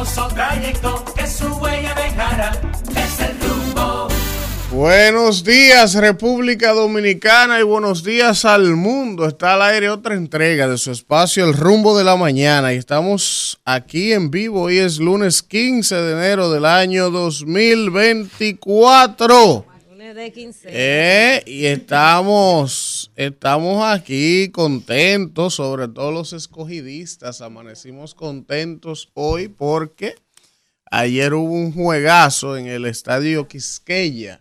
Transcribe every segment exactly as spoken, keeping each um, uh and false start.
hermoso trayecto que su huella dejará. Es el rumbo. Buenos días, República Dominicana, y buenos días al mundo. Está al aire otra entrega de su espacio El Rumbo de la Mañana, y estamos aquí en vivo. Hoy es lunes quince de enero del año dos mil veinticuatro. Lunes de quince. Eh, y estamos, estamos aquí contentos, sobre todo los escogidistas. Amanecimos contentos hoy porque ayer hubo un juegazo en el Estadio Quisqueya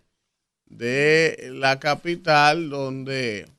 de la capital, donde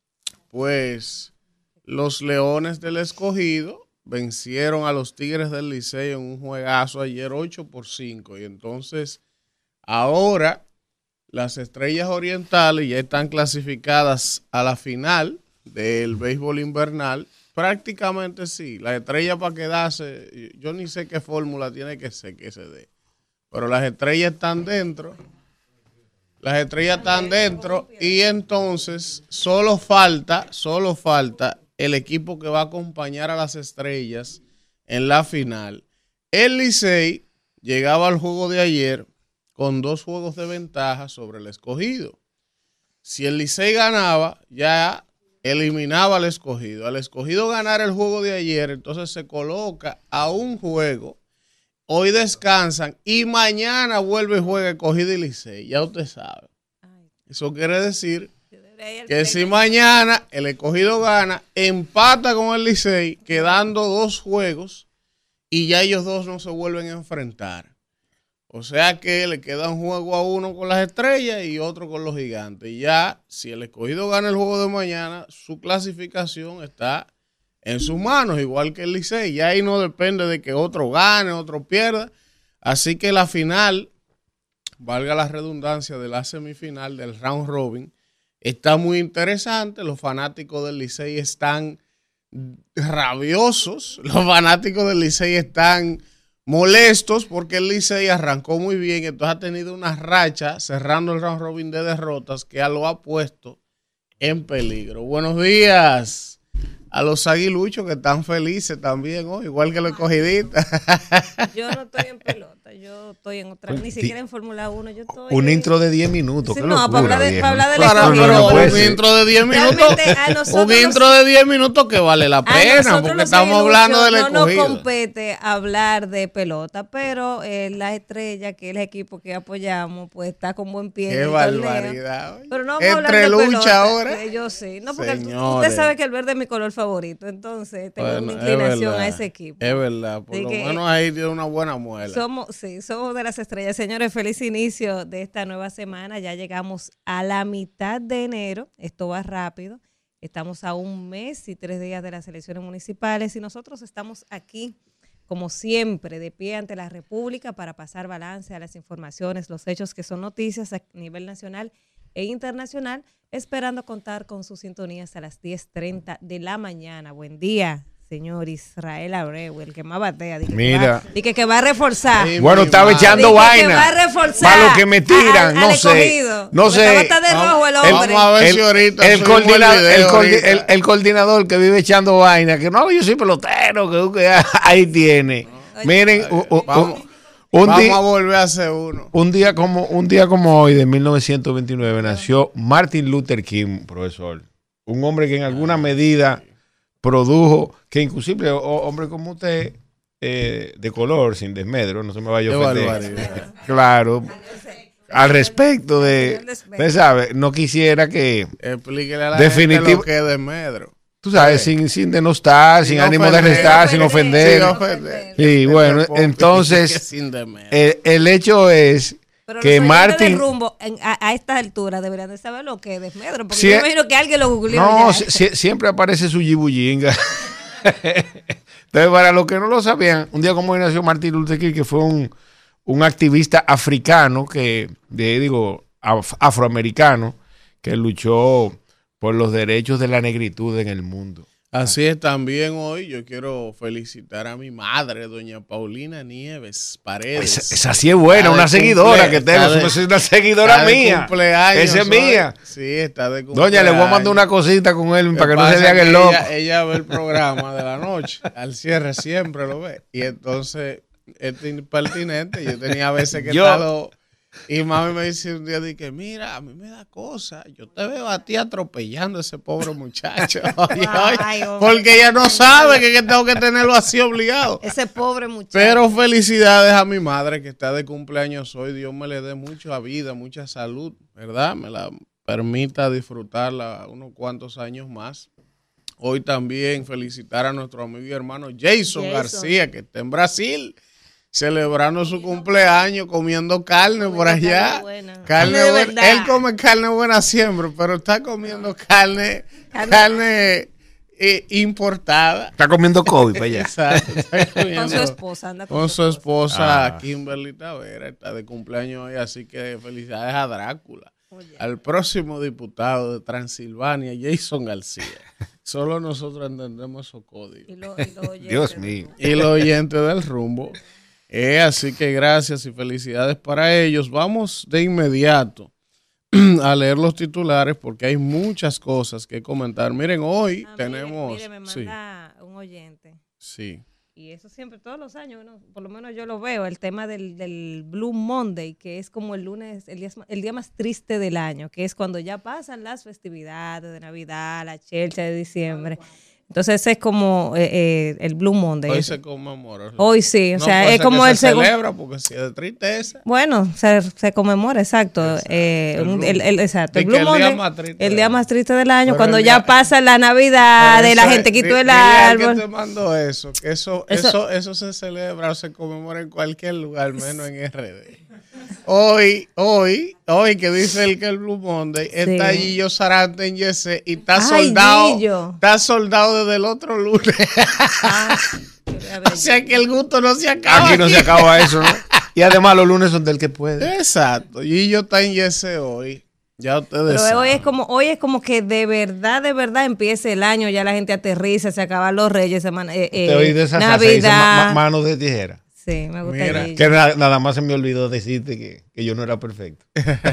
pues los Leones del Escogido vencieron a los Tigres del Licey en un juegazo ayer ocho por cinco, y entonces ahora las Estrellas Orientales ya están clasificadas a la final del béisbol invernal. Prácticamente sí, la estrella para quedarse, yo ni sé qué fórmula tiene que ser que se dé, pero las estrellas están dentro. Las estrellas están dentro y entonces solo falta, solo falta el equipo que va a acompañar a las Estrellas en la final. El Licey llegaba al juego de ayer con dos juegos de ventaja sobre el Escogido. Si el Licey ganaba, ya eliminaba al Escogido. Al Escogido ganar el juego de ayer, entonces se coloca a un juego. Hoy descansan y mañana vuelve y juega Escogido y Licey. Ya usted sabe. Eso quiere decir que si mañana el Escogido gana, empata con el Licey, quedando dos juegos, y ya ellos dos no se vuelven a enfrentar. O sea que le queda un juego a uno con las Estrellas y otro con los Gigantes. Y ya, si el Escogido gana el juego de mañana, su clasificación está en sus manos, igual que el Licey. Ya ahí no depende de que otro gane, otro pierda. Así que la final, valga la redundancia, de la semifinal del round robin, está muy interesante. Los fanáticos del Licey están rabiosos. Los fanáticos del Licey están molestos porque el Licey arrancó muy bien. Entonces ha tenido una racha cerrando el round robin de derrotas que lo ha puesto en peligro. Buenos días a los aguiluchos, que están felices también hoy, igual que los escogidistas. Yo no estoy en pelota, yo estoy en otra, ni siquiera en Fórmula uno. Yo estoy un intro de diez minutos. Sí, qué no, locura, para hablar de, viejo. para hablar del Claro, Escogido. pero no puede un ser. intro de diez minutos, Realmente a nosotros un intro los- de diez minutos que vale la A pena, nosotros porque los estamos aguiluchos hablando del no nos Escogido. compete hablar de pelota, pero eh, la Estrella, que es el equipo que apoyamos, pues está con buen pie. Qué en el barbaridad. torneo. oye. Pero no vamos a hablar Entre de lucha pelota. ahora. Eh, Yo sí, no, porque Señores. usted sabe que el verde es mi color favorito, entonces tengo Bueno, una es inclinación verdad, a ese equipo. Es verdad, por Así lo que, menos ahí tiene una buena muela. Somos, sí, somos de las estrellas. Señores, feliz inicio de esta nueva semana. Ya llegamos a la mitad de enero. Esto va rápido. Estamos a un mes y tres días de las elecciones municipales y nosotros estamos aquí, como siempre, de pie ante la República para pasar balance a las informaciones, los hechos que son noticias a nivel nacional e internacional, esperando contar con sus sintonías a las diez treinta de la mañana. Buen día, señor Israel Abreu, el que más batea. Di que Mira. va, di que, que va a reforzar. Sí, Bueno, mi estaba madre. echando Di que, vaina. que va a reforzar. Para los que me tiran, al- no al sé. escogido. No Porque sé. va a estar de rojo el Vamos hombre. a ver El, si ahorita el, subimos coordina- video el coordi- ahorita. el- el coordinador que vive echando vaina, que no, yo soy pelotero, que, que ahí tiene. Miren, u- u- Vamos. u- un, Vamos día, a volver a hacer uno. un día como un día como hoy de mil novecientos veintinueve nació Martin Luther King, profesor. Un hombre que en alguna medida produjo, que inclusive o- hombre como usted, eh, de color, sin desmedro, no se me vaya a Qué ofender. barbaridad. Claro. Al respecto de, usted sabe, no quisiera que, Explíquele a la Definitivo- gente lo que es de medro. tú sabes, sin, sin denostar, sin, Sin ánimo de ofender. restar, Sin sin ofender. ofender. Sin ofender. Sí, bueno, Este entonces, que sin de medro. el, el hecho es Pero que los oyentes Martin... del rumbo en- a, a estas alturas deberían de saber lo que es desmedro, porque Sí, yo eh, me imagino que alguien lo googleó No, ya. si- si- siempre aparece su yibullinga. Entonces, para los que no lo sabían, un día como hoy nació Martin Luther King, que fue un, un activista africano, que de, digo, af- afroamericano, que luchó por los derechos de la negritud en el mundo. Así es, también hoy yo quiero felicitar a mi madre, doña Paulina Nieves Paredes. Esa, esa sí es buena, Está una de seguidora cumple- que tengo, está de- es una seguidora Está de mía. cumpleaños Esa es hoy. mía. Sí, está de cumpleaños. Doña, le voy a mandar una cosita con él Lo para que no pasa se le haga es el loco. Ella, ella ve el programa de la noche, al cierre siempre lo ve. Y entonces este impertinente. Yo tenía veces que Yo- estaba... Y mami me dice un día, de que mira, a mí me da cosa. Yo te veo a ti atropellando a ese pobre muchacho. Oye, Ay, oye, hombre. porque ella no sabe que, que tengo que tenerlo así obligado. Ese pobre muchacho. Pero felicidades a mi madre que está de cumpleaños hoy. Dios me le dé mucha vida, mucha salud, ¿verdad? Me la permita disfrutarla unos cuantos años más. Hoy también felicitar a nuestro amigo y hermano Jason, Jason. García, que está en Brasil, celebrando su cumpleaños, comiendo carne por Comiendo allá. carne buena. Carne Carne de buena. verdad. Él come carne buena siempre, pero está comiendo carne, Carne- carne eh, importada. Está comiendo COVID para allá. Exacto, está Con comiendo- su esposa, anda con, con su esposa Ah. Kimberly Tavera, está de cumpleaños hoy, así que felicidades a Drácula, Oye. al próximo diputado de Transilvania, Jason García. Solo nosotros entendemos esos códigos. Y lo- y lo oyentes. Dios mío. Y los oyentes del rumbo. Eh, así que gracias y felicidades para ellos. Vamos de inmediato a leer los titulares porque hay muchas cosas que comentar. Miren, hoy Ah, mire, tenemos... mire, me sí, manda un oyente. sí. Y eso siempre, todos los años, ¿no? Por lo menos yo lo veo, el tema del, del Blue Monday, que es como el lunes, el día, el día más triste del año, que es cuando ya pasan las festividades de Navidad, la chelcha de diciembre. Entonces ese es como eh, eh, el Blue Monday. Hoy Ese. se conmemora. Hoy sí, o No sea, puede es ser como que el se segundo. celebra porque si es de tristeza. Bueno, se, se conmemora, exacto. Exacto. eh, El un- Blue- el, el- exacto. Di El que Blue el día Monday, más triste el del día año. más triste del año, Pero cuando el ya día- pasa la Navidad, Pero de la eso gente es- quitó di- el dile al que árbol. te mandó eso, que eso, Eso- eso, eso se celebra o se conmemora en cualquier lugar, menos en R D. Hoy, hoy, hoy que dice el que el Blue Monday, Sí. está Gillo Sarante en Yese y está Ay, soldado, Gillo. está soldado desde el otro lunes. Ah, a ver, O sea que el gusto no se acaba. Aquí no se acaba eso, ¿no? Y además los lunes son del que puede. Exacto, Gillo está en Yese hoy. Ya ustedes Pero hoy saben. es como hoy es como que de verdad, de verdad empieza el año, ya la gente aterriza, se acaban los Reyes, semana, eh, eh, Te oí de esa salsa, dice Navidad. ma- ma- manos de tijera. Sí, me gusta Mira, Gillo. Que na- nada más se me olvidó decirte que, que yo no era perfecto.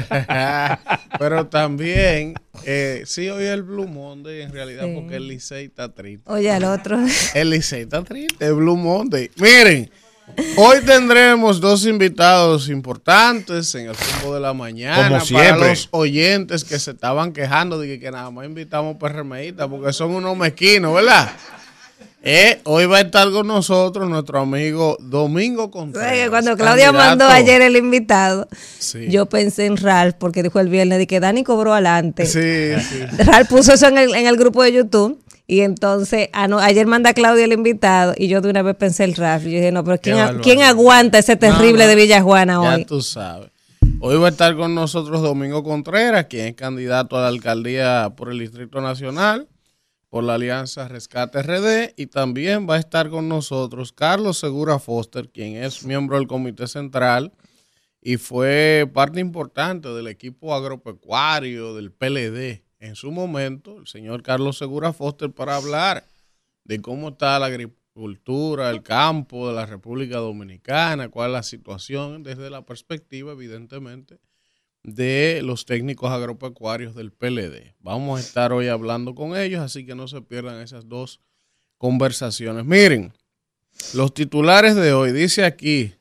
Pero también, eh, sí, hoy es el Blue Monday en realidad Sí. porque el Licey está triste. Oye, al otro. El Licey está triste, el Blue Monday. Miren, hoy tendremos dos invitados importantes en el tiempo de la mañana. Como para siempre. los oyentes que se estaban quejando de que, que nada más invitamos PRMistas porque son unos mezquinos, ¿verdad? Eh, hoy va a estar con nosotros nuestro amigo Domingo Contreras. Oye, Cuando Claudia candidato- mandó ayer el invitado, Sí. yo pensé en Ralph, porque dijo el viernes de que Dani cobró adelante. Sí, sí. Ralph puso eso en el, en el grupo de YouTube. Y entonces, ah, no, ayer manda Claudia el invitado y yo de una vez pensé en Ralph. Y yo dije, no, pero ¿quién, a- barbaridad. ¿quién aguanta ese terrible No, no. de Villajuana Ya hoy? tú sabes. Hoy va a estar con nosotros Domingo Contreras, quien es candidato a la alcaldía por el Distrito Nacional, por la Alianza Rescate R D, y también va a estar con nosotros Carlos Segura Foster, quien es miembro del Comité Central y fue parte importante del equipo agropecuario del P L D en su momento, el señor Carlos Segura Foster, para hablar de cómo está la agricultura, el campo de la República Dominicana, cuál es la situación desde la perspectiva, evidentemente, de los técnicos agropecuarios del P L D. Vamos a estar hoy hablando con ellos, así que no se pierdan esas dos conversaciones. Miren, los titulares de hoy, dice aquí,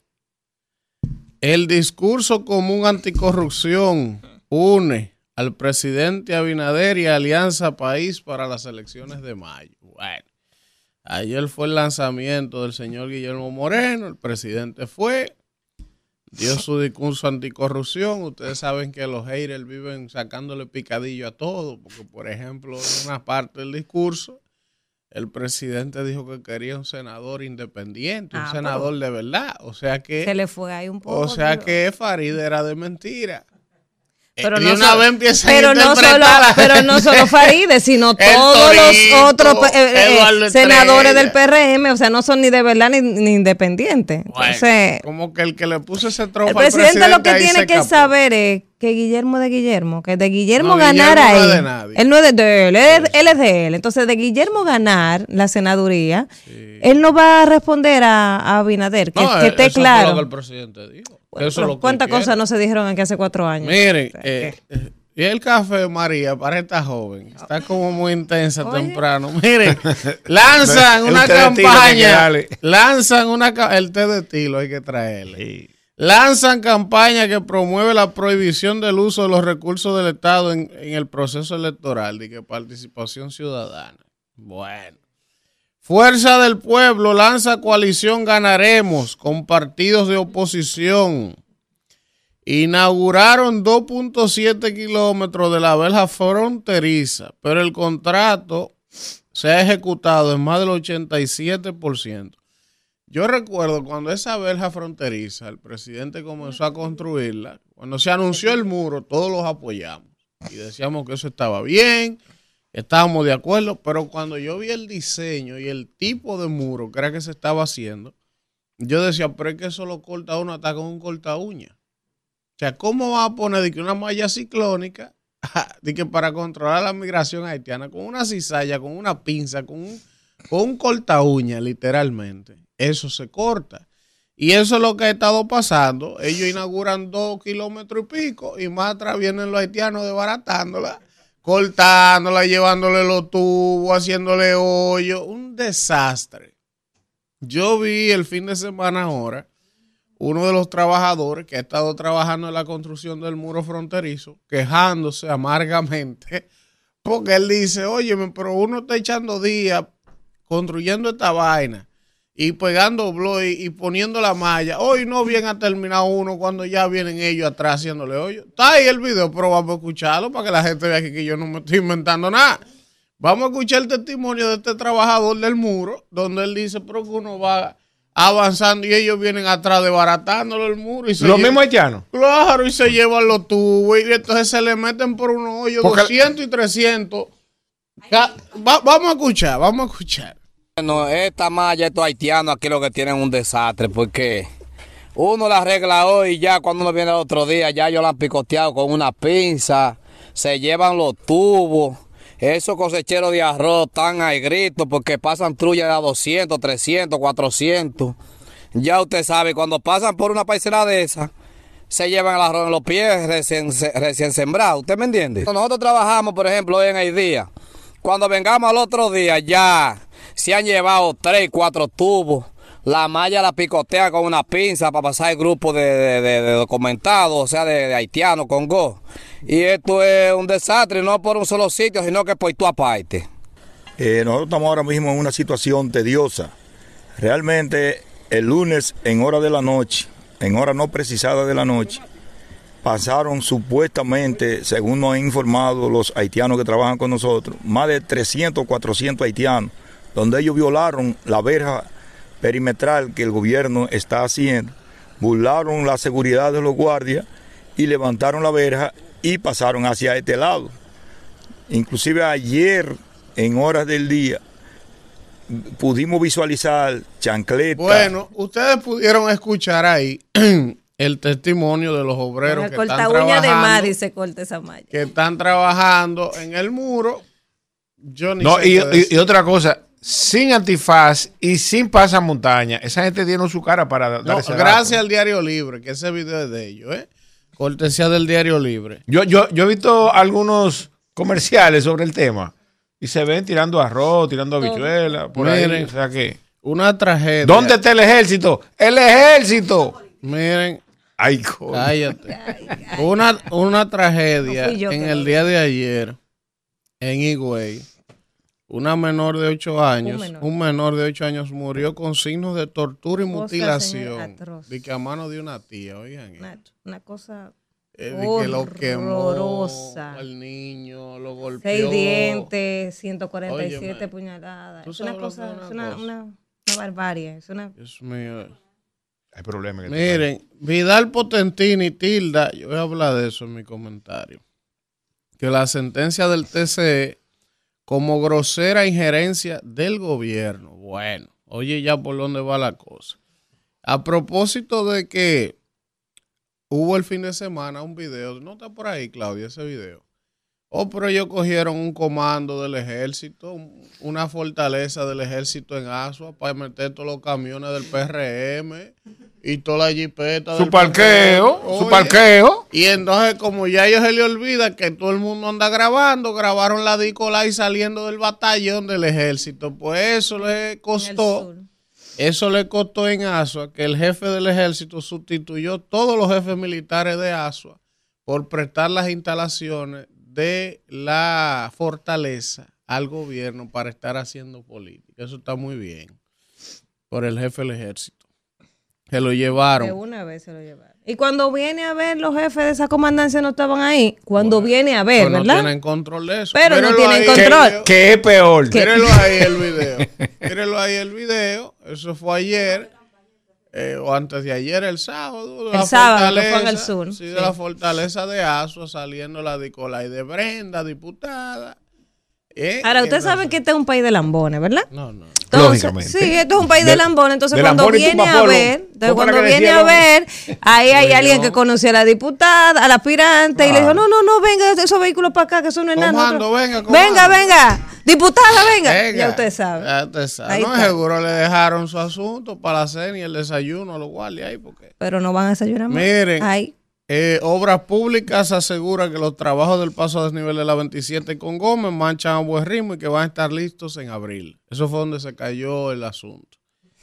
el discurso común anticorrupción une al presidente Abinader y a Alianza País para las elecciones de mayo. Bueno, ayer fue el lanzamiento del señor Guillermo Moreno, el presidente fue, dio su discurso anticorrupción. Ustedes saben que los haters viven sacándole picadillo a todo, porque por ejemplo, en una parte del discurso, el presidente dijo que quería un senador independiente, un Ah, senador de verdad. O sea que, Se le fue ahí un poco. o sea pero- que Farid era de mentira. Pero Eh, no de una solo- vez empiezan pero a no solo, interpretar a- pero no solo Farideh, sino El todos los Torito, otros eh, eh, Eduardo senadores Estrella. del P R M, o sea, no son ni de verdad ni, ni independientes. Bueno, Entonces, como que el que le puso ese trofeo el al presidente lo que ahí tiene se que escapó. saber es que Guillermo de Guillermo, que de Guillermo No, ganara Guillermo no es ahí. de nadie. Él no es de, de él, él, es- él es de él. Entonces, de Guillermo ganar la senaduría, él no va a responder a, a Abinader, que, No, que eh, esté eso fue claro. lo que el presidente dijo. Bueno, Eso es pero lo que ¿cuántas él quiere. cosas no se dijeron aquí hace cuatro años? Miren, O sea, eh, que- eh, Y el café, María, para esta joven, está como muy intensa Oye. temprano. Miren, lanzan El una té de estilo que hay que campaña, darle. lanzan una, ca- el té de estilo hay que traerle. Lanzan campaña que promueve la prohibición del uso de los recursos del Estado en, en el proceso electoral y que participación ciudadana. Bueno. Fuerza del Pueblo lanza coalición Ganaremos con partidos de oposición. Inauguraron dos punto siete kilómetros de la verja fronteriza, pero el contrato se ha ejecutado en más del ochenta y siete por ciento. Yo recuerdo cuando esa verja fronteriza, el presidente comenzó a construirla, cuando se anunció el muro, todos los apoyamos y decíamos que eso estaba bien, estábamos de acuerdo, pero cuando yo vi el diseño y el tipo de muro que era que se estaba haciendo, yo decía, pero es que eso lo corta uno hasta con un corta uña. O sea, ¿cómo va a poner de que una malla ciclónica de que para controlar la migración haitiana con una cizalla, con una pinza, con un, con un corta uña, literalmente? Eso se corta. Y eso es lo que ha estado pasando. Ellos inauguran dos kilómetros y pico y más atrás vienen los haitianos desbaratándola, cortándola, llevándole los tubos, haciéndole hoyo. Un desastre. Yo vi el fin de semana ahora uno de los trabajadores que ha estado trabajando en la construcción del muro fronterizo, quejándose amargamente, porque él dice, óyeme, pero uno está echando días construyendo esta vaina y pegando blog y, y poniendo la malla. Hoy no bien ha terminado uno cuando ya vienen ellos atrás haciéndole hoyo. Está ahí el video, pero vamos a escucharlo para que la gente vea que, que yo no me estoy inventando nada. Vamos a escuchar el testimonio de este trabajador del muro, donde él dice, pero que uno va avanzando y ellos vienen atrás desbaratándolo el muro. Y se ¿Los llevan- mismos haitianos? Claro, y se llevan los tubos y entonces se le meten por unos hoyos Porque- doscientos y trescientos. Ca- va- vamos a escuchar, vamos a escuchar. Bueno, esta malla, estos haitianos aquí lo que tienen es un desastre, porque uno la arregla hoy y ya cuando uno viene el otro día, ya ellos la han picoteado con una pinza, se llevan los tubos. Esos cosecheros de arroz están ahí gritos porque pasan trullas de a doscientos, trescientos, cuatrocientos. Ya usted sabe, cuando pasan por una parcela de esa, se llevan el arroz en los pies recién, recién sembrado. ¿Usted me entiende? Nosotros trabajamos, por ejemplo, hoy en el día. Cuando vengamos al otro día, ya se han llevado tres, cuatro tubos. La malla la picotea con una pinza para pasar el grupo de, de, de, de documentados, o sea, de, de haitianos con go. Y esto es un desastre, no por un solo sitio, sino que por tu aparte. Eh, nosotros estamos ahora mismo en una situación tediosa. Realmente el lunes en hora de la noche, en hora no precisada de la noche, pasaron supuestamente, según nos han informado los haitianos que trabajan con nosotros, más de trescientos, cuatrocientos haitianos, donde ellos violaron la verja perimetral que el gobierno está haciendo, burlaron la seguridad de los guardias y levantaron la verja y pasaron hacia este lado. Inclusive ayer, en horas del día, pudimos visualizar chancletas. Bueno, ustedes pudieron escuchar ahí el testimonio de los obreros El que están corta uña de trabajando, Mari se corta esa malla. que están trabajando en el muro. Yo ni No, sé y, qué decir. y- y otra cosa, sin antifaz y sin pasamontaña, esa gente tiene su cara para dar No, ese gracias dato. al Diario Libre, que ese video es de ellos, ¿eh? Cortesía del Diario Libre. Yo, yo, yo he visto algunos comerciales sobre el tema y se ven tirando arroz, tirando habichuelas, por ahí. Miren. O sea que, Una tragedia. ¿dónde está el ejército? ¡El ejército! Miren, Ay, coño. cállate. Una, una tragedia No fui yo en que el lo día de ayer en Higüey. Una menor de ocho años, menor. un menor de ocho años murió con signos de tortura y Cosa, mutilación. señor, atroz. De que a mano de una tía, oigan. eso. Una, una cosa Eh, de que lo quemó horrorosa. al niño, lo golpeó. seis dientes, ciento cuarenta y siete Óyeme, puñaladas. ¿tú Es una sabes lo cosa, que es una es una, cosa? una, una barbarie. Es una, Dios mío. Hay problemas. en este Miren, Vidal Potentini tilda, yo voy a hablar de eso en mi comentario, que la sentencia del T C E como grosera injerencia del gobierno. Bueno, oye ya por dónde va la cosa. A propósito de que hubo el fin de semana un video, no está por ahí, Claudia, ese video, Oh, pero ellos cogieron un comando del ejército, una fortaleza del ejército en Asua para meter todos los camiones del P R M y toda la jipeta. Su parqueo, Oye, su parqueo. Y entonces, como ya a ellos se les olvida que todo el mundo anda grabando, grabaron la Dicolay saliendo del batallón del ejército. Pues eso le costó, eso le costó en Asua que el jefe del ejército sustituyó todos los jefes militares de Asua por prestar las instalaciones de la fortaleza al gobierno para estar haciendo política. Eso está muy bien. Por el jefe del ejército. Se lo llevaron. De una vez se lo llevaron. Y cuando viene a ver, los jefes de esa comandancia no estaban ahí. Cuando bueno, viene a ver, pues ¿verdad? No tienen control de eso. Pero Mírelo no tienen ahí, control. ¿Qué, ¿Qué es peor? Mírelo ahí el video. Mírelo ahí el video. Eso fue ayer. Eh, o antes de ayer, el sábado. El sábado, que fue en el sur. Sí, de sí. La fortaleza de Asua, saliendo la Dicolay de Brenda, diputada. Eh, Ahora, ustedes saben que este es un país de lambones, ¿verdad? No, no. Entonces, Lógicamente. Sí, esto es un país de, de lambones. Entonces, de cuando Lambón viene a ver, entonces cuando viene a ver, ahí hay alguien que conoció a la diputada, al aspirante, ah. y le dijo, no, no, no, venga, esos vehículos para acá, que eso no es nada. Comando, venga, comando. Venga, venga. Diputada, venga. venga. Ya usted sabe. Ya usted sabe. No, seguro le dejaron su asunto para la cena y el desayuno a los guardias ahí. Porque... Pero no van a desayunar más. Miren, ahí. Eh, Obras Públicas asegura que los trabajos del paso a desnivel de la veintisiete con Gómez manchan a buen ritmo y que van a estar listos en abril. Eso fue donde se cayó el asunto.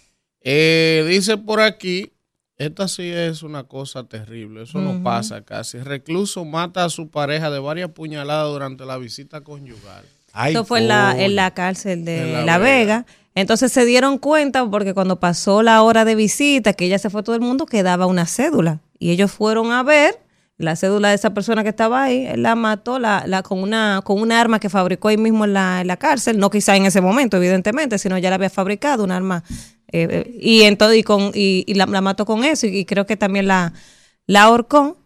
Eh, dice por aquí, esta sí es una cosa terrible, eso uh-huh. no pasa casi. Recluso mata a su pareja de varias puñaladas durante la visita conyugal. Ay, Esto fue en la, en la cárcel de La, la Vega. Vega. Entonces se dieron cuenta porque cuando pasó la hora de visita, que ella se fue todo el mundo, quedaba una cédula. Y ellos fueron a ver la cédula de esa persona que estaba ahí. Él la mató la, la, con una con un arma que fabricó ahí mismo en la, en la cárcel. No quizá en ese momento, evidentemente, sino ya la había fabricado, un arma. Eh, y entonces y con y, y la, la mató con eso. Y, y creo que también la, la ahorcó.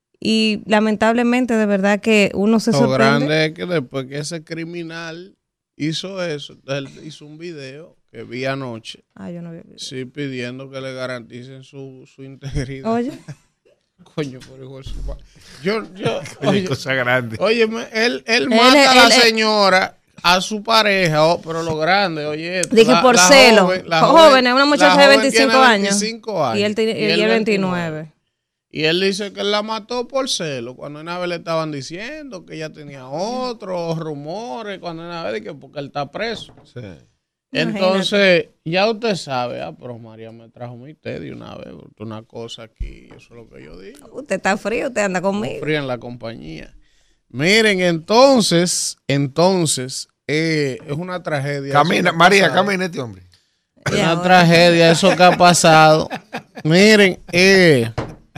Y lamentablemente, de verdad que uno se Lo sorprende. Lo grande es que después que ese criminal hizo eso, él hizo un video que vi anoche. Ah, yo no vi. Sí, pidiendo que le garanticen su, su integridad. Oye. Coño, por hijo de su padre. Yo, yo, oye, oye, cosa grande. Oye, él, él mata él, a la él, señora, a su pareja, oh, pero lo grande, oye. Dije la, por la celo. Joven, la joven, es una muchacha de veinticinco años. veinticinco años. Y él tiene veintinueve. veintinueve. Y él dice que él la mató por celo, cuando una vez le estaban diciendo que ella tenía otros rumores, cuando una vez que porque él está preso. Sí. Entonces, ya usted sabe, ah, pero María me trajo mi té de una vez, una cosa aquí, eso es lo que yo digo. Usted está frío, usted anda conmigo. Frío en la compañía. Miren, entonces, entonces, eh, es una tragedia. Camina, María, camina este hombre. Es una ahora. tragedia eso que ha pasado. Miren, eh...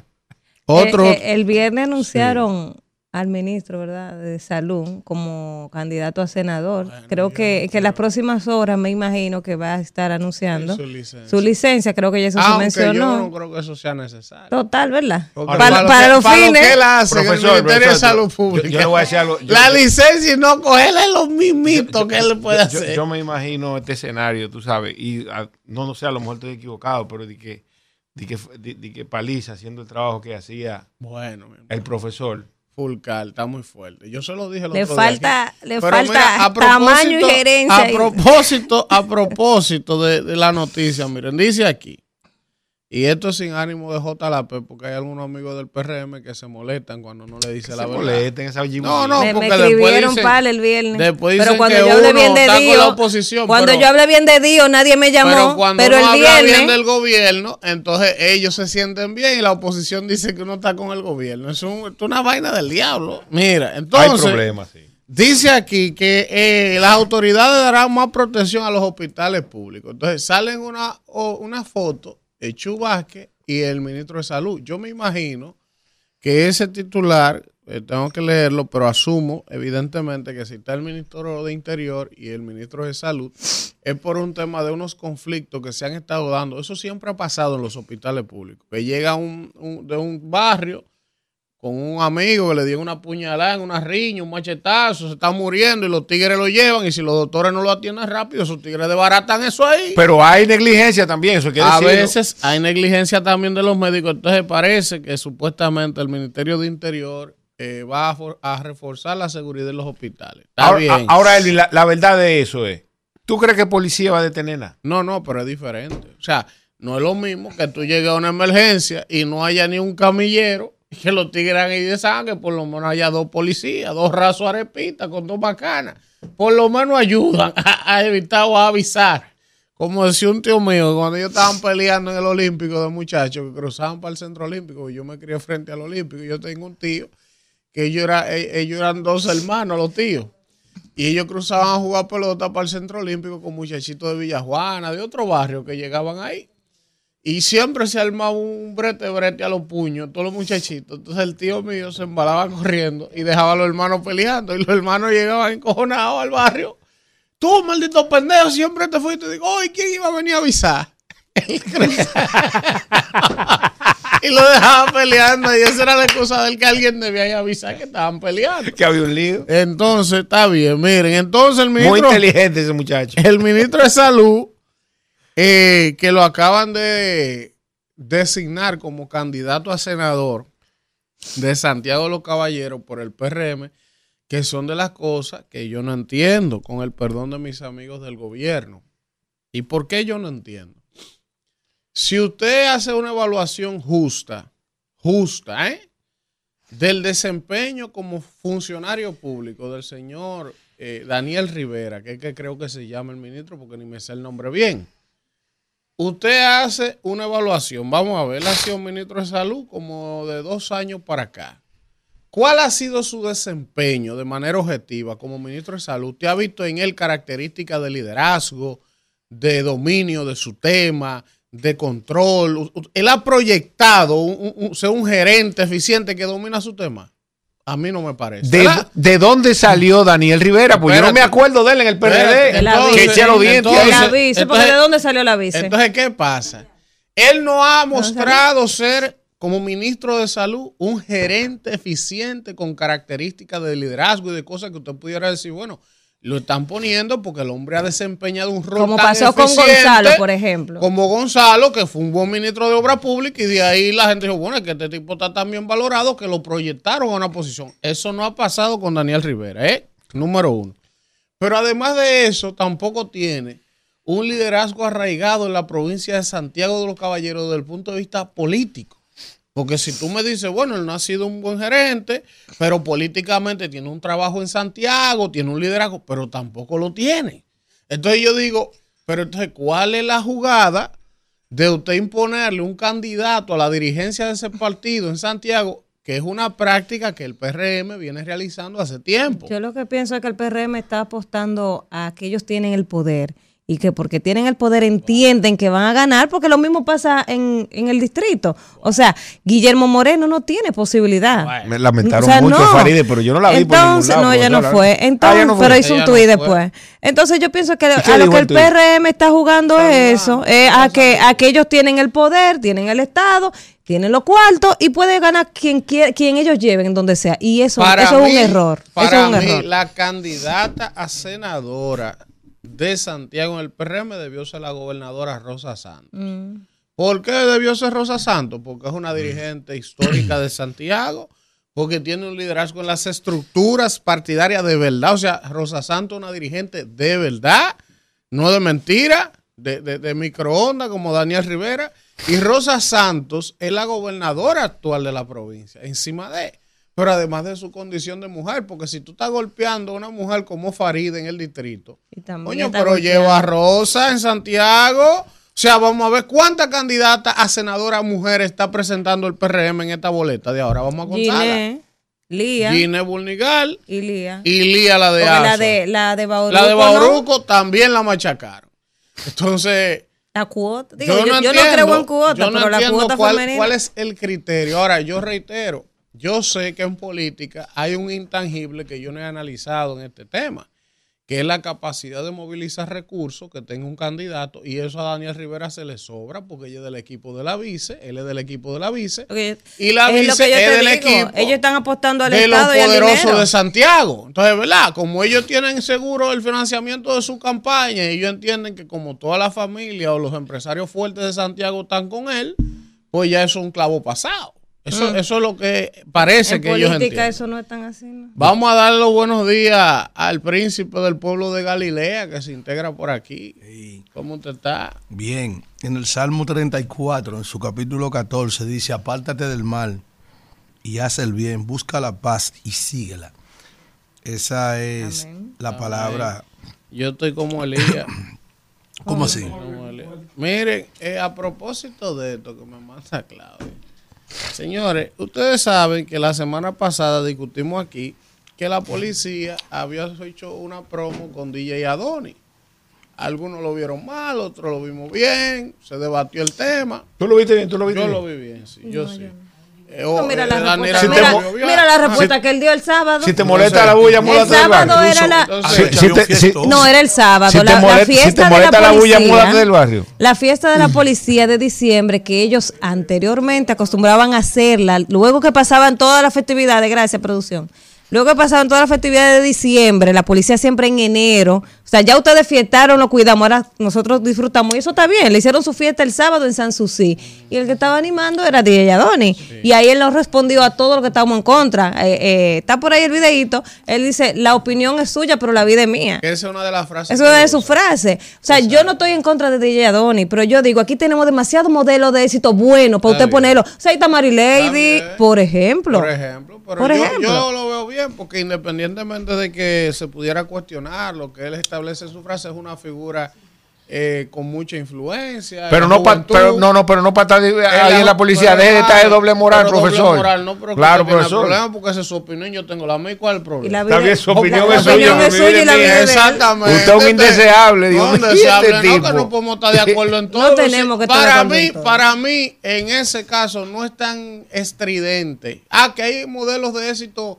Otro, el, el, el viernes anunciaron sí. al ministro, ¿verdad?, de Salud como candidato a senador. Bueno, creo que, que en las próximas horas me imagino que va a estar anunciando su licencia. Su licencia, creo que ya eso ah, se mencionó. Yo no creo que eso sea necesario. Total, ¿verdad? Para, para, para, para lo los para fines. Lo que él hace, profesor, el Ministerio de Salud Pública. Yo, yo le voy a decir algo. Yo, la licencia y no cogerle los mimitos que él le puede yo, hacer. Yo, yo me imagino este escenario, tú sabes, y a, no, no sé, a lo mejor estoy equivocado, pero de que De que, de, de que Paliza haciendo el trabajo que hacía bueno, el profesor. Fulcar, está muy fuerte. Yo se lo dije el le otro falta, día. Le Pero falta mira, tamaño y gerencia. A propósito, a propósito de, de la noticia, miren, dice aquí, y esto es sin ánimo de J L P, porque hay algunos amigos del P R M que se molestan cuando no le dice se la verdad. Molestan, esa no, no, me, porque me escribieron pal el viernes. Después pero dicen cuando que yo hablé uno bien de está Dios, con la oposición. Cuando pero, yo hablé bien de Dios, nadie me llamó. Pero cuando pero uno el habla viernes, bien del gobierno, entonces ellos se sienten bien y la oposición dice que uno está con el gobierno. Es, un, es una vaina del diablo. Mira, entonces... Hay problemas, sí. Dice aquí que eh, las autoridades darán más protección a los hospitales públicos. Entonces salen una, una foto de Chu Vázquez y el ministro de Salud. Yo me imagino que ese titular, eh, tengo que leerlo, pero asumo evidentemente que si está el ministro de Interior y el ministro de Salud, es por un tema de unos conflictos que se han estado dando. Eso siempre ha pasado en los hospitales públicos, que llega un, un, de un barrio con un amigo que le dio una puñalada en una riña, un machetazo, se está muriendo y los tigres lo llevan y si los doctores no lo atienden rápido, esos tigres desbaratan eso ahí. Pero hay negligencia también, eso quiere decir. A veces hay negligencia también de los médicos, entonces parece que supuestamente el Ministerio de Interior eh, va a, for, a reforzar la seguridad de los hospitales. Está Ahora, bien. ahora Elvin, la, la verdad de eso es, ¿tú crees que policía va a detener nada? No, no, pero es diferente. O sea, no es lo mismo que tú llegues a una emergencia y no haya ni un camillero y que los tigres hagan ahí de sangre, por lo menos haya dos policías, dos rasos arepitas con dos bacanas. Por lo menos ayudan a, a evitar o a avisar. Como decía un tío mío, cuando ellos estaban peleando en el Olímpico de muchachos que cruzaban para el Centro Olímpico, y yo me crié frente al Olímpico, y yo tengo un tío que ellos, era, ellos eran dos hermanos, los tíos, y ellos cruzaban a jugar pelota para el Centro Olímpico con muchachitos de Villajuana, de otro barrio que llegaban ahí. Y siempre se armaba un brete brete a los puños, todos los muchachitos. Entonces el tío mío se embalaba corriendo y dejaba a los hermanos peleando, y los hermanos llegaban encojonados al barrio. Tú, maldito pendejo, siempre te fuiste. Digo, oye, ¿quién iba a venir a avisar? Y lo dejaba peleando. Y esa era la excusa del que alguien debía ir a avisar que estaban peleando. Que había un lío. Entonces, está bien. Miren, entonces el ministro... Muy inteligente ese muchacho. El ministro de Salud, eh, que lo acaban de designar como candidato a senador de Santiago de los Caballeros por el P R M, que son de las cosas que yo no entiendo, con el perdón de mis amigos del gobierno. ¿Y por qué yo no entiendo? Si usted hace una evaluación justa, justa, ¿eh? del desempeño como funcionario público del señor eh, Daniel Rivera, que es que creo que se llama el ministro porque ni me sé el nombre bien. Usted hace una evaluación, vamos a ver, él ha sido ministro de Salud como de dos años para acá. ¿Cuál ha sido su desempeño de manera objetiva como ministro de Salud? ¿Usted ha visto en él características de liderazgo, de dominio de su tema, de control? ¿Él ha proyectado un, un, ser un gerente eficiente que domina su tema? A mí no me parece. ¿De, ¿de dónde salió Daniel Rivera? Pues Espérate. yo no me acuerdo de él en el P R D. Espérate, Que eche los dientes. entonces- la vice, porque entonces- ¿de dónde salió la vice? Entonces, ¿qué pasa? Él no ha mostrado ser, como ministro de Salud, un gerente eficiente con características de liderazgo y de cosas que usted pudiera decir, bueno, lo están poniendo porque el hombre ha desempeñado un rol Como tan pasó con eficiente Gonzalo, por ejemplo. Como Gonzalo, que fue un buen ministro de Obras Públicas, y de ahí la gente dijo, bueno, es que este tipo está tan bien valorado que lo proyectaron a una posición. Eso no ha pasado con Daniel Rivera, ¿eh? Número uno. Pero además de eso, tampoco tiene un liderazgo arraigado en la provincia de Santiago de los Caballeros desde el punto de vista político. Porque si tú me dices, bueno, él no ha sido un buen gerente, pero políticamente tiene un trabajo en Santiago, tiene un liderazgo, pero tampoco lo tiene. Entonces yo digo, pero entonces, ¿cuál es la jugada de usted imponerle un candidato a la dirigencia de ese partido en Santiago, que es una práctica que el P R M viene realizando hace tiempo? Yo lo que pienso es que el P R M está apostando a que ellos tienen el poder y que porque tienen el poder entienden que van a ganar, porque lo mismo pasa en, en el distrito. O sea, Guillermo Moreno no tiene posibilidad. Me lamentaron O sea, mucho no. a Faride, pero yo no la vi Entonces, por ningún lado. no, ella no la- fue. Entonces, Ah, ella no fue. pero hizo un Ella no tuit fue. después. Entonces, yo pienso que qué a lo dijo que el el tuit? P R M está jugando es eso, es a que, a que ellos tienen el poder, tienen el Estado, tienen los cuartos y puede ganar quien quiera, quien ellos lleven, donde sea. Y eso, Para eso es mí- un error. Para Eso es un mí, error. la candidata a senadora de Santiago en el P R M debió ser la gobernadora Rosa Santos. Mm. ¿Por qué debió ser Rosa Santos? Porque es una dirigente histórica de Santiago, porque tiene un liderazgo en las estructuras partidarias de verdad. O sea, Rosa Santos es una dirigente de verdad, no de mentira, de, de, de microondas como Daniel Rivera. Y Rosa Santos es la gobernadora actual de la provincia, encima de. Pero además de su condición de mujer, porque si tú estás golpeando a una mujer como Faride en el distrito, Y también coño, está pero golpeando. lleva a Rosa en Santiago. O sea, vamos a ver cuánta candidata a senadora mujer está presentando el P R M en esta boleta de ahora. Vamos a contarla. Gine, Lía Gine Bulnigal y Lía. y Lía, la de Porque la Aso. de, la de Bauruco, La de ¿no? Bauruco también la machacaron. Entonces, La cuota. Digo, yo, yo, no, yo no entiendo, creo en cuota, yo no pero la entiendo cuota cuál, femenina. cuál es el criterio. Ahora, yo reitero, yo sé que en política hay un intangible que yo no he analizado en este tema, que es la capacidad de movilizar recursos que tenga un candidato, y eso a Daniel Rivera se le sobra porque ella es del equipo de la vice, él es del equipo de la vice, Porque y la es lo vice que yo es te del digo, equipo ellos están apostando al de los Estado y al poderosos dinero. de Santiago. Entonces, ¿verdad? Como ellos tienen seguro el financiamiento de su campaña y ellos entienden que como toda la familia o los empresarios fuertes de Santiago están con él, pues ya eso es un clavo pasado. Eso, Mm. eso es lo que parece En que ellos política entienden. eso no es tan así, ¿no? Vamos a darle los buenos días al príncipe del pueblo de Galilea que se integra por aquí. Sí. ¿Cómo usted está? Bien, en el Salmo treinta y cuatro, en su capítulo catorce, dice, apártate del mal y haz el bien, busca la paz y síguela. Esa es Amén. la palabra. Yo estoy como Elías. ¿Cómo así? Como Elías. Miren, eh, a propósito de esto que me manda Claudia. Señores, ustedes saben que la semana pasada discutimos aquí que la policía había hecho una promo con D J Adonis. Algunos lo vieron mal, otros lo vimos bien, se debatió el tema. ¿Tú lo viste bien? ¿Tú lo viste Yo bien? lo vi bien, sí, yo sí. Eh, No, oh, mira eh, la Daniela respuesta, no mira, lo vio bien. mira la respuesta Si- que él dio el sábado. Si te molesta Entonces, la bulla, el múdate del sábado barrio. era la... Entonces, Anoche si había un te- si- fiestón. No, era el sábado. Si te la, la molesta- si fiesta te de molesta la la bulla, policía, múdate del barrio. La fiesta de la policía de diciembre, que ellos anteriormente acostumbraban a hacerla, luego que pasaban todas las festividades, gracias producción, luego que pasaban todas las festividades de diciembre, la policía siempre en enero, o sea, ya ustedes fiestaron, lo cuidamos, ahora nosotros disfrutamos, y eso está bien, le hicieron su fiesta el sábado en San Susi, y el que estaba animando era D J Adonis, y ahí él nos respondió a todo lo que estábamos en contra, eh, eh, está por ahí el videíto, él dice, la opinión es suya, pero la vida es mía. Que esa es una de las frases. Eso que es su usa. frase. O sea, yo no estoy en contra de D J Adonis, pero yo digo, aquí tenemos demasiados modelos de éxito buenos para Está usted bien. ponerlo. O sea, ahí está Mary Lady, bien. por ejemplo. Por ejemplo, pero Por yo, ejemplo. yo lo veo bien porque independientemente de que se pudiera cuestionar lo que él establece en su frase, es una figura eh, con mucha influencia. Pero en la no, pa- juventud. pero, no, no, pero no para estar ahí Él en la policía. pero Deje de estar de hermano, doble moral, pero profesor. Doble moral, no, pero Claro, que tiene profesor. problema porque esa es su opinión, yo tengo la mía. ¿Y cuál es el problema? Y la Está vida- bien, su opinión la es suya, opinión mi es suya y la vida vida es de él. Exactamente. Usted es un indeseable, Dios no, mío, indeseable, este no, tipo. que no podemos estar de acuerdo en todo. No tenemos que estar de para acuerdo en mí, todo. Para mí, en ese caso, no es tan estridente. Ah, que hay modelos de éxito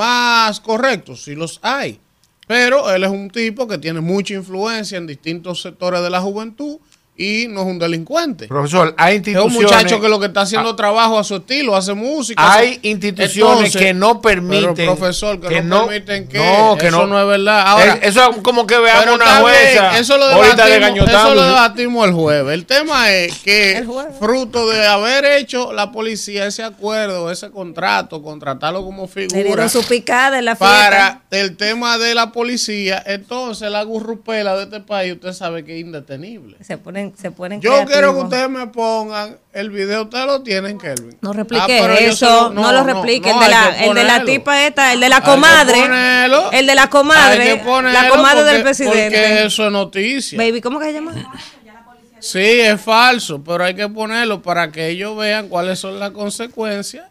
más correctos, sí los hay. Pero él es un tipo que tiene mucha influencia en distintos sectores de la juventud y no es un delincuente. Profesor, hay Es un instituciones. muchacho que lo que está haciendo trabajo a su estilo, hace música. Hay hace- instituciones Entonces, que no permiten. Pero profesor, que, no, permiten que, no, que eso no, no, es verdad. Ahora, Eh, eso es como que veamos pero una está jueza. bien, eso lo ahorita debatimos, eso lo desgañotándose. debatimos el jueves. El tema es que El jueves. fruto de haber hecho la policía ese acuerdo, ese contrato, contratarlo como Le figura dieron su picada en la fiesta. para el tema de la policía, entonces la gurrupela de este país, usted sabe que es indetenible. Se ponen, se ponen Yo quiero que creativos. ustedes me pongan el video, ustedes lo tienen, Kelvin. No Ah, replique pero yo eso, se no, lo replique. no, el, de hay la, que el de la ponerlo. tipa esta, el de la Hay que comadre. ponerlo. El de la Hay comadre. que ponerlo La comadre porque- del presidente. Porque eso es noticia. Baby, ¿cómo que se llama? Sí, es falso, pero hay que ponerlo para que ellos vean cuáles son las consecuencias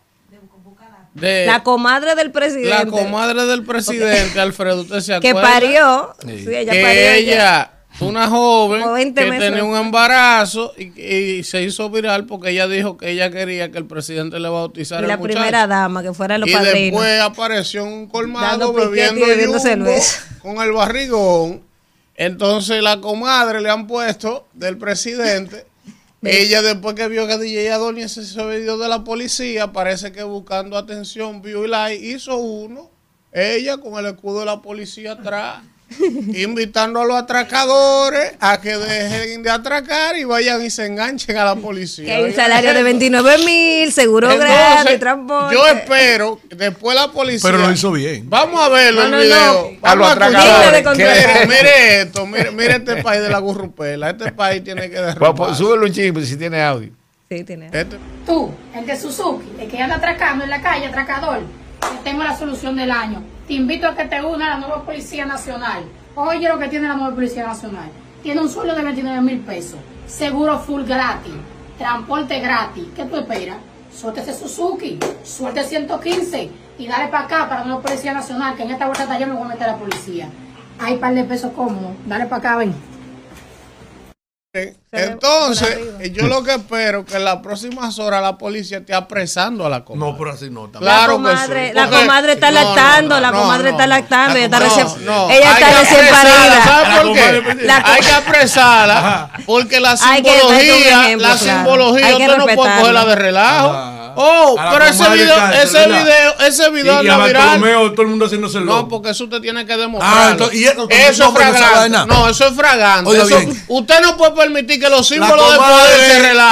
de La comadre del presidente. la comadre del presidente, Alfredo, ¿usted se que acuerda? parió. Sí, ella que parió. ella, una joven Como veinte que meses tenía un después. embarazo y, y se hizo viral porque ella dijo que ella quería que el presidente le bautizara Y la al muchacho. primera dama, que fuera los Y padrinos. después apareció en un colmado Dando piquete y bebiendo, bebiendo Jumbo cerveza. con el barrigón. Entonces la comadre le han puesto del presidente. Ella después que vio que D J Adonis se hizo video de la policía, parece que buscando atención, vio y la hizo uno. Ella con el escudo de la policía atrás, invitando a los atracadores a que dejen de atracar y vayan y se enganchen a la policía. Que hay un salario de veintinueve mil, seguro Entonces, gratis, transporte. yo espero que después la policía. Pero lo hizo bien. Vamos a verlo No, el no, video. no. Vamos A los escuchar. atracadores. Digno de Mire, contratar. mire esto, mire, mire este país de la gurrupela. Este país tiene que Pues, derrumbar. pues, súbelo un chisme si tiene audio. Sí, tiene. Este- Tú, el de Suzuki, el que anda atracando en la calle, atracador, yo tengo la solución del año. Te invito a que te una a la nueva Policía Nacional. Oye lo que tiene la nueva Policía Nacional. Tiene un sueldo de veintinueve mil pesos. Seguro full gratis. Transporte gratis. ¿Qué tú esperas? Suelte ese Suzuki. Suelte ciento quince. Y dale para acá para la nueva Policía Nacional. Que en esta vuelta taller me voy a meter a la policía. Hay un par de pesos cómodos. Dale para acá, ven. Entonces, por arriba. eh, yo lo que espero que en las próximas horas la policía esté apresando a la comadre. No, pero así no. también. Claro la comadre, que sí, la porque- comadre está No, no, lactando, no, la no, comadre no, está no. lactando, ella está No, recién, no, ella hay está que recién apresarla, parida. ¿sabe La por qué? comadre- La Hay que apresarla porque la Hay que darle un simbología, ejemplo, la claro. simbología, Hay que usted no puede respetarla. cogerla de relajo. Ajá. Oh, A la pero ese comadre video, cárcel, ese ¿verdad? video, ese video Y, y anda a viral. Bartolomeo, todo el mundo haciéndose el No, loco. porque eso usted tiene que Ah, demostrarlo. entonces, y eso- eso es no, pues no sabe fragante. nada. No, eso es fragante. Oiga Eso- bien. usted no puede permitir que los símbolos de comadre- poder se relajen.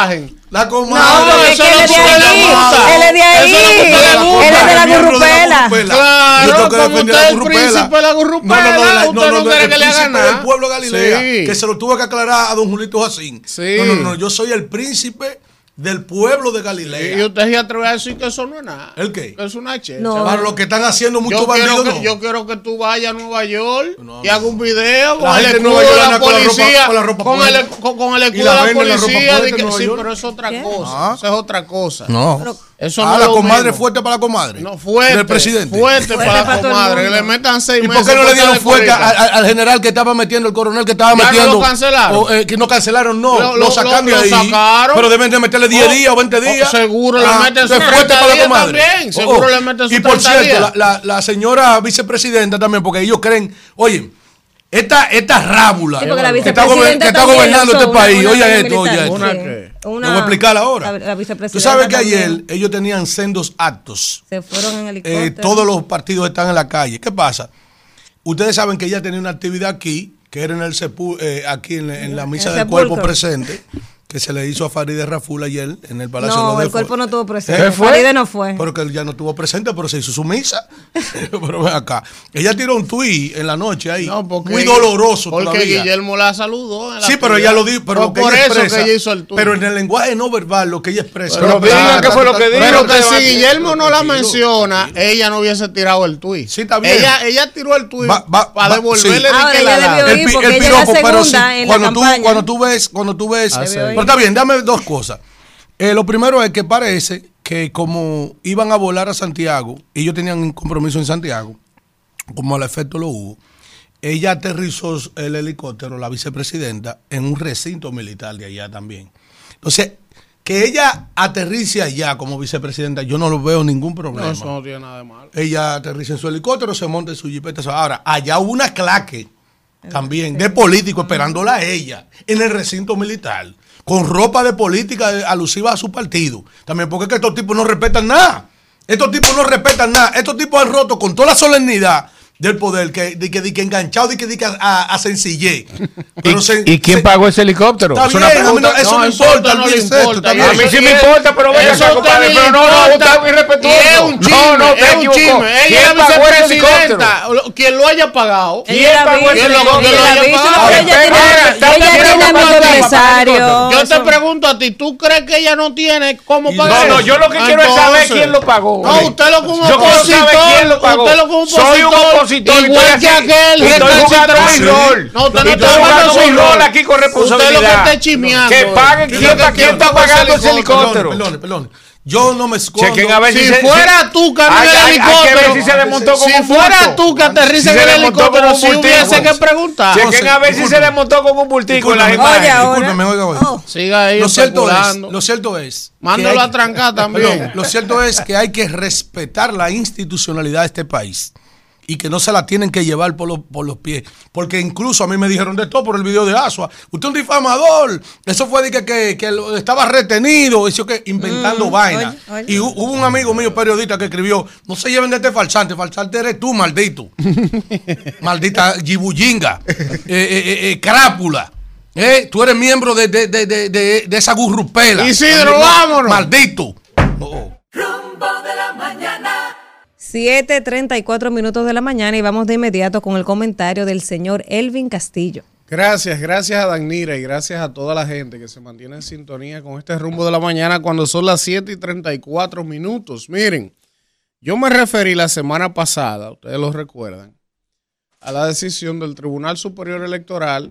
La comadre. No, es eso que él no es de puede ahí. gustar. Él es de ahí. Eso es lo que usted le gusta. Él es de la Miembro gurrupela. Claro, Yo tengo que como defender usted a es el príncipe de la gurrupela, No, no, no, usted no, no no, quiere el que le haga príncipe nada. del pueblo Galilea, Sí. que se lo tuvo que aclarar a don Julito Jacín. Sí. No, no, no, yo soy el príncipe del pueblo de Y Galilea. usted se atreve a decir que eso no es nada. ¿El qué? Que es una checha. No. Para lo que están haciendo muchos Yo quiero, bandidos, que, no. yo quiero que tú vayas a Nueva York No, y hagas un video La con el gente en escudo Nueva de York la anda con la ropa- policía, con la ropa con el, puesta. con, con el Y escudo la de la venden la ropa policía. puesta de en que- Nueva sí, York. pero es otra ¿Qué? cosa. Ah. Eso es otra cosa. No. Pero- Eso ah, no es la lo comadre mismo. fuerte para la comadre. No, fuerte. Del presidente. Fuerte para para la todo el comadre. Que mundo. le metan seis ¿Y meses. por qué no le dieron de fuerte colita. al, al general que estaba metiendo, el coronel que estaba Ya no metiendo? lo cancelaron. O, eh, que no cancelaron, no. Lo- Lo, lo- sacan lo- de lo ahí. sacaron. Pero deben de meterle diez Oh, días o veinte oh, días. seguro le Ah, meten eso es sus fuerte treinta para la días comadre. también, seguro le meten sus Y por treinta cierto, días. la, la, la señora vicepresidenta también, porque ellos creen, oye, esta, esta rábula Sí, porque la que está, gober- vicepresidenta que está también gobernando usó este una- país, una oye nave esto, oye militar. esto. ¿Una Sí. qué? Una- Te voy a explicar ahora. La, la Tú vicepresidenta sabes que también. ayer ellos tenían sendos actos. Se fueron en helicóptero. Eh, todos los partidos están en la calle. ¿Qué pasa? Ustedes saben que ella tenía una actividad aquí, que era en el sepu eh, aquí en, en la misa El del cuerpo sepulcro. presente, que se le hizo a Farideh Raful ayer en el Palacio de No, los el Defensores. cuerpo no estuvo presente. ¿Qué fue? Farideh no fue. Pero que él ya no estuvo presente, pero se hizo su misa. Pero ven acá. Ella tiró un tuit en la noche ahí. No, porque- muy doloroso Porque todavía. Guillermo la saludó. en la Sí, pero actividad. ella lo dijo. Pero Fue lo que por ella eso expresa, que ella hizo el tuit. Pero en el lenguaje no verbal, lo que ella expresa. Pero digan qué fue lo que dijo. Pero que ustedes si van a- Guillermo no la Tranquilo, menciona, tranquilo. ella no hubiese tirado el tuit. Sí, está bien. Ella, ella tiró el tuit Va- va- para va- devolverle sí. de Ahora que ella la debió lana. ir. pi- porque ella es la pero segunda en la cuando tú, campaña. cuando tú ves, cuando tú ves, Ah, sí. pero está bien, dame dos cosas. Eh, lo primero es que parece que como iban a volar a Santiago, y ellos tenían un compromiso en Santiago, como al efecto lo hubo, ella aterrizó el helicóptero, la vicepresidenta, en un recinto militar de allá también. Entonces, que ella aterrice allá como vicepresidenta, yo no lo veo ningún problema. No, eso no tiene nada de malo. Ella aterriza en su helicóptero, se monta en su jipeta. Ahora, allá hubo una claque también de políticos esperándola a ella en el recinto militar, con ropa de política alusiva a su partido. También porque es que estos tipos no respetan nada. Estos tipos no respetan nada. Estos tipos han roto con toda la solemnidad del poder, que, de que, de que enganchado, de que, de que a, a, a sencillez. Pero ¿Y, se- y quién se- pagó ese helicóptero? Está Es bien, una a mí pregunta. no- eso No, no eso importa, no le olvídese esto, importa. está bien. A mí sí Y me es- importa, pero venga eso acá, a usted compadre. ni Pero le no, no, importa. está muy irrespetuoso. Y es un chisme, No, no, es te un equivocó. chisme. Ella ¿Quién es pagó el vicepresidenta. helicóptero? Lo- Quien lo haya pagado. Ella ¿Quién la pagó vice, el ¿Quién lo- ella quién lo la haya vice, pagado? pero ella Espera, tiene- ahora, está ella bien, tiene vamos a amigo pagar el empresario. helicóptero. Yo te Eso- pregunto a ti, ¿tú crees que ella no tiene cómo Y pagar? No, no, eso? yo lo que quiero es saber Entonces, quién lo pagó. No, usted lo como Yo quiero opositor. saber quién lo pagó. Usted lo como opositor. Soy un opositor. Igual estoy que aquí- aquel. y estoy jugando mi Sí. rol. No, usted no Y está estoy jugando jugando su mi rol. rol aquí con Usted lo que responsabilidad. está chismeando. Que paguen. ¿Qué ¿Quién, es lo pa- que quién quiere? está pagando ese helicóptero? Perdón, perdón. Yo no me escondo. Chequen a ver Si si se- fuera si- tú que Hay- anda en el hay- hay que ver helicóptero, si se desmontó con si un fuera bulto. tú que aterriza Si en se el desmontó con helicóptero, un si bultico. hubiese que preguntar. Chequen a ver si se desmontó con un bultico en la Discúlpeme, Oye, imagen. ahora. discúlpeme, oiga, oiga. Oh. Siga ahí Lo cierto es, especulando. lo cierto es. Mándalo que hay- a trancar también. Perdón, lo cierto es que hay que respetar la institucionalidad de este país y que no se la tienen que llevar por los, por los pies. Porque incluso a mí me dijeron de todo por el video de Asua. Usted es un difamador. Eso fue de que, que, que lo- estaba retenido, eso que inventando Mm, vainas. oye, oye. Y hu- hubo un amigo mío periodista que escribió: no se lleven de este falsante, falsante eres tú, maldito. Maldita gibullinga, eh, eh, eh, crápula. Eh, tú eres miembro de, de, de, de, de, de esa gurrupela. Isidro, Maldito- vámonos. Maldito. Oh. Rumbo de la mañana. siete treinta y cuatro minutos de la mañana y vamos de inmediato con el comentario del señor Elvin Castillo. Gracias, gracias a Danira y gracias a toda la gente que se mantiene en sintonía con este rumbo de la mañana cuando son las siete y treinta y cuatro minutos. Miren, yo me referí la semana pasada, ustedes lo recuerdan, a la decisión del Tribunal Superior Electoral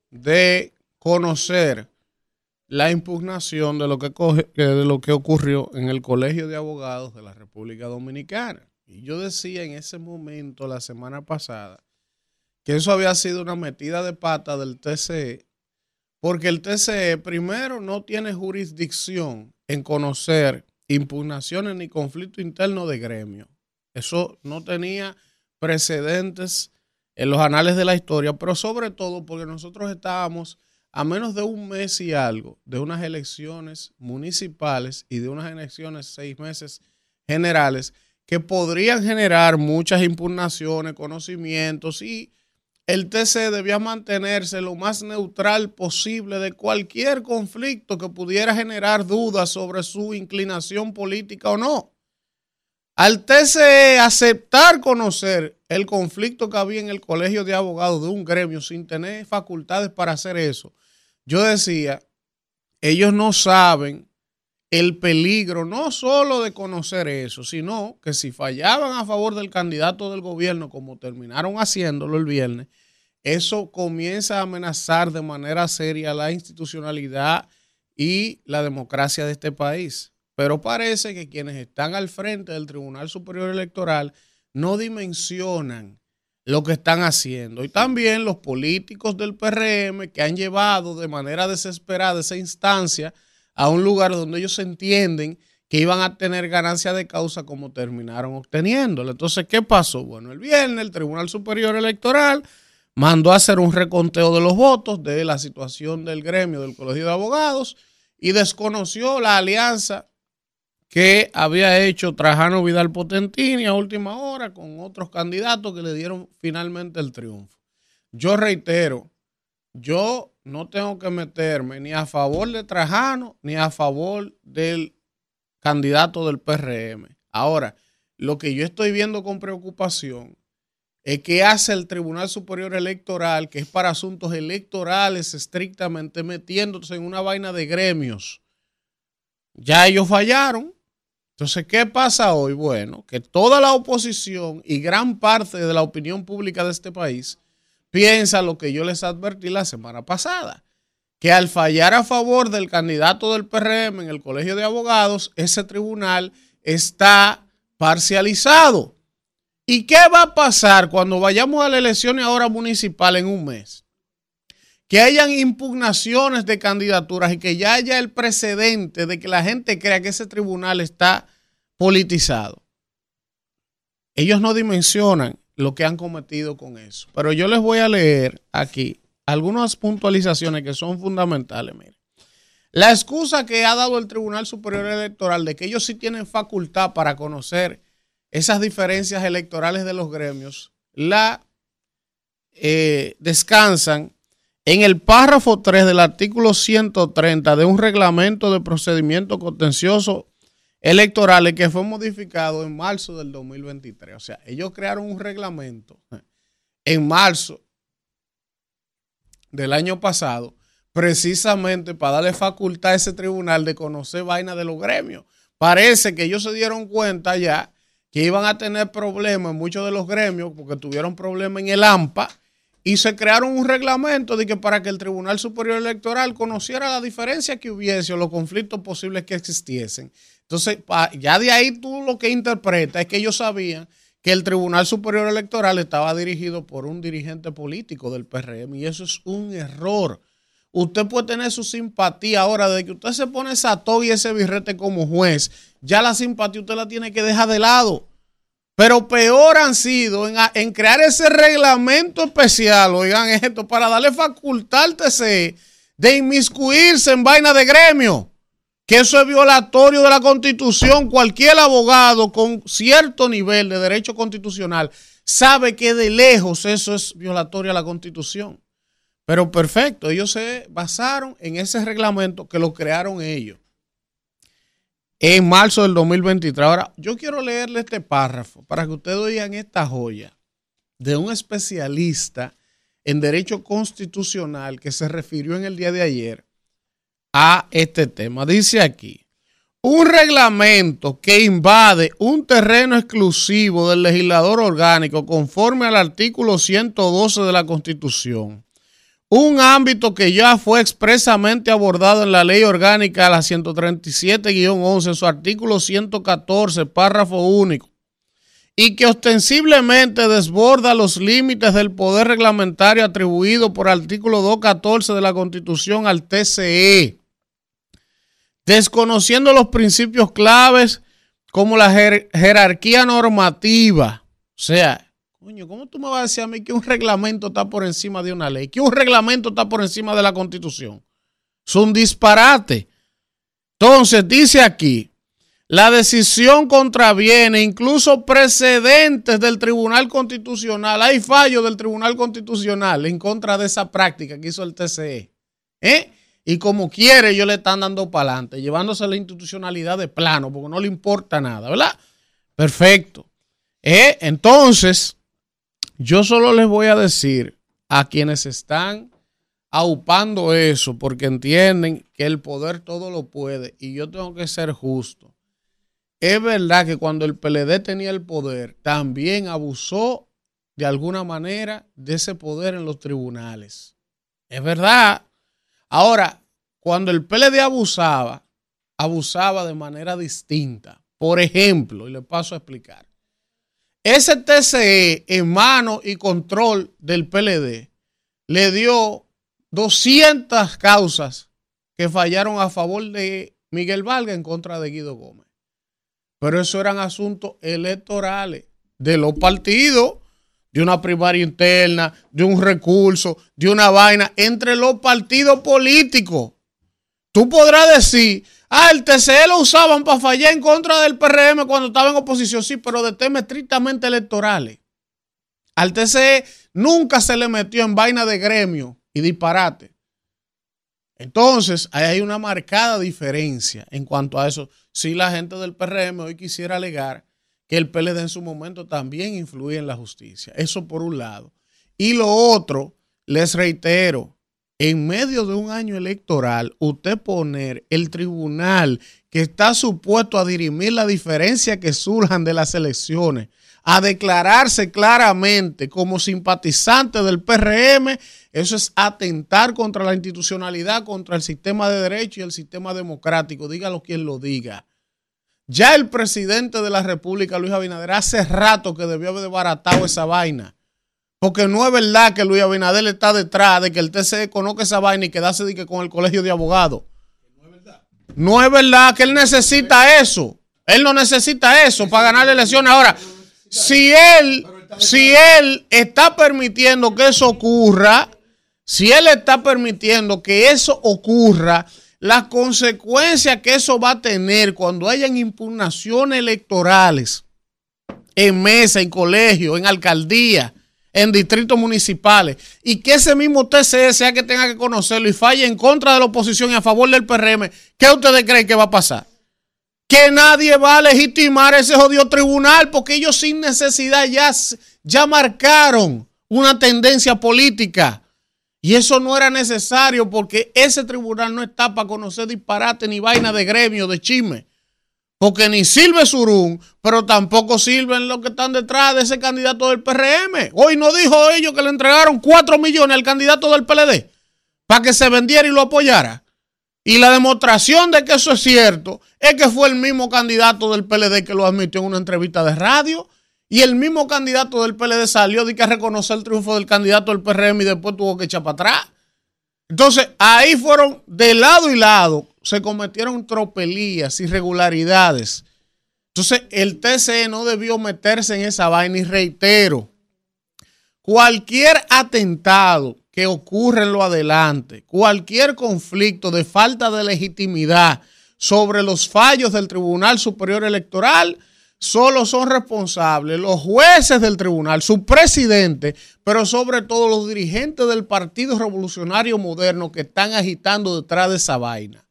de conocer la impugnación de lo que, coge, de lo que ocurrió en el Colegio de Abogados de la República Dominicana. Y yo decía en ese momento, la semana pasada, que eso había sido una metida de pata del T C E, porque el T C E primero no tiene jurisdicción en conocer impugnaciones ni conflicto interno de gremio. Eso no tenía precedentes en los anales de la historia, pero sobre todo porque nosotros estábamos a menos de un mes y algo de unas elecciones municipales y de unas elecciones seis meses generales que podrían generar muchas impugnaciones, conocimientos y el T C debía mantenerse lo más neutral posible de cualquier conflicto que pudiera generar dudas sobre su inclinación política o no. Al T C E aceptar conocer el conflicto que había en el colegio de abogados de un gremio sin tener facultades para hacer eso, yo decía, ellos no saben el peligro no solo de conocer eso, sino que si fallaban a favor del candidato del gobierno, como terminaron haciéndolo el viernes, eso comienza a amenazar de manera seria la institucionalidad y la democracia de este país. Pero parece que quienes están al frente del Tribunal Superior Electoral no dimensionan lo que están haciendo. Y también los políticos del P R M que han llevado de manera desesperada esa instancia a un lugar donde ellos entienden que iban a tener ganancia de causa como terminaron obteniéndola. Entonces, ¿qué pasó? Bueno, el viernes el Tribunal Superior Electoral mandó a hacer un reconteo de los votos de la situación del gremio del Colegio de Abogados y desconoció la alianza que había hecho Trajano Vidal Potentini a última hora con otros candidatos que le dieron finalmente el triunfo. Yo reitero, yo no tengo que meterme ni a favor de Trajano ni a favor del candidato del P R M. Ahora, lo que yo estoy viendo con preocupación es que hace el Tribunal Superior Electoral, que es para asuntos electorales estrictamente, metiéndose en una vaina de gremios. Ya ellos fallaron. Entonces, ¿qué pasa hoy? Bueno, que toda la oposición y gran parte de la opinión pública de este país piensa lo que yo les advertí la semana pasada, que al fallar a favor del candidato del P R M en el Colegio de Abogados, ese tribunal está parcializado. ¿Y qué va a pasar cuando vayamos a las elecciones ahora municipales en un mes? Que hayan impugnaciones de candidaturas y que ya haya el precedente de que la gente crea que ese tribunal está politizado. Ellos no dimensionan lo que han cometido con eso. Pero yo les voy a leer aquí algunas puntualizaciones que son fundamentales. Miren, la excusa que ha dado el Tribunal Superior Electoral de que ellos sí tienen facultad para conocer esas diferencias electorales de los gremios, la eh, descansan en el párrafo tres del artículo ciento treinta de un reglamento de procedimiento contencioso electorales que fue modificado en marzo del dos mil veintitrés. O sea, ellos crearon un reglamento en marzo del año pasado precisamente para darle facultad a ese tribunal de conocer vaina de los gremios. Parece que ellos se dieron cuenta ya que iban a tener problemas en muchos de los gremios porque tuvieron problemas en el AMPA y se crearon un reglamento de que para que el Tribunal Superior Electoral conociera la diferencia que hubiese o los conflictos posibles que existiesen. Entonces, ya de ahí tú lo que interpretas es que ellos sabían que el Tribunal Superior Electoral estaba dirigido por un dirigente político del P R M y eso es un error. Usted puede tener su simpatía ahora, de que usted se pone esa toga y ese birrete como juez, ya la simpatía usted la tiene que dejar de lado. Pero peor han sido en, en crear ese reglamento especial, oigan esto, para darle facultad al T C E de inmiscuirse en vaina de gremio. Que eso es violatorio de la Constitución. Cualquier abogado con cierto nivel de derecho constitucional sabe que de lejos eso es violatorio a la Constitución. Pero perfecto, ellos se basaron en ese reglamento que lo crearon ellos en marzo del dos mil veintitrés. Ahora, yo quiero leerle este párrafo para que ustedes oigan esta joya de un especialista en derecho constitucional que se refirió en el día de ayer a este tema. Dice aquí: un reglamento que invade un terreno exclusivo del legislador orgánico conforme al artículo ciento doce de la Constitución, un ámbito que ya fue expresamente abordado en la Ley Orgánica a la ciento treinta y siete guión once en su artículo ciento catorce, párrafo único, y que ostensiblemente desborda los límites del poder reglamentario atribuido por el artículo doscientos catorce de la Constitución al T C E, desconociendo los principios claves como la jer- jerarquía normativa. O sea, coño, ¿cómo tú me vas a decir a mí que un reglamento está por encima de una ley? Que un reglamento está por encima de la Constitución. Es un disparate. Entonces, dice aquí, la decisión contraviene incluso precedentes del Tribunal Constitucional. Hay fallos del Tribunal Constitucional en contra de esa práctica que hizo el T C E. ¿Eh? Y como quiere, ellos le están dando para adelante, llevándose la institucionalidad de plano, porque no le importa nada, ¿verdad? Perfecto. ¿Eh? Entonces, yo solo les voy a decir a quienes están aupando eso, porque entienden que el poder todo lo puede, y yo tengo que ser justo. Es verdad que cuando el P L D tenía el poder, también abusó de alguna manera de ese poder en los tribunales. Es verdad. Ahora, cuando el P L D abusaba, abusaba de manera distinta. Por ejemplo, y le paso a explicar. Ese T C E en mano y control del P L D le dio doscientas causas que fallaron a favor de Miguel Valga en contra de Guido Gómez. Pero eso eran asuntos electorales de los partidos, de una primaria interna, de un recurso, de una vaina, entre los partidos políticos. Tú podrás decir, ah, el T C E lo usaban para fallar en contra del P R M cuando estaba en oposición, sí, pero de temas estrictamente electorales. Al T C E nunca se le metió en vaina de gremio y disparate. Entonces, ahí hay una marcada diferencia en cuanto a eso. Si la gente del P R M hoy quisiera alegar que el P L D en su momento también influye en la justicia. Eso por un lado. Y lo otro, les reitero, en medio de un año electoral, usted poner el tribunal que está supuesto a dirimir la diferencia que surjan de las elecciones, a declararse claramente como simpatizante del P R M, eso es atentar contra la institucionalidad, contra el sistema de derecho y el sistema democrático, dígalo quien lo diga. Ya el presidente de la República, Luis Abinader, hace rato que debió haber desbaratado esa vaina. Porque no es verdad que Luis Abinader está detrás de que el T C E conozca esa vaina y quedarse de que con el colegio de abogados. No es verdad. No es verdad que él necesita eso. Él no necesita eso para ganar la elección. Ahora, si él, si él está permitiendo que eso ocurra, si él está permitiendo que eso ocurra, las consecuencias que eso va a tener cuando hayan impugnaciones electorales en mesa, en colegio, en alcaldía, en distritos municipales, y que ese mismo T C E sea que tenga que conocerlo y falle en contra de la oposición y a favor del P R M, ¿qué ustedes creen que va a pasar? Que nadie va a legitimar ese jodido tribunal, porque ellos sin necesidad ya, ya marcaron una tendencia política. Y eso no era necesario, porque ese tribunal no está para conocer disparate ni vaina de gremio, de chisme. Porque ni sirve Surún, pero tampoco sirven los que están detrás de ese candidato del P R M. Hoy no dijo ellos que le entregaron cuatro millones al candidato del P L D para que se vendiera y lo apoyara. Y la demostración de que eso es cierto es que fue el mismo candidato del P L D que lo admitió en una entrevista de radio. Y el mismo candidato del P L D salió de que a reconocer el triunfo del candidato del P R M y después tuvo que echar para atrás. Entonces, ahí fueron de lado y lado, se cometieron tropelías, irregularidades. Entonces, el T C E no debió meterse en esa vaina y reitero, cualquier atentado que ocurra en lo adelante, cualquier conflicto de falta de legitimidad sobre los fallos del Tribunal Superior Electoral, solo son responsables los jueces del tribunal, su presidente, pero sobre todo los dirigentes del Partido Revolucionario Moderno que están agitando detrás de esa vaina.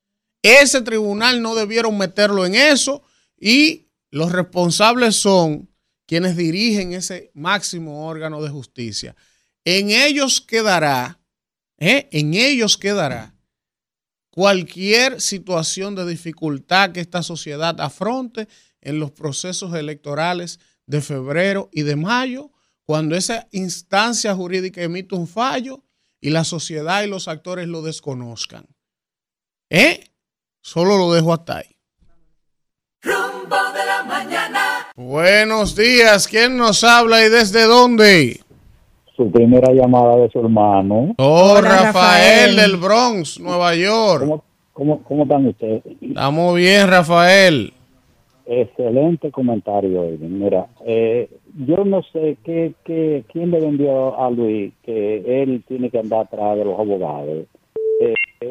Ese tribunal no debieron meterlo en eso y los responsables son quienes dirigen ese máximo órgano de justicia. En ellos quedará, ¿eh? en ellos quedará cualquier situación de dificultad que esta sociedad afronte en los procesos electorales de febrero y de mayo, cuando esa instancia jurídica emite un fallo y la sociedad y los actores lo desconozcan. ¿Eh? Solo lo dejo hasta ahí. Rumbo de la mañana. Buenos días, ¿quién nos habla y desde dónde? Su primera llamada de su hermano. Oh, Hola, Rafael, Rafael del Bronx, Nueva York. ¿Cómo, cómo, cómo están ustedes? Estamos bien, Rafael. Excelente comentario, Edwin. Mira, eh, yo no sé qué, qué, quién le vendió a Luis que él tiene que andar atrás de los abogados. Eh, eh,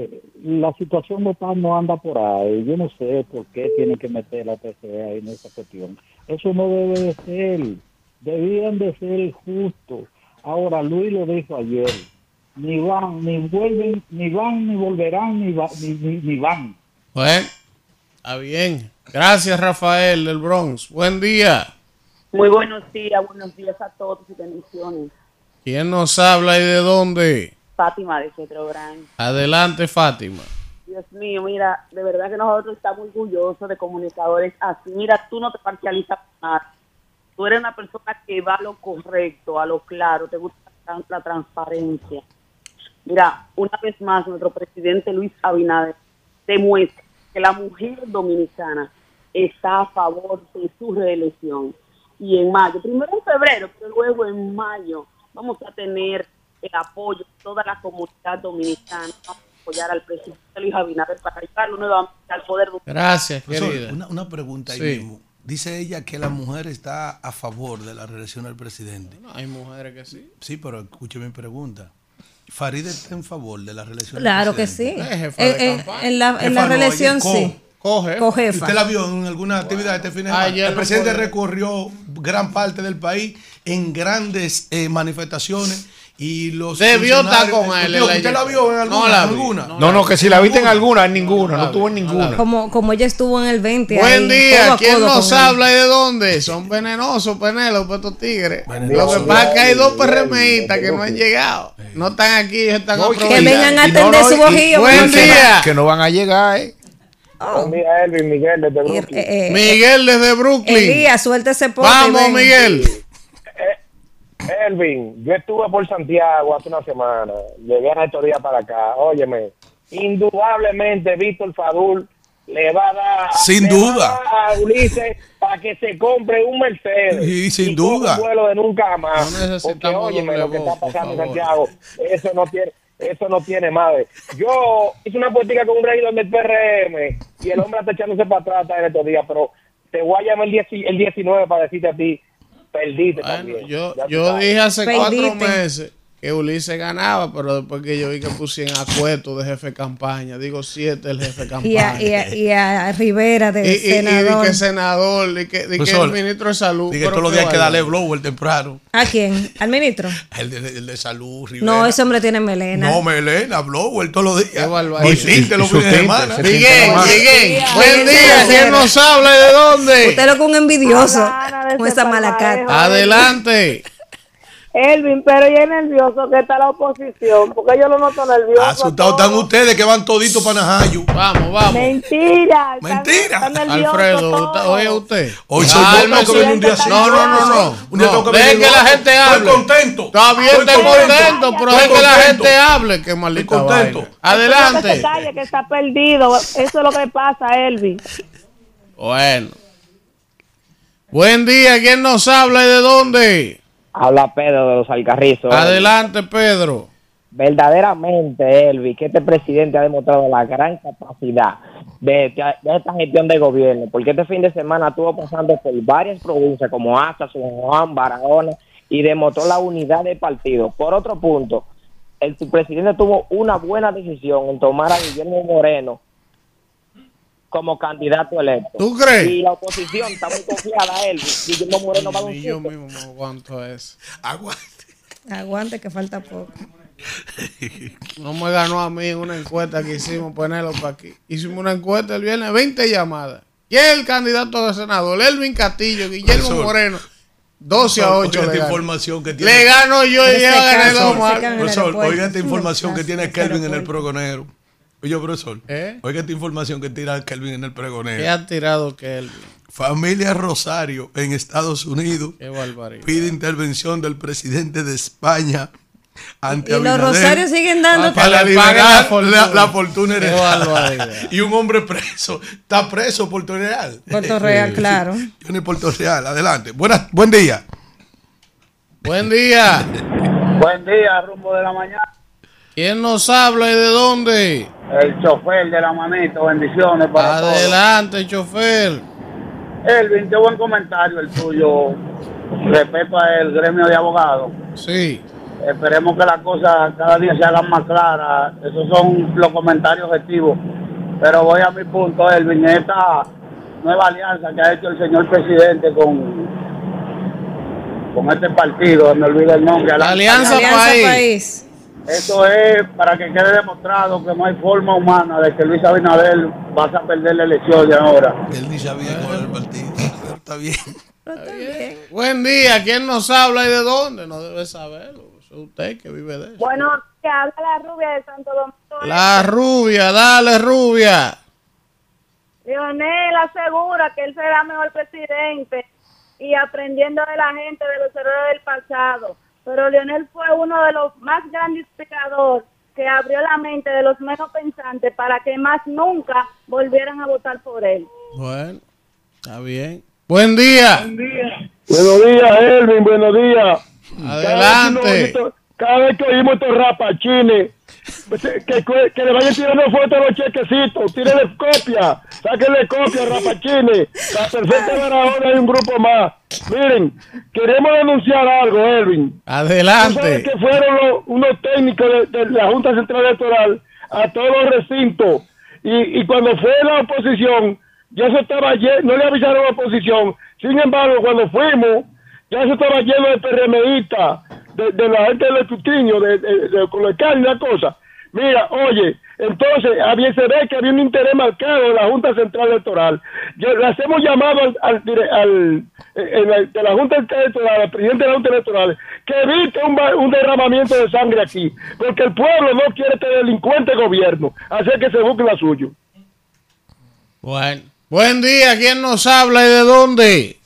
la situación local no anda por ahí. Yo no sé por qué tienen que meter la T C A en esa cuestión. Eso no debe de ser. Debían de ser justos. Ahora, Luis lo dijo ayer. Ni van, ni vuelven, ni van, ni volverán, ni, va, ni, ni, ni van. Bueno, está bien. Gracias, Rafael del Bronx. Buen día. Muy buenos días, buenos días a todos y bendiciones. ¿Quién nos habla y de dónde? Fátima de Cedro Gran. Adelante, Fátima. Dios mío, mira, de verdad que nosotros estamos orgullosos de comunicadores así. Mira, tú no te parcializas nada. Tú eres una persona que va a lo correcto, a lo claro, te gusta la transparencia. Mira, una vez más, nuestro presidente Luis Abinader demuestra que la mujer dominicana está a favor de su reelección. Y en mayo, primero en febrero, pero luego en mayo, vamos a tener el apoyo de toda la comunidad dominicana. Vamos a apoyar al presidente Luis Abinader para llevarlo nuevamente al poder. Gracias, Profesor, querida. Una, una pregunta ahí Sí. mismo. Dice ella que la mujer está a favor de la reelección del presidente. No, hay mujeres que sí. Sí, pero escuche mi pregunta. ¿Farideh está en favor de la reelección Claro del que sí. presidente? Es jefa de En, en- campaña. en la, en Jefa la no, reelección ayer, co- sí. Coge. Cojefa. ¿Usted la vio en alguna actividad este fin de semana? Ayer El no presidente pude. recorrió gran parte del país en grandes eh, manifestaciones y los Debió estar funcionarios- con él. Digo, en ¿Usted la ayer. vio en alguna? No la ¿En vi, alguna? No, no, que si la viste en alguna, en ninguna, No no la estuvo en vi, no la ninguna. vi. Como, como ella estuvo en el veinte. Buen ahí, día. codo a ¿Quién codo nos con él. habla y de dónde? Son venenosos, Penélope, estos tigres. Venenosos. Lo que pasa es que hay dos PRMistas que no han llegado. No están aquí, ellos están No, y aprovechados. Que vengan a y no, atender no, su y- bojío. Buen porque- día. Que no van a llegar, ¿eh? Oh. Mira, Elvin, Miguel, desde Y- Brooklyn. eh, eh, Miguel desde Brooklyn. Elías, suelta ese pote. y Vamos, ven. Miguel. Elvin, yo estuve por Santiago hace una semana, llegué a estos días para acá. Óyeme, indudablemente Víctor Fadul le va a dar, Sin le duda. va a dar a Ulises para que se compre un Mercedes. Sí, sin y coja duda. un vuelo de nunca más. No necesitamos Porque óyeme doble lo que voz, está por pasando en favor. Santiago, eso no tiene, eso no tiene madre. Yo hice una política con un regidor del P R M y el hombre está echándose para atrás hasta en estos días, pero te voy a llamar el, diez el diecinueve para decirte a ti, perdiste Bueno, también. yo, Ya tú yo sabes. dije hace Perdiste. cuatro meses que Ulises ganaba, pero después que yo vi que pusieron a Cueto de jefe de campaña, digo siete el jefe de campaña. Y a, y, a, y a Rivera de Y, y- y senador. de que senador, de que, de que Profesor, el ministro de salud. Dije, pero todos los qué días hay que darle bárbaro. blower temprano. ¿A quién? ¿Al ministro? El de, el de salud, Rivera. No, ese hombre tiene melena. No, Melena, blower todos los días. Qué barbaridad. Y tinte los Y su fines de tinte, semana. ese Miguel, Más. Miguel, Sí, buen sí, día. sí, ¿Quién sí. nos habla y de dónde? Usted lo que un envidioso. Habana de Con ese esa mala palmarejo. cara. Adelante. Elvin, pero ya es nervioso que está la oposición, porque yo lo noto nervioso. Asustados están ustedes que van toditos para Najayo. Vamos, vamos. Mentira. están- Mentira. están nerviosos Alfredo, todos. usted- oye usted. Hoy soy yo, Cálmese. tengo que venir un día así. No, no, no, no. Un día No, tengo que deje venir que la loco. gente hable. Estoy contento. Está bien, Estoy estoy contento, pero Estoy deje que la contento. gente hable. Qué maldita Estoy contento. vaina. Que se Adelante. calle, que está perdido. Eso es lo que le pasa a Elvin. Bueno. Buen día. ¿Quién nos habla y de dónde? Habla Pedro de los Alcarrizos. Adelante, Pedro. Verdaderamente, Elvi, que este presidente ha demostrado la gran capacidad de, de esta gestión de gobierno, porque este fin de semana estuvo pasando por varias provincias como Asa, San Juan, Barahona, y demostró la unidad del partido. Por otro punto, el presidente tuvo una buena decisión en tomar a Guillermo Moreno como candidato electo. ¿Tú crees? Y la oposición está muy confiada, Elvi. Guillermo Moreno va a dar un Ni yo susto. mismo me aguanto eso. Aguante. Aguante que falta poco. No me ganó a mí en una encuesta que hicimos, Penélope, aquí. Hicimos una encuesta el viernes, veinte llamadas. ¿Quién es el candidato a senador? Elvin Castillo, Guillermo Profesor. Moreno. doce a ocho Oiga le esta gano. información que tiene. Le gano yo y Ese ya gané caso, dos ese más. caso. en el Profesor, aeropuerto. oiga esta Es un información que desastre, tiene Kelvin en el aeropuerto. pregonero. Oye, profesor, ¿Eh? oiga esta información que tira Kelvin en el ¿Qué pregonero. ha tirado Kelvin? Familia Rosario en Estados Unidos Qué barbaridad. pide intervención del presidente de España ante Y los Abinader rosarios siguen dando. Para para que le paguen la liberar fortuna. la, la fortuna Qué heredada. barbaridad. Y un hombre preso. Está preso en Puerto Real. Puerto Real, claro. Yo en Puerto Real. Adelante. Buenas, buen día. Buen día. Buen día, rumbo de la mañana. ¿Quién nos habla y de dónde? El chofer de la manito, bendiciones para todos. Adelante, chofer. Elvin, qué buen comentario el tuyo respecto al gremio de abogados. Sí. Esperemos que las cosas cada día se hagan más claras. Esos son los comentarios objetivos. Pero voy a mi punto, Elvin, esta nueva alianza que ha hecho el señor presidente con, con este partido, me olvido el nombre. La Alianza, Alianza País. País. Eso es para que quede demostrado que no hay forma humana de que Luis Abinader vas a perder la elección de ahora. Él ni sabía cuál era el partido. Está bien. Está bien. Buen día, ¿quién nos habla y de dónde? No debe saberlo. Es usted que vive de eso. Bueno, que habla la rubia de Santo Domingo. La rubia, dale rubia. Leonel asegura que él será mejor presidente y aprendiendo de la gente de los errores del pasado. Pero Leonel fue uno de los más grandes inspiradores que abrió la mente de los menos pensantes para que más nunca volvieran a votar por él. Bueno, está bien. Buen día. Buen día. Buenos días, Elvin, buenos días. Adelante. Cada vez que oímos estos rapachines, que, que, que le vayan tirando fotos a los chequecitos, tírenle copia, sáquenle copia, rapachines. La perfecta Barahona y un grupo más. Miren, queremos denunciar algo, Elvin. Adelante. ¿Tú sabes que fueron los, unos técnicos de, de la Junta Central Electoral a todos los recintos? Y, y cuando fue la oposición, ya se estaba lleno, no le avisaron a la oposición. Sin embargo, cuando fuimos, ya se estaba lleno de PRMistas, de, de la gente del escrutinio, de, de, de, con la carne y la cosa. Mira, oye, entonces había, se ve que había un interés marcado de la Junta Central Electoral. Yo, le hacemos llamado al, al, al en la, de la Junta Central Electoral, al presidente de la Junta Electoral, que evite un, un derramamiento de sangre aquí, porque el pueblo no quiere este delincuente gobierno, así que se busque la suyo. Bueno, buen día, ¿quién nos habla y de dónde?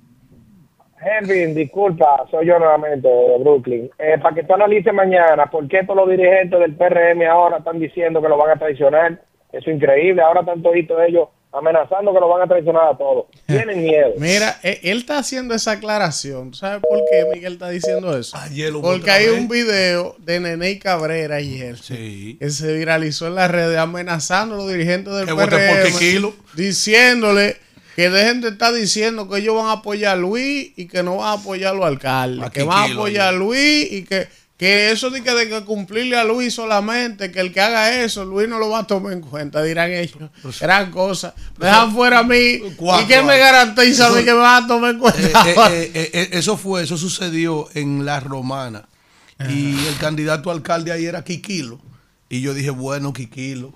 Elvin, disculpa, soy yo nuevamente de Brooklyn. Eh, para que tú analices mañana por qué todos los dirigentes del P R M ahora están diciendo que lo van a traicionar. Eso es increíble. Ahora están toditos ellos amenazando que lo van a traicionar a todos. Tienen miedo. Mira, él está haciendo esa aclaración. ¿Sabes por qué Miguel está diciendo eso? Ayer hubo Porque otra hay vez. un video de Nene Cabrera ayer Sí. que se viralizó en las redes amenazando a los dirigentes del Que P voten por R M, Tequilo. diciéndole que dejen de estar diciendo que ellos van a apoyar a Luis y que no van a apoyar a los alcaldes, A que van a Kikilo, apoyar a ayer. Luis y que, que eso de que, de que cumplirle a Luis solamente, que el que haga eso, Luis no lo va a tomar en cuenta, dirán ellos. Gran cosa. Me dejan fuera a mí. Cuatro ¿Y quién me años. garantiza a mí que me van a tomar en cuenta? Eh, eh, eh, eh, eso fue, eso sucedió en La Romana. Y el candidato a alcalde ahí era Kikilo. Y yo dije, bueno, Kikilo.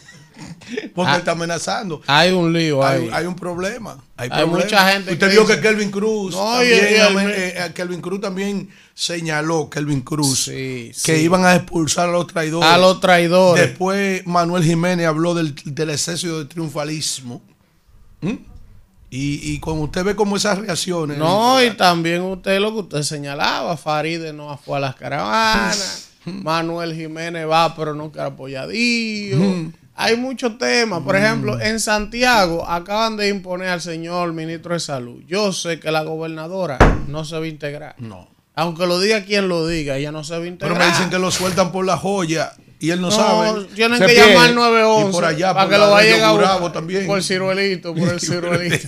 Porque Ah, él está amenazando. Hay un lío ahí. Hay, hay un problema. Hay, Hay problema. mucha gente Usted que dijo dice- que Kelvin Cruz No, también, y- y el- amen- eh, eh, Kelvin Cruz también señaló, Kelvin Cruz, Sí, que sí. iban a expulsar a los traidores. A los traidores. Después Manuel Jiménez habló del, del exceso de triunfalismo. ¿Mm? Y, y cuando usted ve como esas reacciones. No, y también usted lo que usted señalaba, Faride no fue a las caravanas, Manuel Jiménez va pero no queda apoyadillo. Hay muchos temas. Por ejemplo, en Santiago acaban de imponer al señor ministro de Salud. Yo sé que la gobernadora no se va a integrar. No. Aunque lo diga quien lo diga, ella no se va a integrar. Pero me dicen que lo sueltan por la joya y él no, No, sabe. tienen Se que pierde. llamar nueve once Y por allá, para por que la lo vaya Río a Gurabo buscar. también. Por ciruelito, por el ciruelito.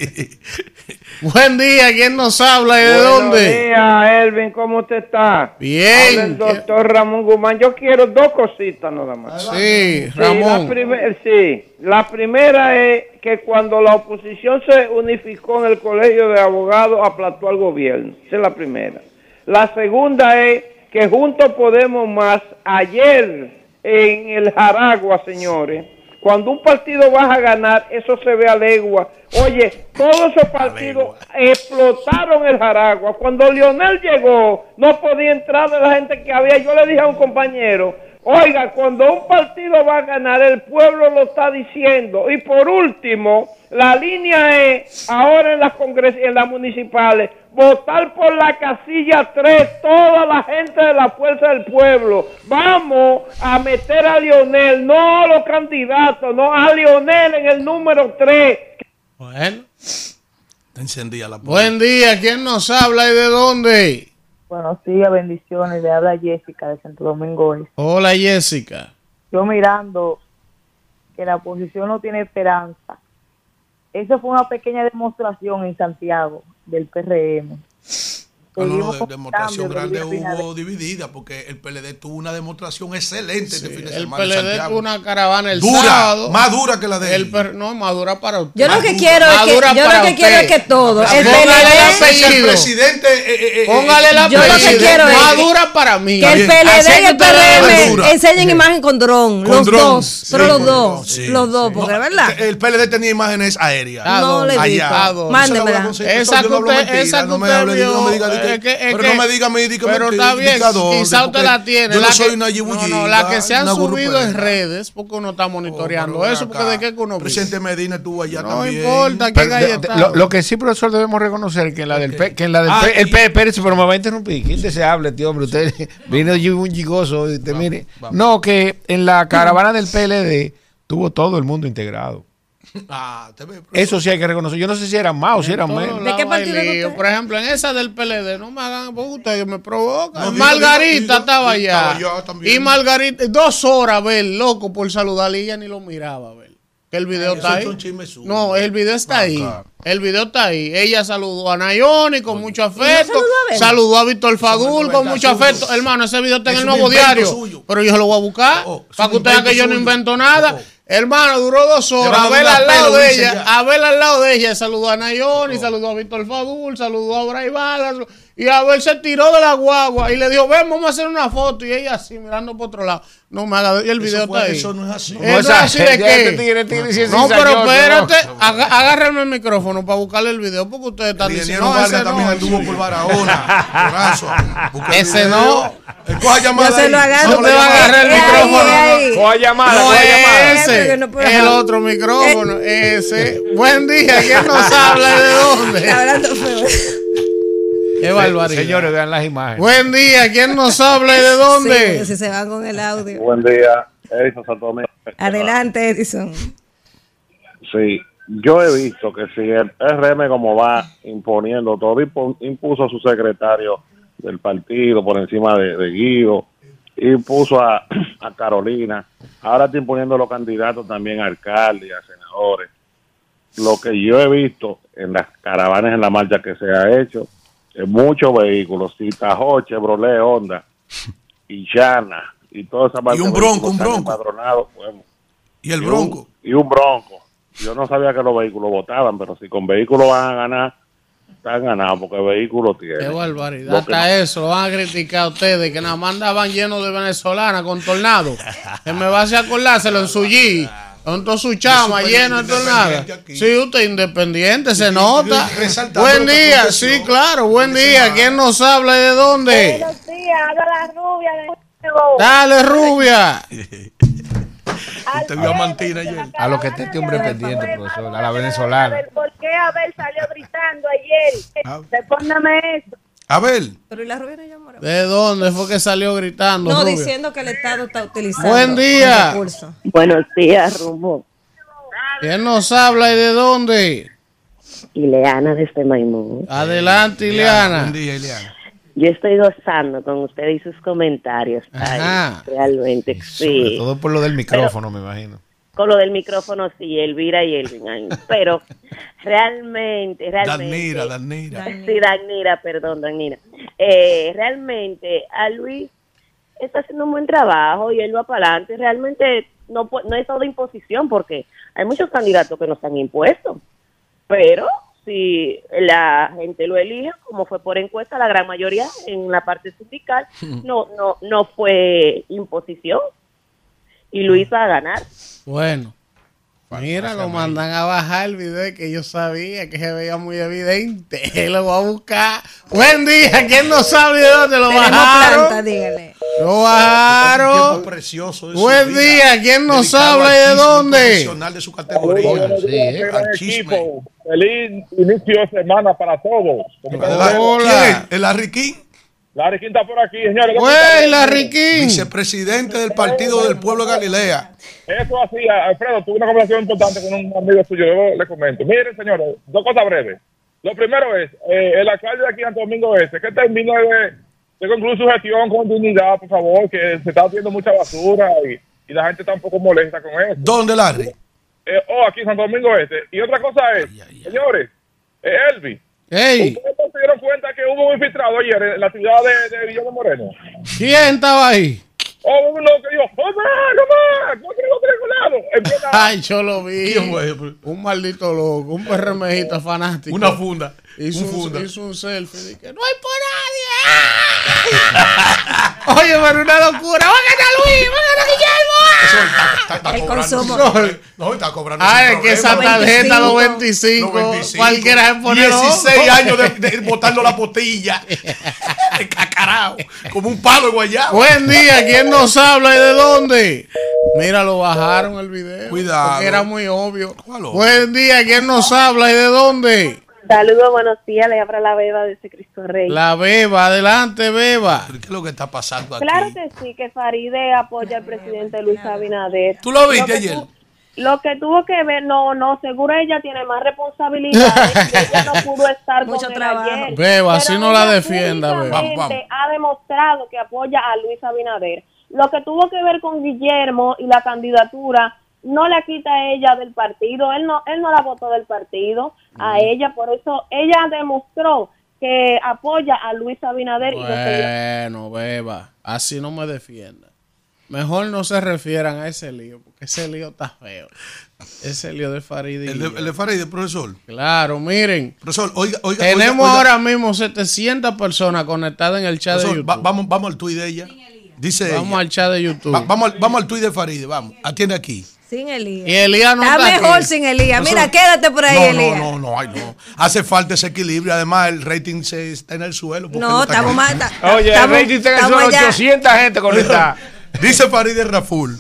Buen día, ¿quién nos habla y de Buenos dónde? días, Elvin, ¿cómo usted está? Bien. Habla el doctor Ramón Guzmán. Yo quiero dos cositas nada más. Sí, Sí, Ramón. la, primer- sí, la primera es que cuando la oposición se unificó en el Colegio de Abogados, aplastó al gobierno. Esa es la primera. La segunda es que Juntos Podemos Más, ayer en el Jaragua, señores, cuando un partido va a ganar, eso se ve a legua. Oye, todos esos partidos explotaron el Jaragua. Cuando Lionel llegó, no podía entrar de la gente que había. Yo le dije a un compañero, oiga, cuando un partido va a ganar, el pueblo lo está diciendo. Y por último, la línea es, ahora en las congres en las municipales, votar por la casilla tres, toda la gente de la Fuerza del Pueblo. Vamos a meter a Lionel, no a los candidatos, no a Lionel en el número tres. Bueno. Está encendida la Buen día, ¿quién nos habla y de dónde? Buenos días, bendiciones. Le habla Jessica de Santo Domingo Este. Hola, Jessica. Yo mirando que la oposición no tiene esperanza. Eso fue una pequeña demostración en Santiago del P R M. No, no, Seguimos de, con demostración cambios de grande Luis Abinader. hubo dividida porque el P L D tuvo una demostración excelente este fin de El semana. P en L D Santiago. tuvo una caravana el Dura, sábado. más dura que la de el él. per- No, más dura para usted. Yo lo Más que dura. quiero es Más que, dura yo para lo que quiero es usted. que todo, el Póngale el P L D, Si el apellido. presidente eh, eh, eh, Póngale el Yo lo que apellido. quiero es Más que- dura para mí. que el bien. P L Así D y que el P usted R le M dura. enseñen imagen con dron, Con los dron. dos, Sí, pero los con dos, dron, sí, los dos, sí. porque No, verdad. El P L D tenía imágenes aéreas. ¿A No dónde? le Allá. digo. ¿A dónde? Mándemela. Esa que usted, esa que no me usted hable, vio, no me diga de que- es que- es pero que- no me diga a mí de que pero me- está bien, indicador, quizá usted porque la tiene. yo no la soy que- una no, yibulliga, no, la que se han una subido gurrupera. en redes, porque uno está monitoreando pero eso, ven porque acá. de qué que uno vive. Presidente Medina estuvo allá No también. importa qué Pero de- de- galleta. lo, lo que sí, profesor, debemos reconocer que en la del P, que en la del Ah, P, el y- P, Pérez, pero me va a interrumpir. ¿Quién deseable, tío, hombre? Usted viene de un gigoso y te mire. vamos. No, que en la caravana del P L D tuvo todo el mundo integrado. Ah, te ve, Eso sí hay que reconocer. Yo no sé si eran más o si eran En todos menos. ¿De qué lados partido hay es lío. usted? Por ejemplo, en esa del P L D, no me hagan, porque ustedes me provocan. No, diga, Margarita diga, estaba diga, allá. estaba allá también. Y Margarita, dos horas, a ver, loco, por saludarle, y ella ni lo miraba, a ver. Que el video Eso está es ahí. un chisme suyo. No, el video está Ah, ahí. claro. El video está ahí. Ella saludó a Nayoni con mucho afecto. saludó a Abel? Saludó a Víctor Fadul no es con verdad, mucho suyo. afecto. Hermano, ese video está en Es el un nuevo invento diario. suyo. Pero yo se lo voy a buscar. Oh, oh, es para un que usted vea que invento yo no suyo. invento nada. Oh, oh. Hermano, duró dos horas. Llevando Abel una al lado pelo, de dice ella. ya. Abel al lado de ella. Saludó a Nayoni, saludó a Víctor Fadul, saludó a Bray Vargas. Y Abel se tiró de la guagua y le dijo, ven, vamos a hacer una foto. Y ella así, mirando por otro lado. No me haga. Y el video Eso fue- está ahí. eso no es así. ¿Eso no es así de Ya este qué? tigre, tigre, sí es No, pero cizañoso, espérate, aga- agárrame el micrófono para buscarle el video porque ustedes están El diciendo, ingeniero no, Vargas ese también no. anduvo por Barahona. Brazo. Busca el Ese video. no. Eh, Coja llamada Yo se ahí. lo agarro. No te va a agarrar el Ahí, micrófono. ahí. Coja llamada, No coja llamada. Eh, ese, porque no puedo- el otro micrófono, ese. Buen día, ¿quién nos habla y de Está dónde? hablando feo. Qué barbaridad. Señores, vean las imágenes. Buen día, ¿quién nos habla y de Sí, dónde? porque si se van con el audio. Buen día, Edison Santo Domingo. Adelante, Edison. Sí, yo he visto que si el R M como va imponiendo todo, impo- impuso a su secretario del partido por encima de, de Guido, impuso a, a Carolina, ahora está imponiendo a los candidatos también a alcaldes y a senadores. Lo que yo he visto en las caravanas en la marcha que se ha hecho, en muchos vehículos, Citajo, Chevrolet, Honda, y Yana, y todas esas marcas Y un de Bronco, vehículos un están Bronco. empadronados, bueno, Y el y Bronco. un- y un bronco. Yo no sabía que los vehículos votaban, pero si con vehículos van a ganar, están ganados porque vehículos Qué tienen. barbaridad. Lo que Hasta eso lo van a criticar a ustedes, que nada más andaban llenos de venezolanas con tornado. Que me va a hacer acordárselo en su G. Con toda su chama súper llena de tornado. independiente aquí. Sí, usted es independiente, se Y- nota. y resaltando Buen lo que día, aconteció. sí, claro, buen día. semana. ¿Quién nos habla y de dónde? Buenos días, habla la rubia de nuevo. Dale, rubia. Usted vio a Mantina ayer. A lo que esté este hombre pendiente, profesor, a la venezolana. ¿Por qué Abel salió gritando ayer? Ah. Respóndame eso. Abel. Pero ¿y la rubia no llamó? ¿De dónde fue que salió gritando? No, rubia? diciendo que el Estado está utilizando Buen día. un recurso. Buenos días, Rumbo. ¿Quién nos habla y de dónde? Ileana desde Maimón. Adelante, Ileana. Buen día, Ileana. Yo estoy gozando con usted y sus comentarios. Ajá. Ay, realmente, Sobre sí. todo por lo del micrófono, me imagino. Con lo del micrófono, sí, Elvira y Elvin. ay, Pero realmente, realmente. Danira, Danira. Sí, Danira, perdón, Danira. Eh, realmente, a Luis está haciendo un buen trabajo y él va para adelante. Realmente no, pu- no es toda imposición porque hay muchos candidatos que no están impuestos. Pero si la gente lo elige, como fue por encuesta, la gran mayoría en la parte sindical, no, no, no fue imposición. Y Luis va a ganar. Bueno, mira, lo mandan a bajar el video que yo sabía que se veía muy evidente. Lo voy a buscar. Buen día, ¿quién no sabe de dónde lo Tenemos bajaron? planta, dígale. Lo Un bajaron. tiempo precioso de su Buen vida. día, ¿quién nos Dedicado habla al y de chisme, dónde? Profesional de su categoría. Coño, sí, ¿eh? Al chisme. Feliz inicio de semana para todos. Hola. Hola. ¿Quién? ¿El Larry King? Larry King está por aquí, señores. Güey, la Riquín. Vicepresidente del Partido del Pueblo de Galilea. Eso así, Alfredo, tuve una conversación importante con un amigo suyo, yo le comento. Miren, señores, dos cosas breves. Lo primero es, eh, el alcalde de aquí en Santo Domingo Este, que termine de, de concluir su gestión con dignidad, por favor, que se está haciendo mucha basura y, y la gente está un poco molesta con eso. ¿Dónde, Larry? Eh, oh, aquí en Santo Domingo Este. Y otra cosa es, señores, eh, Elvi, Ey, ustedes, se dieron cuenta que hubo un infiltrado ayer en la ciudad de, de Guillermo Moreno. ¿Quién estaba ahí? Oh, uno que dijo, ¡Omar, Omar! ¿Cómo que no te lado? Empieza... Ay, yo lo vi. ¿Quién fue? Un maldito loco, un PRMista fanático. Una funda. Hizo un, un, funda. hizo un selfie y dije, ¡no hay por nadie! Oye, pero una locura. ¡Va a ganar Luis! ¡Va a ganar Guillermo! Eso está, está, está El cobrando. consumo. No, no, está cobrando. Ah, es que esa tarjeta, los veinticinco, cualquiera se pone dieciséis años de, de botando la botella. De cacarao. Como un palo de guayabo. Buen día, ¿quién nos habla y de dónde? Mira, lo bajaron el video. Cuidado. Porque era muy obvio. ¿Cuál otro? Buen día, ¿quién nos habla y de dónde? Saludos, buenos días, le habla la Beba de ese Cristo Rey. La Beba, adelante, Beba. ¿Qué es lo que está pasando aquí? Claro que sí, que Faride apoya al presidente Luis Abinader. ¿Tú lo viste que ayer? tu- Lo que tuvo que ver, no, no, seguro ella tiene más responsabilidades. y ella no pudo estar Mucho con él trabajo. ayer. Beba, así Pero no la ella defienda, Beba. públicamente Vamos, vamos. ha demostrado que apoya a Luis Abinader. Lo que tuvo que ver con Guillermo y la candidatura no la quita a ella del partido. Él no, él no la votó del partido a ella, por eso ella demostró que apoya a Luis Abinader. y lo que Bueno, Beba, así no me defienda. Mejor no se refieran a ese lío, porque ese lío está feo. Ese lío de Farideh. El de, el de Farideh, profesor. Claro, miren. Profesor, oiga, oiga. Tenemos oiga, oiga. ahora mismo setecientas personas conectadas en el chat Profesor, de YouTube. va- vamos, vamos al tuit de ella. Dice Vamos ella. al chat de YouTube. Va- vamos, al, vamos al tuit de Farideh, vamos. Atiende aquí. Sin Elías. Y Elías no está está mejor aquí. sin Elías. Profesor, Mira, quédate por ahí, no, Elías. No, no, no, ay, no. Hace falta ese equilibrio. Además, el rating se está en el suelo. porque No, está estamos aquí. más. ta- Oye, estamos- el rating está en el estamos suelo, allá. ochocientas gente conectada. Dice Farideh Raful,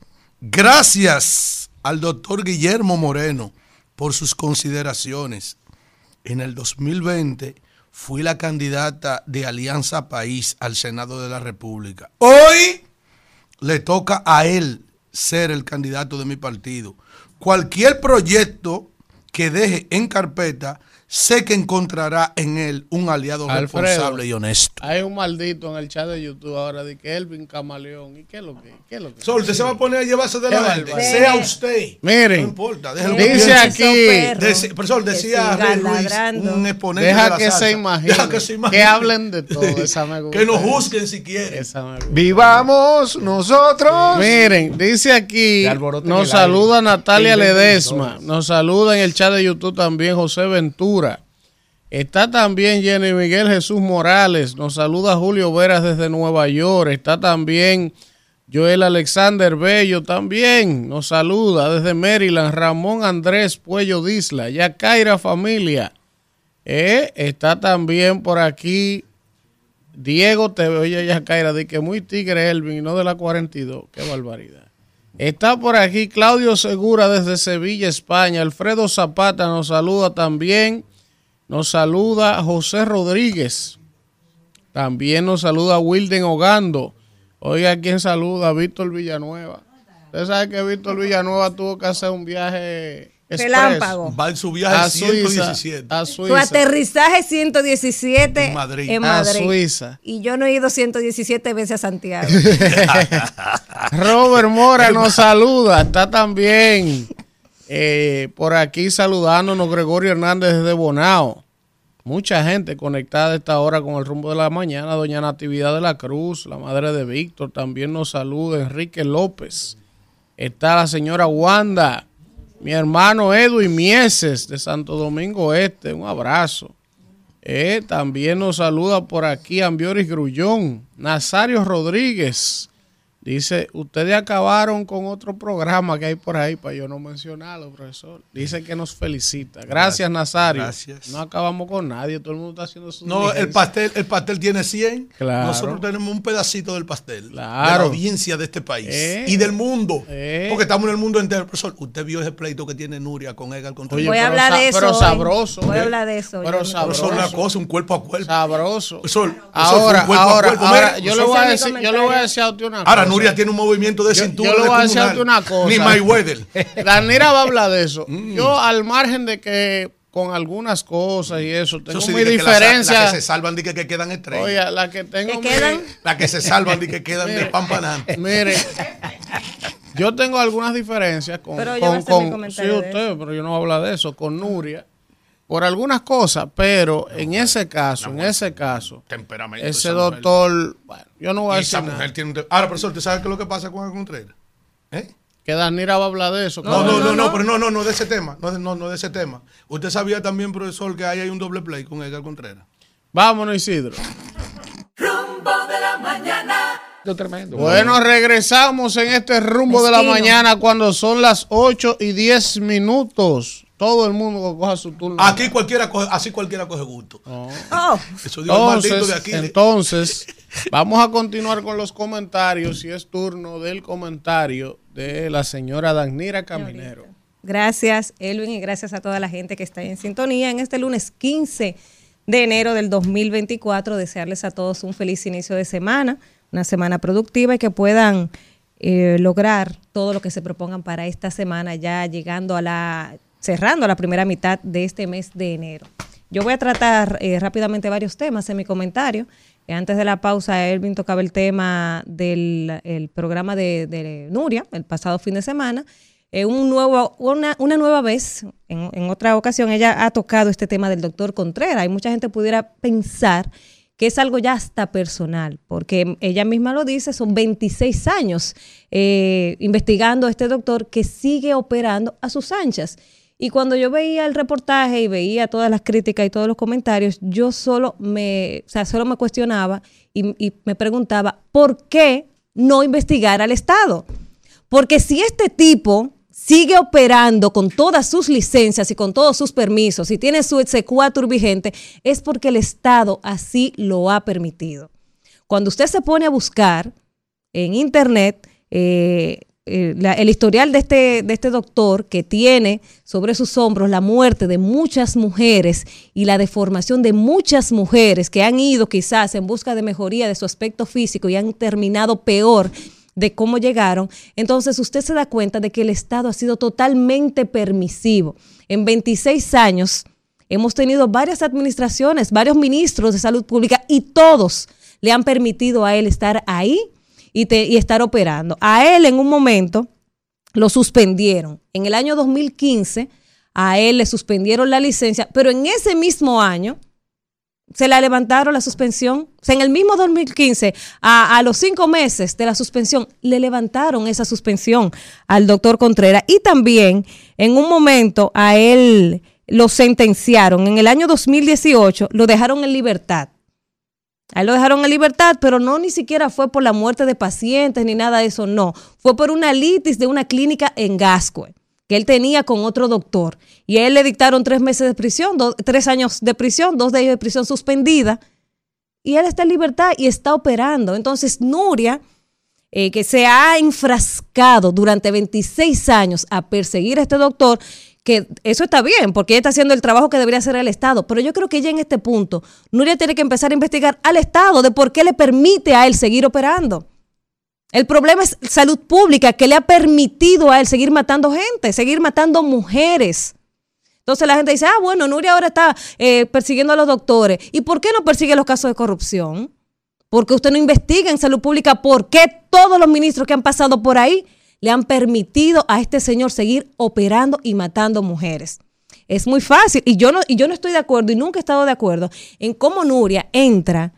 gracias al doctor Guillermo Moreno por sus consideraciones. En el dos mil veinte fui la candidata de Alianza País al Senado de la República. Hoy le toca a él ser el candidato de mi partido. Cualquier proyecto que deje en carpeta, sé que encontrará en él un aliado Alfredo, responsable y honesto. Hay un maldito en el chat de YouTube ahora de que Elvin Camaleón. ¿Y qué es lo que? ¿Qué es lo que? Sol, usted se va a poner a llevarse de Qué la gente. barbaridad. Sea usted. Miren, No importa, déjelo dice que piense. aquí, Deci- profesor, decía que Rey sigan Ruiz, ladrando. un exponente de deja la que, salsa. se imagine, Deja que se imagine. que hablen de todo. Esa me gusta. Que nos juzguen si quieren. Esa me gusta. Vivamos nosotros. Miren, dice aquí, Que alboroten nos el saluda aire. Natalia Que inventen Ledesma, historias. nos saluda en el chat de YouTube también José Ventura. Está también Jenny Miguel Jesús Morales, nos saluda Julio Veras desde Nueva York, está también Joel Alexander Bello también, nos saluda desde Maryland, Ramón Andrés Puello Disla, Yacaira Familia, eh, está también por aquí Diego te oye Yacaira, de que muy tigre Elvin y no de la cuarenta y dos, qué barbaridad. Está por aquí Claudio Segura desde Sevilla, España, Alfredo Zapata nos saluda también. Nos saluda José Rodríguez. También nos saluda Wilden Ogando. Oiga, ¿quién saluda? Víctor Villanueva. Usted sabe que Víctor Villanueva tuvo que hacer un viaje Relámpago. Va en su viaje a ciento Suiza. diecisiete. A Su Suiza. aterrizaje ciento diecisiete En Madrid. en A Madrid. Suiza. Y yo no he ido ciento diecisiete veces a Santiago. Robert Mora nos saluda. Está también eh, por aquí saludándonos Gregorio Hernández desde Bonao. Mucha gente conectada a esta hora con el rumbo de la mañana. Doña Natividad de la Cruz, la madre de Víctor, también nos saluda. Enrique López. Está la señora Wanda. Mi hermano Edwin Mieses de Santo Domingo Este. Un abrazo. Eh, también nos saluda por aquí Ambioris Grullón. Nazario Rodríguez. Dice, ustedes acabaron con otro programa que hay por ahí para yo no mencionarlo, profesor. Dice que nos felicita. Gracias, Gracias, Nazario. gracias. No acabamos con nadie, todo el mundo está haciendo su No, el diligencia. pastel, el pastel tiene cien. Claro. Nosotros tenemos un pedacito del pastel. Claro. De la audiencia de este país. Eh. Y del mundo. Eh. Porque estamos en el mundo entero. Profesor, usted vio ese pleito que tiene Nuria con Edgar contra Oye, Voy a pero hablar sa- de eso. pero hoy. sabroso, Voy a ¿eh? hablar de eso. Pero hoy. sabroso. Profesor, una cosa, un cuerpo a cuerpo. Sabroso. Profesor, profesor, Ahora, un cuerpo a ahora, cuerpo. ahora, Mire, yo le ese voy a es mi decir, yo le voy a decir a usted una cosa. Ahora Nuria tiene un movimiento de Yo- cintura. yo le voy a descomunal. decirte una cosa. Ni Mayweather. Danira va a hablar de eso. Yo, al margen de que con algunas cosas y eso, tengo Eso sí, mi de que la- diferencia. Las que se salvan de que, que quedan estrellas. Oye, la que tengo. ¿Que mi- quedan? Las que se salvan de que quedan de Mire, pan para Mire, yo tengo algunas diferencias con. Pero yo con, voy a hacer mi con- comentario sí, de usted, pero yo no voy a hablar de eso. Con Nuria. por algunas cosas, pero en ese caso, en ese caso, temperamento ese esa mujer. doctor, bueno, yo no voy a Y esa decir mujer nada. tiene un te- Ahora, profesor, ¿tú sabes qué es lo que pasa con el Contreras? ¿Eh? Que Danira va a hablar de eso. No, no, no, no, pero no, no, no de ese tema, no, de- no, no de ese tema. Usted sabía también, profesor, que ahí hay un doble play con Edgar Contreras. Vámonos, Isidro. Rumbo de la mañana. Tremendo. Bueno, regresamos en este rumbo de la Esquino. mañana cuando son las ocho y diez minutos. Todo el mundo coja su turno. Aquí cualquiera coge, así cualquiera coge gusto. Oh, Eso dio el maldito Entonces, de aquí. de- entonces, vamos a continuar con los comentarios y es turno del comentario de la señora Danira Caminero. Gracias, Elvin, y gracias a toda la gente que está en sintonía en este lunes quince de enero del dos mil veinticuatro. Desearles a todos un feliz inicio de semana, una semana productiva y que puedan eh, lograr todo lo que se propongan para esta semana, ya llegando a la, cerrando la primera mitad de este mes de enero. Yo voy a tratar eh, rápidamente varios temas en mi comentario. Eh, antes de la pausa, Elvin tocaba el tema del el programa de, de Nuria, el pasado fin de semana. Eh, un nuevo, una, una nueva vez, en, en otra ocasión, ella ha tocado este tema del doctor Contreras. Y mucha gente pudiera pensar que es algo ya hasta personal, porque ella misma lo dice, son veintiséis años eh, investigando a este doctor que sigue operando a sus anchas. Y cuando yo veía el reportaje y veía todas las críticas y todos los comentarios, yo solo me, o sea, solo me cuestionaba y, y me preguntaba, ¿por qué no investigar al Estado? Porque si este tipo sigue operando con todas sus licencias y con todos sus permisos y tiene su exequatur vigente, es porque el Estado así lo ha permitido. Cuando usted se pone a buscar en internet eh, eh, la, el historial de este, de este doctor que tiene sobre sus hombros la muerte de muchas mujeres y la deformación de muchas mujeres que han ido quizás en busca de mejoría de su aspecto físico y han terminado peor de cómo llegaron, entonces usted se da cuenta de que el Estado ha sido totalmente permisivo. En veintiséis años hemos tenido varias administraciones, varios ministros de salud pública y todos le han permitido a él estar ahí y, te, y estar operando. A él en un momento lo suspendieron. En el año dos mil quince a él le suspendieron la licencia, pero en ese mismo año se la levantaron la suspensión. O sea, en el mismo dos mil quince, a, a los cinco meses de la suspensión, le levantaron esa suspensión al doctor Contreras. Y también, en un momento, a él lo sentenciaron. En el año dos mil dieciocho, lo dejaron en libertad. A él lo dejaron en libertad, pero no ni siquiera fue por la muerte de pacientes ni nada de eso, no. Fue por una litis de una clínica en Gascue que él tenía con otro doctor. Y a él le dictaron tres meses de prisión, do, tres años de prisión, dos de ellos de prisión suspendida. Y él está en libertad y está operando. Entonces, Nuria, eh, que se ha enfrascado durante veintiséis años a perseguir a este doctor, que eso está bien, porque ella está haciendo el trabajo que debería hacer el Estado. Pero yo creo que ya en este punto, Nuria tiene que empezar a investigar al Estado de por qué le permite a él seguir operando. El problema es salud pública que le ha permitido a él seguir matando gente, seguir matando mujeres. Entonces la gente dice, ah, bueno, Nuria ahora está eh, persiguiendo a los doctores. ¿Y por qué no persigue los casos de corrupción? Porque usted no investiga en salud pública por qué todos los ministros que han pasado por ahí le han permitido a este señor seguir operando y matando mujeres. Es muy fácil. Y yo no, y yo no estoy de acuerdo y nunca he estado de acuerdo en cómo Nuria entra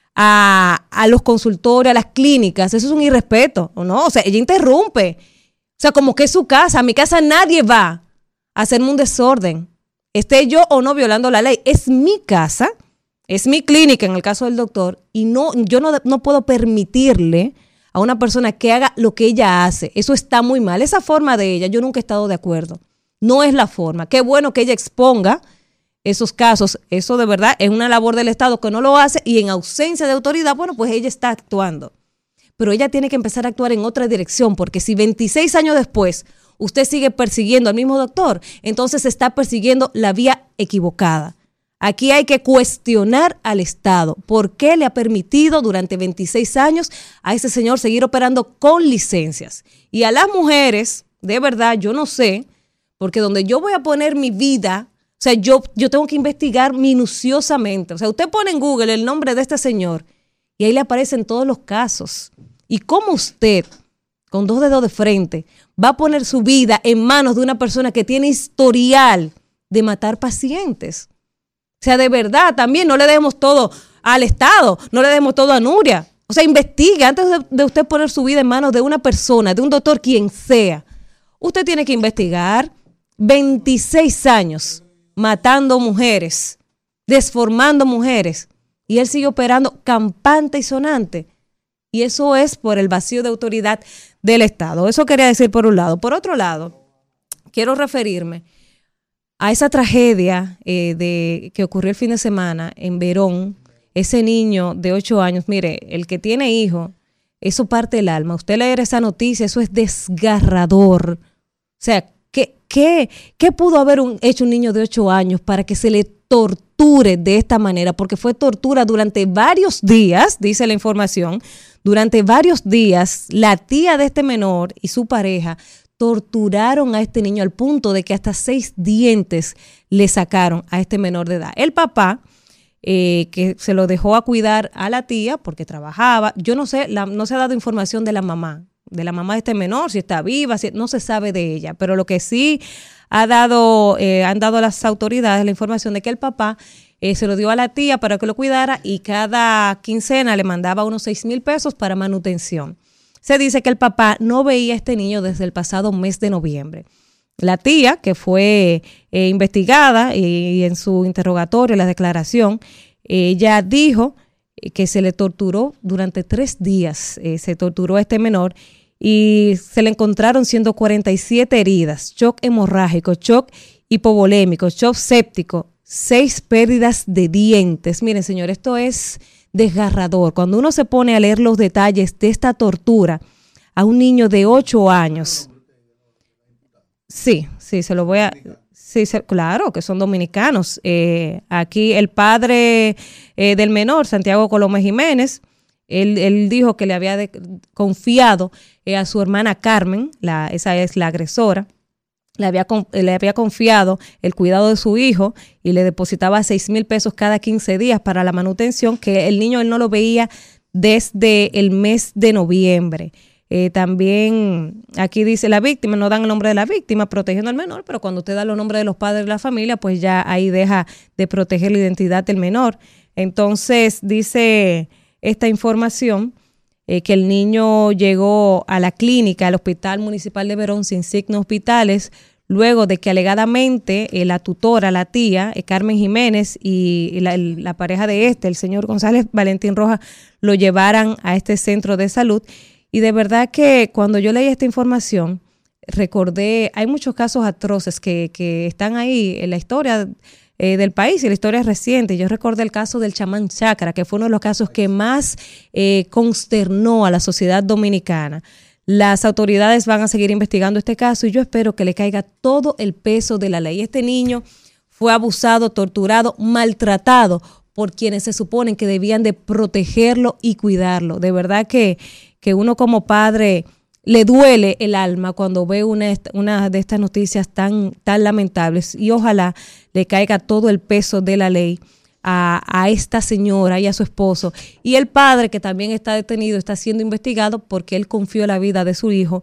A, a los consultorios, a las clínicas. Eso es un irrespeto, ¿o no? O sea, ella interrumpe. O sea, como que es su casa. A mi casa nadie va a hacerme un desorden. Esté yo o no violando la ley. Es mi casa, es mi clínica en el caso del doctor, y no, yo no, no puedo permitirle a una persona que haga lo que ella hace. Eso está muy mal. Esa forma de ella, yo nunca he estado de acuerdo. No es la forma. Qué bueno que ella exponga esos casos. Eso de verdad es una labor del Estado que no lo hace, y en ausencia de autoridad, bueno, pues ella está actuando. Pero ella tiene que empezar a actuar en otra dirección, porque si veintiséis años después usted sigue persiguiendo al mismo doctor, entonces está persiguiendo la vía equivocada. Aquí hay que cuestionar al Estado. ¿Por qué le ha permitido durante veintiséis años a ese señor seguir operando con licencias? Y a las mujeres, de verdad, yo no sé, porque donde yo voy a poner mi vida, o sea, yo, yo tengo que investigar minuciosamente. O sea, usted pone en Google el nombre de este señor y ahí le aparecen todos los casos. ¿Y cómo usted, con dos dedos de frente, va a poner su vida en manos de una persona que tiene historial de matar pacientes. O sea, de verdad, también no le demos todo al Estado, no le demos todo a Nuria. O sea, investiga antes de, de usted poner su vida en manos de una persona, de un doctor, quien sea. Usted tiene que investigar. veintiséis años matando mujeres, desformando mujeres, y él sigue operando campante y sonante. Y eso es por el vacío de autoridad del Estado. Eso quería decir por un lado. Por otro lado, quiero referirme a esa tragedia eh, de, que ocurrió el fin de semana en Verón. Ese niño de ocho años, mire, el que tiene hijo, eso parte el alma. Usted leer esa noticia, eso es desgarrador. O sea, ¿qué, qué, qué pudo haber un, hecho un niño de ocho años para que se le torture de esta manera? Porque fue tortura durante varios días, dice la información, durante varios días, la tía de este menor y su pareja torturaron a este niño al punto de que hasta seis dientes le sacaron a este menor de edad. El papá, eh, que se lo dejó a cuidar a la tía porque trabajaba, yo no sé, la, no se ha dado información de la mamá, de la mamá de este menor, si está viva, si, no se sabe de ella, pero lo que sí ha dado, eh, han dado a las autoridades la información de que el papá eh, se lo dio a la tía para que lo cuidara y cada quincena le mandaba unos seis mil pesos para manutención. Se dice que el papá no veía a este niño desde el pasado mes de noviembre. La tía, que fue eh, investigada y, y en su interrogatorio, la declaración, ella dijo que se le torturó durante tres días, eh, se torturó a este menor y se le encontraron ciento cuarenta y siete heridas, shock hemorrágico, shock hipovolémico, shock séptico, seis pérdidas de dientes. Miren, señor, esto es desgarrador. Cuando uno se pone a leer los detalles de esta tortura a un niño de ocho años. Sí, sí, se lo voy a... Sí, se, claro, que son dominicanos. Eh, aquí el padre eh, del menor, Santiago Colomé Jiménez, él, él dijo que le había de, confiado eh, a su hermana Carmen, la, esa es la agresora, le había, le había confiado el cuidado de su hijo y le depositaba seis mil pesos cada quince días para la manutención, que el niño él no lo veía desde el mes de noviembre. Eh, también aquí dice la víctima, no dan el nombre de la víctima protegiendo al menor, pero cuando usted da los nombres de los padres de la familia, pues ya ahí deja de proteger la identidad del menor. Entonces dice esta información eh, que el niño llegó a la clínica, al Hospital Municipal de Verón sin signos vitales, luego de que alegadamente eh, la tutora, la tía, eh, Carmen Jiménez y, y la, el, la pareja de este, el señor González Valentín Rojas, lo llevaran a este centro de salud. Y de verdad que cuando yo leí esta información, recordé, hay muchos casos atroces que, que están ahí en la historia eh, del país y la historia reciente. Yo recordé el caso del chamán Chacra, que fue uno de los casos que más eh, consternó a la sociedad dominicana. Las autoridades van a seguir investigando este caso y yo espero que le caiga todo el peso de la ley. Este niño fue abusado, torturado, maltratado por quienes se suponen que debían de protegerlo y cuidarlo. De verdad que, que uno como padre le duele el alma cuando ve una, una de estas noticias tan, tan lamentables y ojalá le caiga todo el peso de la ley a, a esta señora y a su esposo. Y el padre, que también está detenido, está siendo investigado porque él confió la vida de su hijo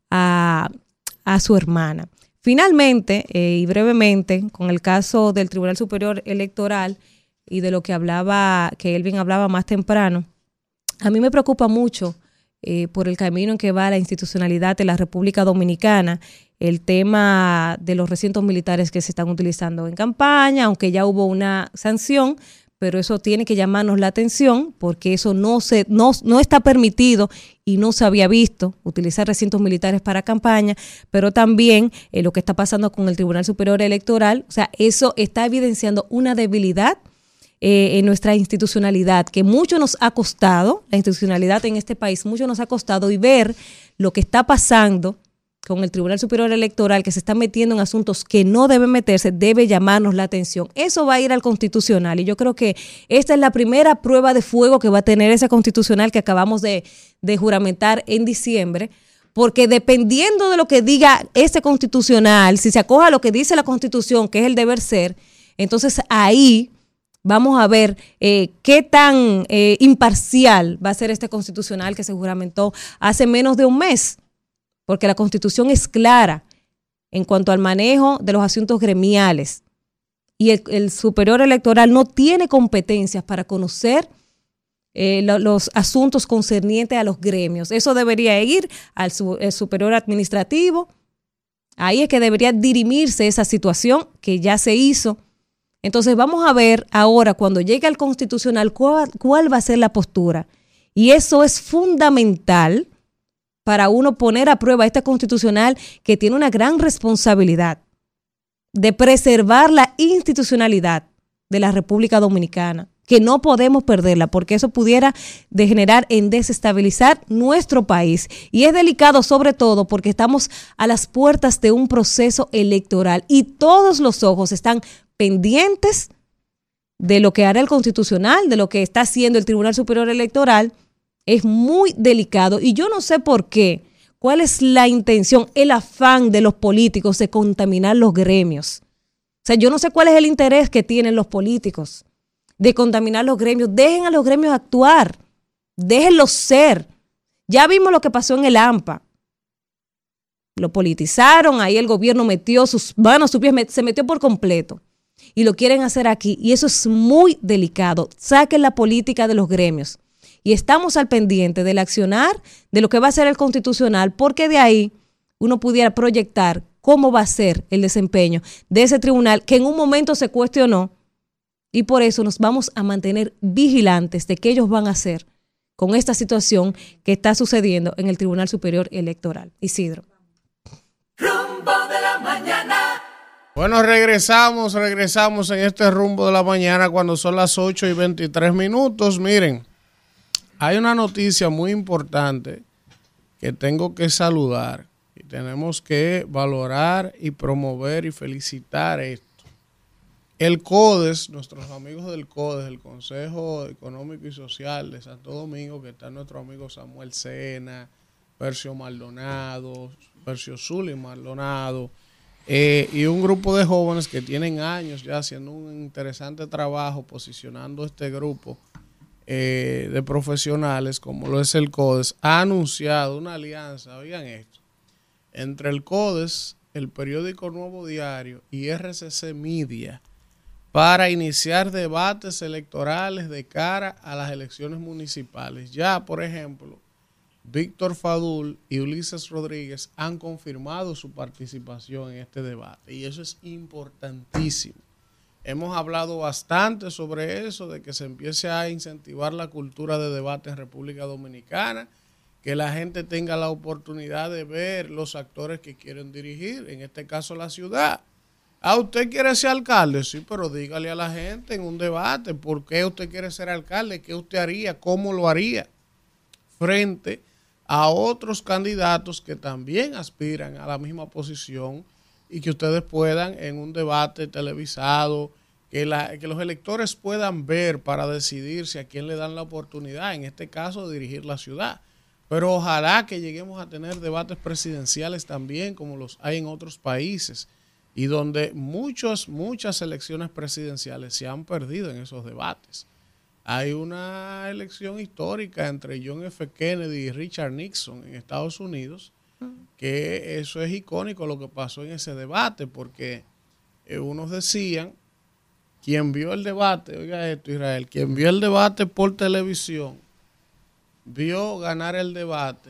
a, a su hermana. Finalmente, eh, y brevemente, con el caso del Tribunal Superior Electoral y de lo que hablaba, que Elvin hablaba más temprano, a mí me preocupa mucho eh, por el camino en que va la institucionalidad de la República Dominicana, el tema de los recintos militares que se están utilizando en campaña, aunque ya hubo una sanción, pero eso tiene que llamarnos la atención porque eso no se no, no está permitido y no se había visto utilizar recintos militares para campaña, pero también eh, lo que está pasando con el Tribunal Superior Electoral, o sea, eso está evidenciando una debilidad Eh, en nuestra institucionalidad, que mucho nos ha costado, la institucionalidad en este país, mucho nos ha costado, y ver lo que está pasando con el Tribunal Superior Electoral, que se está metiendo en asuntos que no deben meterse, debe llamarnos la atención. Eso va a ir al Constitucional, y yo creo que esta es la primera prueba de fuego que va a tener ese Constitucional que acabamos de, de juramentar en diciembre, porque dependiendo de lo que diga ese Constitucional, si se acoja a lo que dice la Constitución, que es el deber ser, entonces ahí vamos a ver eh, qué tan eh, imparcial va a ser este Constitucional que se juramentó hace menos de un mes, porque la Constitución es clara en cuanto al manejo de los asuntos gremiales. y el, el superior electoral no tiene competencias para conocer eh, lo, los asuntos concernientes a los gremios. Eso debería ir al su, superior administrativo. Ahí es que debería dirimirse esa situación que ya se hizo. Entonces vamos a ver ahora, cuando llegue al constitucional, cuál, cuál va a ser la postura. Y eso es fundamental para uno poner a prueba este constitucional, que tiene una gran responsabilidad de preservar la institucionalidad de la República Dominicana, que no podemos perderla, porque eso pudiera degenerar en desestabilizar nuestro país. Y es delicado sobre todo porque estamos a las puertas de un proceso electoral y todos los ojos están pendientes de lo que hará el Constitucional, de lo que está haciendo el Tribunal Superior Electoral. Es muy delicado y yo no sé por qué, cuál es la intención, el afán de los políticos de contaminar los gremios. O sea, yo no sé cuál es el interés que tienen los políticos de contaminar los gremios. Dejen a los gremios actuar, déjenlos ser. Ya vimos lo que pasó en el AMPA. Lo politizaron, ahí el gobierno metió sus manos, sus pies, se metió por completo. Y lo quieren hacer aquí. Y eso es muy delicado. Saquen la política de los gremios. Y estamos al pendiente del accionar de lo que va a ser el Constitucional, porque de ahí uno pudiera proyectar cómo va a ser el desempeño de ese tribunal que en un momento se cuestionó, y por eso nos vamos a mantener vigilantes de qué ellos van a hacer con esta situación que está sucediendo en el Tribunal Superior Electoral. Isidro. Rumbo de la mañana. Bueno, regresamos, regresamos en este rumbo de la mañana cuando son las ocho y veintitrés minutos. Miren, hay una noticia muy importante que tengo que saludar y tenemos que valorar y promover y felicitar esto. El CODES, nuestros amigos del CODES, el Consejo Económico y Social de Santo Domingo, que está nuestro amigo Samuel Sena, Percio Maldonado, Percio Zuli Maldonado, eh, y un grupo de jóvenes que tienen años ya haciendo un interesante trabajo posicionando este grupo eh, de profesionales, como lo es el CODES, ha anunciado una alianza, oigan esto, entre el CODES, el periódico Nuevo Diario y R C C Media, para iniciar debates electorales de cara a las elecciones municipales. Ya, por ejemplo, Víctor Fadul y Ulises Rodríguez han confirmado su participación en este debate y eso es importantísimo. Hemos hablado bastante sobre eso, de que se empiece a incentivar la cultura de debate en República Dominicana, que la gente tenga la oportunidad de ver los actores que quieren dirigir, en este caso la ciudad. ¿Ah, usted quiere ser alcalde? Sí, pero dígale a la gente en un debate por qué usted quiere ser alcalde, qué usted haría, cómo lo haría, frente a otros candidatos que también aspiran a la misma posición y que ustedes puedan en un debate televisado, que, la, que los electores puedan ver para decidirse a quién le dan la oportunidad, en este caso de dirigir la ciudad. Pero ojalá que lleguemos a tener debates presidenciales también como los hay en otros países, y donde muchas, muchas elecciones presidenciales se han perdido en esos debates. Hay una elección histórica entre John F. Kennedy y Richard Nixon en Estados Unidos, que eso es icónico lo que pasó en ese debate, porque eh, unos decían, quien vio el debate, oiga esto Israel, quien vio el debate por televisión, vio ganar el debate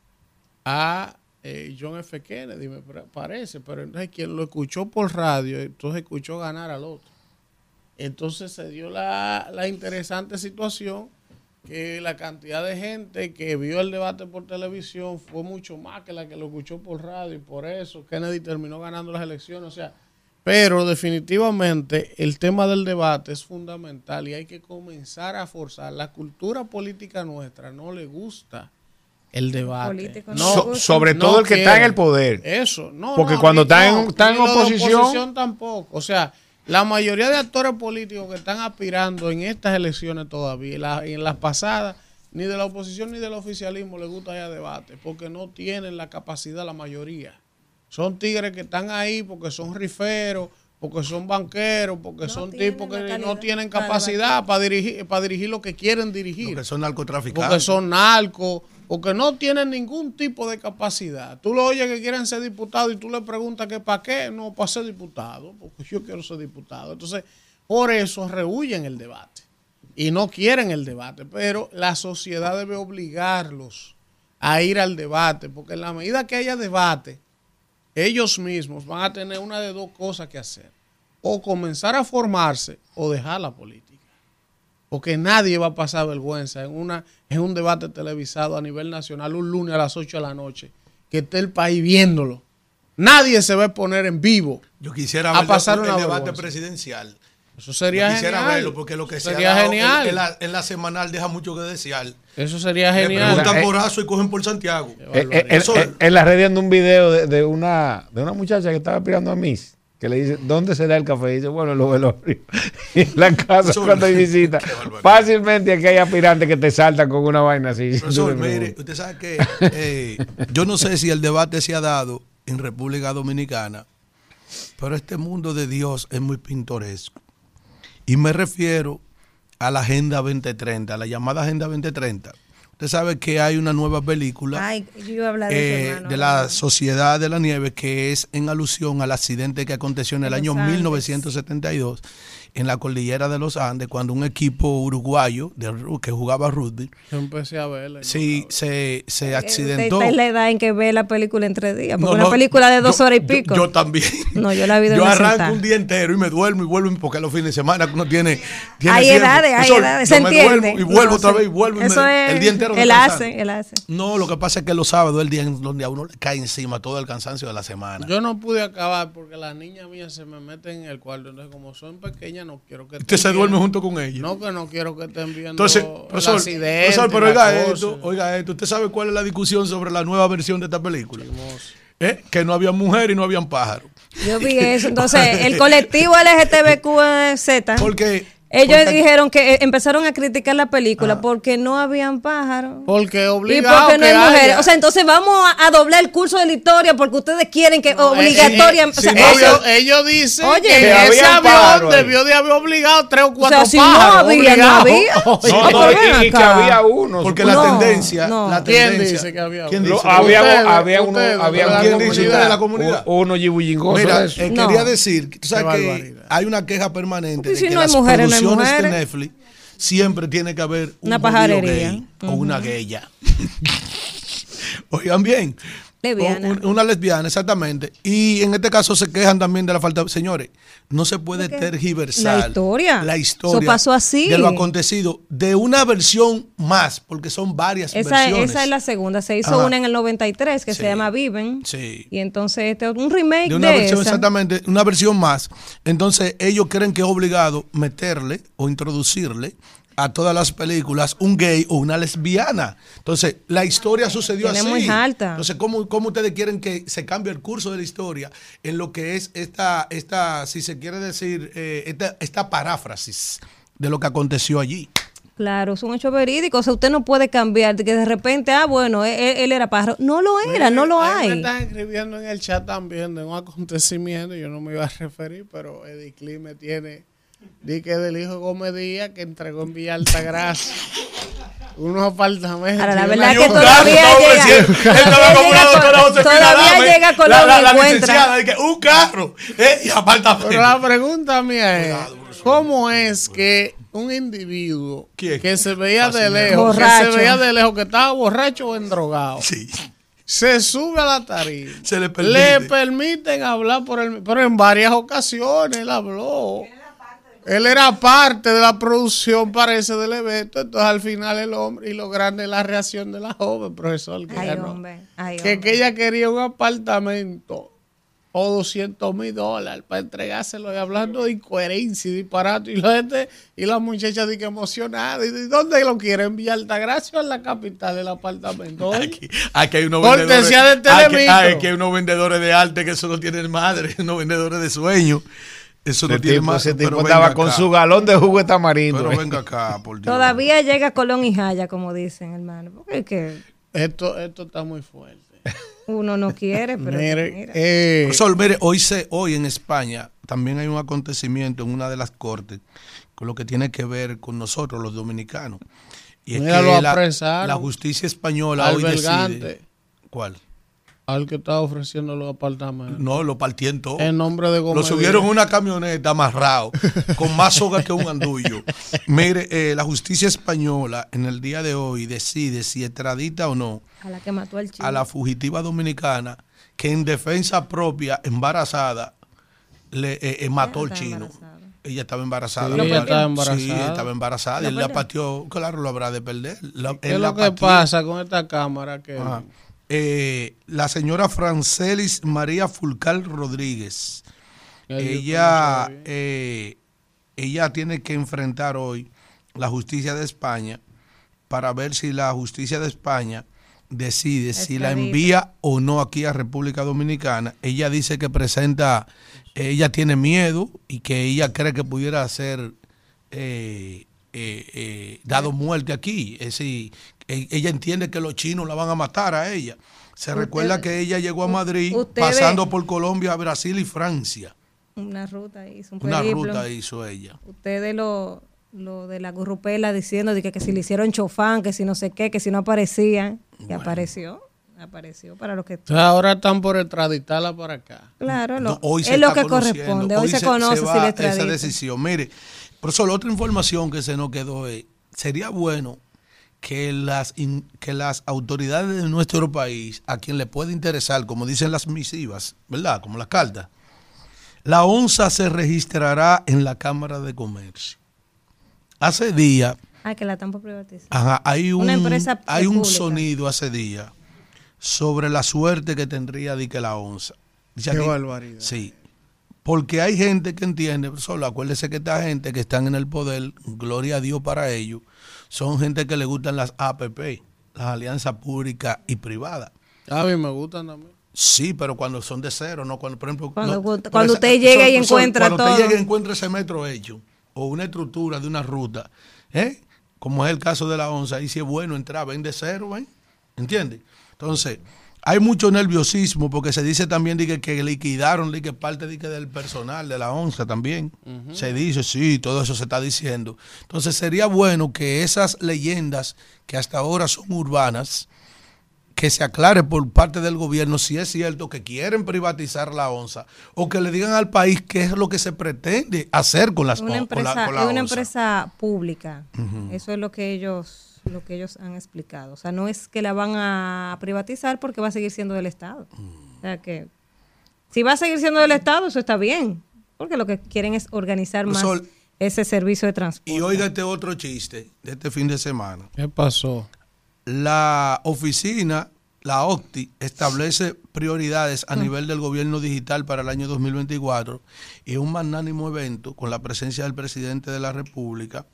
a Eh, John F. Kennedy, me parece, pero entonces quien lo escuchó por radio, entonces escuchó ganar al otro. Entonces se dio la, la interesante situación que la cantidad de gente que vio el debate por televisión fue mucho más que la que lo escuchó por radio, y por eso Kennedy terminó ganando las elecciones. O sea, pero definitivamente el tema del debate es fundamental y hay que comenzar a forzar. La cultura política nuestra no le gusta el debate. No, so, sobre todo no el que quiere. Está en el poder. Eso, no. Porque no, cuando está no, en, está en oposición, oposición tampoco. O sea, la mayoría de actores políticos que están aspirando en estas elecciones todavía, la, en las pasadas, ni de la oposición ni del oficialismo les gusta ya debate, porque no tienen la capacidad la mayoría. Son tigres que están ahí porque son riferos, porque son banqueros, porque no son tipos que no tienen capacidad para dirigir, para dirigir lo que quieren dirigir. Porque son narcotraficantes. Porque son narcos, porque no tienen ningún tipo de capacidad. Tú lo oyes que quieren ser diputados y tú le preguntas que para qué, no, para ser diputado, porque yo quiero ser diputado. Entonces, por eso rehuyen el debate y no quieren el debate, pero la sociedad debe obligarlos a ir al debate, porque en la medida que haya debate, ellos mismos van a tener una de dos cosas que hacer, o comenzar a formarse o dejar la política. Porque nadie va a pasar vergüenza en una en un debate televisado a nivel nacional un lunes a las ocho de la noche, que esté el país viéndolo. Nadie se va a poner en vivo. Yo quisiera a ver pasar el una debate vergüenza. presidencial. Eso sería Yo quisiera genial. verlo porque lo que se sería ha dado genial. En, en la, en la semanal deja mucho que desear. Eso sería Le genial. preguntan Eh, por Azo y cogen por Santiago. Eh, eh, en, en- en la red anda un video de, de una de una muchacha que estaba aspirando a Miss, que le dice, ¿dónde se da el café? Y dice, bueno, en los velorios. Y en la casa Profesor, cuando hay visita. Fácilmente aquí hay aspirantes que te saltan con una vaina así. Profesor, mire, usted sabe que eh, yo no sé si el debate se ha dado en República Dominicana, pero este mundo de Dios es muy pintoresco. Y me refiero a la Agenda veinte treinta, la llamada Agenda veinte treinta. Usted sabe que hay una nueva película Ay, yo iba a hablar de eh, eso, hermano. de la Sociedad de la Nieve, que es en alusión al accidente que aconteció en el En los año Andes. mil novecientos setenta y dos en la cordillera de los Andes, cuando un equipo uruguayo de, ru- que jugaba rugby, Yo empecé a verla. sí, se, se Usted accidentó. está en la edad en que ve la película en tres días. Porque No, una no, película de dos yo- horas y yo- pico. Yo, también. No, yo la vi de Yo una arranco sentada. un día entero y me duermo y vuelvo porque los fines de semana que uno tiene, tiene Hay tiempo. edades, hay Profesor, edades, yo se me entiende. duermo y vuelvo No, otra sí. vez y vuelvo y Eso me- es, el día entero él descansando. hace, él hace. No, lo que pasa es que los sábados es el día en donde a uno le cae encima todo el cansancio de la semana. Yo no pude acabar porque las niñas mías se me meten en el cuarto. Entonces, como son pequeñas, no quiero que Usted se estén duerme viendo- junto con ellos. No, que no quiero que estén viendo Entonces, el profesor, accidente, profesor, pero la oiga cosa. esto, oiga esto. ¿Usted sabe cuál es la discusión sobre la nueva versión de esta película? ¿Eh? Que no había mujer y no habían pájaros. Yo vi eso. Entonces, el colectivo L G T B Q Z. Porque ellos porque- dijeron que eh, empezaron a criticar la película porque no habían pájaros. Porque Y obligado porque no que hay mujeres. haya. O sea, entonces vamos a, a doblar el curso de la historia porque ustedes quieren que obligatoria. Eh, eh, o sea, si eso- ellos, ellos dicen Oye, que que ese había avión pájaro ahí. debió de haber obligado tres o cuatro sea, si no pájaros. había, no obligados. había. Oye, No, Ah, no, pero y, ven y que acá. había uno. Porque No, la tendencia, no. la ¿Quién tendencia. dice que había ¿Quién uno? dice? Lo- había, Ustedes, había uno, ustedes, había de la ¿Quién dice usted de la comunidad? uno yibullingoso Mira, de eso. eh, No. quería decir, tú Qué sabes que barbaridad. hay una queja permanente Porque de si que no hay las mujeres, no hay producciones de mujeres. Netflix siempre tiene que haber un Una judío pajarería. gay o una gaya. Oigan bien. Lesbiana. O un- una lesbiana, exactamente. Y en este caso se quejan también de la falta. Señores, no se puede ¿Por qué? tergiversar La historia. la historia Eso pasó así. de lo acontecido de una versión más, porque son varias Esa, versiones. esa es la segunda. Se hizo Ajá. una en el noventa y tres que Sí. se llama Viven. Sí. Y entonces este un remake de de, una versión, esa. exactamente, una versión más. Entonces, ellos creen que es obligado meterle o introducirle a todas las películas un gay o una lesbiana. Entonces, la historia sucedió Tiene así. muy alta. Entonces, ¿cómo, ¿cómo ustedes quieren que se cambie el curso de la historia en lo que es esta, esta si se quiere decir, eh, esta, esta paráfrasis de lo que aconteció allí? Claro, es un hecho verídico. O sea, usted no puede cambiar de que de repente, ah, bueno, él, él era pájaro. No lo era, no lo Ahí Me hay. están escribiendo en el chat también de un acontecimiento, yo no me iba a referir, pero Ediclí me tiene, di que del hijo de Gómez Díaz que entregó en Villa Altagracia unos apartamentos. Ahora, la y verdad una- que todavía llega. Todavía llega con- todavía llega con lo que encuentra. de que un carro eh, y apartamento. Pero la pregunta mía es, ¿cómo es que un individuo que se veía de lejos, que Borracho. se veía de lejos, que estaba borracho o endrogado, Sí. se sube a la tarima, Se le permite. permiten hablar por el, pero en varias ocasiones él habló. Él era parte de la producción, parece, del evento. Entonces, al final, el hombre, y lo grande es la reacción de la joven, profesor, que, Ay, ella no- hombre, ay, que, hombre. que ella quería un apartamento o doscientos mil dólares para entregárselo, y hablando de incoherencia y disparate. Y la gente, y la muchacha dice que emocionada. ¿Y de dónde lo quieren? ¿En Villa Altagracia o en la capital del apartamento? Aquí, aquí hay unos Cortesía vendedores. de Aquí, Telemicro. aquí hay unos vendedores de arte que eso no tienen madre, unos vendedores de sueños. Eso no Ese tiene tipo, madre. ese tipo pero estaba venga con acá. su galón de jugo de tamarindo. Pero eh. venga acá, por Dios. Todavía llega Colón y Jaya, como dicen, hermano. Porque es que Esto, esto está muy fuerte. uno no quiere, pero Mire, mira. eh, Profesor, mire, hoy, se, hoy en España también hay un acontecimiento en una de las cortes con lo que tiene que ver con nosotros, los dominicanos. Y es Mira, que lo la, apresaron. la justicia española Al hoy Belgante. decide. ¿Cuál? Al que estaba ofreciendo los apartamentos. No, lo partieron todo. En nombre de Gómez. Lo subieron en una camioneta amarrado, con más soga que un andullo. Mire, eh, la justicia española en el día de hoy decide si extradita o no A la que mató al chico. a la fugitiva dominicana que en defensa propia, embarazada, le eh, eh, mató al chino. Ella estaba embarazada. Sí, ella estaba embarazada. Sí, estaba embarazada. Y él la pateó, claro, lo habrá de perder. La, ¿Qué él es la lo que pateó. pasa con esta cámara? Que Ajá. Eh, la señora Francelis María Fulcal Rodríguez, Ay, ella, eh, ella tiene que enfrentar hoy la justicia de España para ver si la justicia de España decide si la envía o no aquí a República Dominicana. Ella dice que presenta, ella tiene miedo y que ella cree que pudiera ser eh, eh, eh, dado muerte aquí. Es decir, e- ella entiende que los chinos la van a matar a ella. Se Usted- recuerda que ella llegó a Madrid usted pasando ve- por Colombia, Brasil y Francia. Una ruta hizo, un Una periplo. ruta hizo ella. Ustedes lo, lo de la gurrupela diciendo de que, que si le hicieron chofán, que si no sé qué, que si no aparecían. Y apareció. Apareció para los que... Entonces ahora están por extraditarla para acá. Claro, lo- No, hoy se es lo está que conociendo, corresponde. Hoy, se, conoce va si le esa extraditan. decisión. Mire, por eso la otra información que se nos quedó es, sería bueno que las, in- que las autoridades de nuestro país, a quien le puede interesar, como dicen las misivas, ¿verdad? Como las cartas, la onza se registrará en la Cámara de Comercio. Hace días, Ah, que la están por privatizar. ajá, hay un, Una empresa hay un pública. sonido hace días sobre la suerte que tendría de que la onza. Dice Qué aquí- barbaridad. Sí. Porque hay gente que entiende, solo acuérdese que esta gente que están en el poder, gloria a Dios para ellos, son gente que le gustan las A P P, las alianzas públicas y privadas. A mí me gustan también. Sí, pero cuando son de cero, no cuando, por ejemplo, Cuando- no, cuando por esa- usted llega y encuentra cuando todo. usted llega y encuentra ese metro hecho o una estructura de una ruta, ¿eh? Como es el caso de la onza, ahí sí es bueno entrar, ven de cero, ¿ven? ¿Entiendes? Entonces, hay mucho nerviosismo porque se dice también de que, que liquidaron de que parte de que del personal de la onza también. Ujú. Se dice, sí, todo eso se está diciendo. Entonces, sería bueno que esas leyendas que hasta ahora son urbanas, que se aclare por parte del gobierno si es cierto que quieren privatizar la onza o que le digan al país qué es lo que se pretende hacer con las Una on- con la- empresa, con la es una onza. empresa pública. Ujú. Eso es lo que ellos lo que ellos han explicado. O sea, no es que la van a privatizar porque va a seguir siendo del Estado. O sea que si va a seguir siendo del Estado, eso está bien. Porque lo que quieren es organizar más Sol, ese servicio de transporte. Y oiga este otro chiste de este fin de semana. ¿Qué pasó? La oficina, la O C T I, establece prioridades a Mm. nivel del gobierno digital para el año dos mil veinticuatro y un magnánimo evento con la presencia del presidente de la República.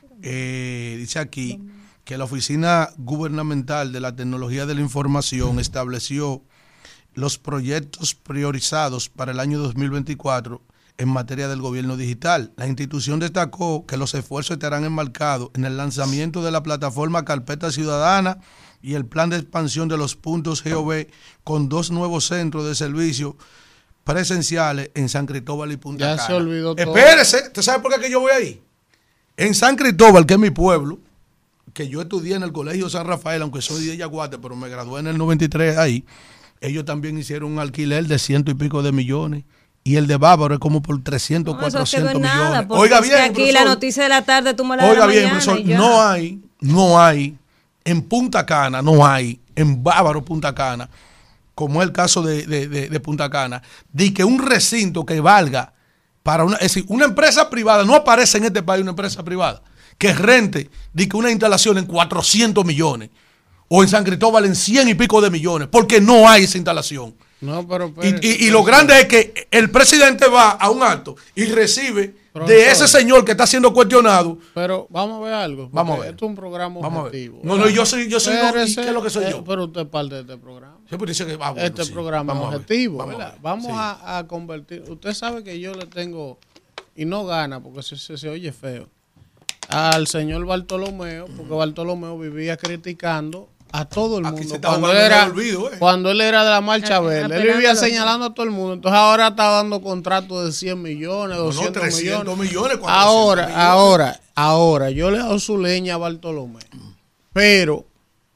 Eh, dice aquí que la Oficina Gubernamental de la Tecnología de la Información estableció los proyectos priorizados para el año dos mil veinticuatro en materia del gobierno digital. La institución destacó que los esfuerzos estarán enmarcados en el lanzamiento de la plataforma Carpeta Ciudadana y el plan de expansión de los puntos G O V con dos nuevos centros de servicio presenciales en San Cristóbal y Punta Ya Cana. se olvidó todo. Espérese, ¿usted sabe por qué que yo voy ahí? En San Cristóbal, que es mi pueblo, que yo estudié en el Colegio San Rafael, aunque soy de Yaguate, pero me gradué en el noventa y tres ahí, ellos también hicieron un alquiler de ciento y pico de millones. Y el de Bávaro es como por trescientos, No, eso quedó cuatrocientos en nada, millones. porque Oiga es que bien, aquí profesor. la noticia de la tarde tú me la das Oiga de la bien, mañana profesor, y ya. no hay, no hay, en Punta Cana, no hay, en Bávaro, Punta Cana, como es el caso de, de, de, de Punta Cana, de que un recinto que valga para una, es decir, una empresa privada, no aparece en este país una empresa privada, que rente, de que una instalación en cuatrocientos millones, o en San Cristóbal en cien y pico de millones, porque no hay esa instalación. No, pero Y, espérate, y- y lo grande es que el presidente va a un acto y recibe de ese señor que está siendo cuestionado. Pero vamos a ver algo. Vamos a porque ver. Esto es un programa Vamos a ver. objetivo. No, no, yo soy- yo soy- Espérese, ¿qué es lo que soy eh, yo? Pero usted es parte de este programa. Siempre dice que, ah, bueno, este sí. programa Vamos a es ver. objetivo. Vamos a ¿verdad? ver. Vamos Sí. a, a convertir. Usted sabe que yo le tengo, y no gana porque se, se, se oye feo, al señor Bartolomeo, porque Bartolomeo vivía criticando a todo el Aquí mundo. se está Cuando él, jugando en era, el olvido, eh. cuando él era de la Marcha Verde, él apelando vivía a los- señalando a todo el mundo. Entonces ahora está dando contratos de cien millones, No, no, doscientos trescientos millones. millones, cuatrocientos Ahora, millones. ahora, ahora, yo le hago su leña a Bartolomeo. Pero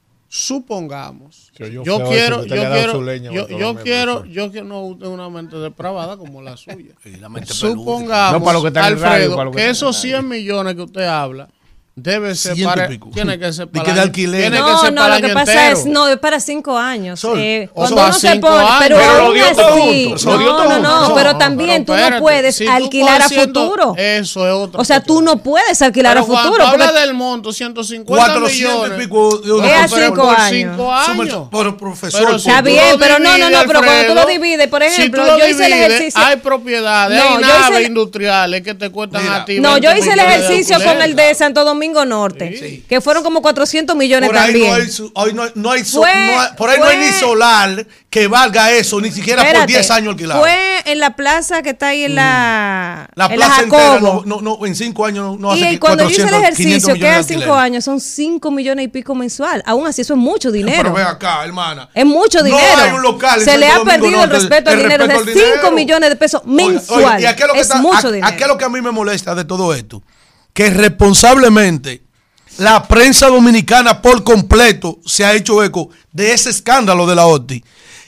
supongamos, yo, yo, yo quiero, yo yo quiero, leña, yo, yo quiero, yo que no tengo una mente depravada como la suya. Supongamos, no, para lo que está en el Alfredo, radio, para lo que que está esos en el radio. cien millones que usted habla debe ser Ciento para, y pico. tiene que ser Ni para que el de año- alquiler. tiene que No, ser no, para lo el que año pasa entero. es, no, es para cinco años. Sol, Eh, o cuando para uno se cinco pone, años. pero, Pero lo aún dio todo así, junto, lo dio no, todo no, junto. no, No, pero no, también pero tú no espérate, puedes si tú alquilar a coges ciento- futuro. Eso es otra O sea, tú no puedes alquilar Pero a futuro. cuando porque habla del monto, ciento cincuenta cuatrocientos millones. y pico de una Es a persona. cinco Por años. cinco años. Pero profesor, Pero por si Está tú bien, lo pero no, no, divides, no, pero cuando tú lo Alfredo, divides, por ejemplo, si tú lo yo hice el divides, ejercicio. hay propiedades, No, hay yo hice naves el- industriales que te cuestan Mira, a ti. No, yo veinte hice el millones de ejercicio con alquiler. el de Santo Domingo Norte, que fueron como cuatrocientos millones Por ahí, también. no hay, su- hoy no, hay- no hay so- Fue- no hay- por ahí no hay ni fue- solar que valga eso, ni siquiera por Espérate, diez años alquilado. Fue en la plaza que está ahí en la, La en la plaza entera Jacobo. no, no, no, en cinco años no, no Y hace cuando yo hice el cuatrocientos, quinientos ejercicio, que millones a de cinco alquiler. años son cinco millones y pico mensual. Aún así, eso es mucho dinero. Pero ve acá, hermana. Es mucho dinero. No hay un local en Se le ha Santo Domingo perdido el Norte, respeto al el dinero. respeto De al dinero. cinco millones de pesos mensual. Oye, ¿y a qué es lo que es está- mucho a- dinero. a qué es lo que a mí me molesta de todo esto? Que responsablemente la prensa dominicana por completo se ha hecho eco de ese escándalo de la O T I.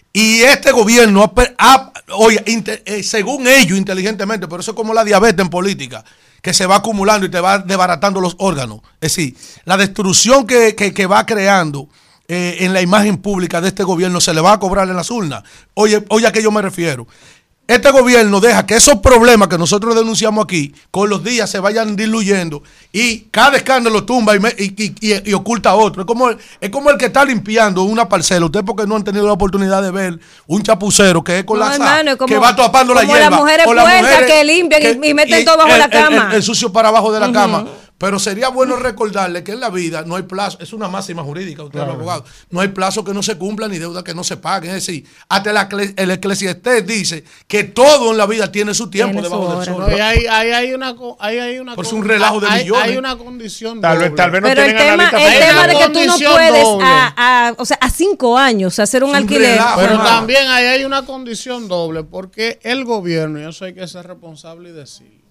Y este gobierno, ha, per- ha- oye, inte- eh, según ellos, inteligentemente, pero eso es como la diabetes en política, que se va acumulando y te va desbaratando los órganos. Es decir, la destrucción que, que- que va creando eh, en la imagen pública de este gobierno se le va a cobrar en las urnas. Oye, oye, ¿a qué yo me refiero? Este gobierno deja que esos problemas que nosotros denunciamos aquí, con los días se vayan diluyendo y cada escándalo tumba y, me- y- y- y- y oculta otro. Es como, el, es como el que está limpiando una parcela. Ustedes porque no han tenido la oportunidad de ver un chapucero que es con No, la hermano, sal, como- que va tapando la como hierba. las mujeres o las puercas mujeres que limpian y- y meten todo bajo el- la el- cama. El, el sucio para abajo de la Ujú. cama. Pero sería bueno recordarle que en la vida no hay plazo, es una máxima jurídica, usted es abogado, no hay plazo que no se cumpla ni deuda que no se pague. Es decir, hasta la ecles- el eclesiastés dice que todo en la vida tiene su tiempo Tiene su debajo del hora. sol. No, y ahí, ahí hay una, co- ahí hay una Por co- eso un relajo de hay, millones. hay una condición Tal vez- doble. tal vez no Pero el tienen tema, analistas el Hay tema una de que tú no condición puedes, doble. a, a- o sea, a cinco años hacer un Es un alquiler. relajo, Pero hermano. también ahí hay una condición doble, porque el gobierno, y eso hay que ser responsable y decirlo,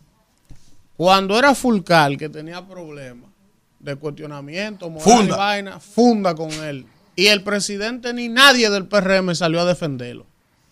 cuando era Fulcal, que tenía problemas de cuestionamiento, moral Funda. y vaina, funda con él. Y el presidente ni nadie del P R M salió a defenderlo.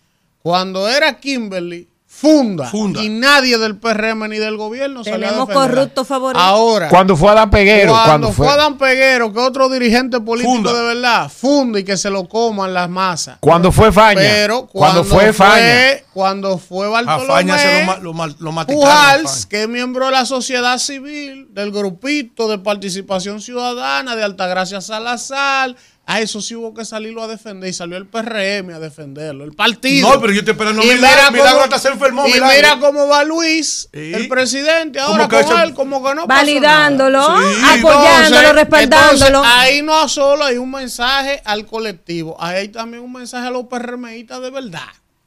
Cuando era Kimberly, funda. Funda. Y nadie del P R M ni del gobierno salió a Tenemos defenderla. corruptos favoritos. Ahora, Cuando fue Adán Peguero, cuando, cuando fue fue, Adán Peguero, que otro dirigente político Funda. de verdad, funda y que se lo coman las masas. cuando fue Faña, Pero cuando, cuando, fue Faña, fue, cuando fue A Bartolomé Faña se lo, ma- lo, ma- lo maticaron. Pujals, que es miembro de la sociedad civil, del grupito de participación ciudadana, de Altagracia Salazar, a eso sí hubo que salirlo a defender y salió el P R M a defenderlo, el partido. No, pero yo estoy esperando Y milagro, mira milagro cómo- hasta se enfermó, Y milagro. mira cómo va Luis, Sí. el presidente, ¿Cómo ahora que con eso- él, como que no pasó Validándolo, nada. Sí. apoyándolo, Entonces- respaldándolo. entonces, ahí no solo hay un mensaje al colectivo, ahí hay también un mensaje a los PRMistas de verdad.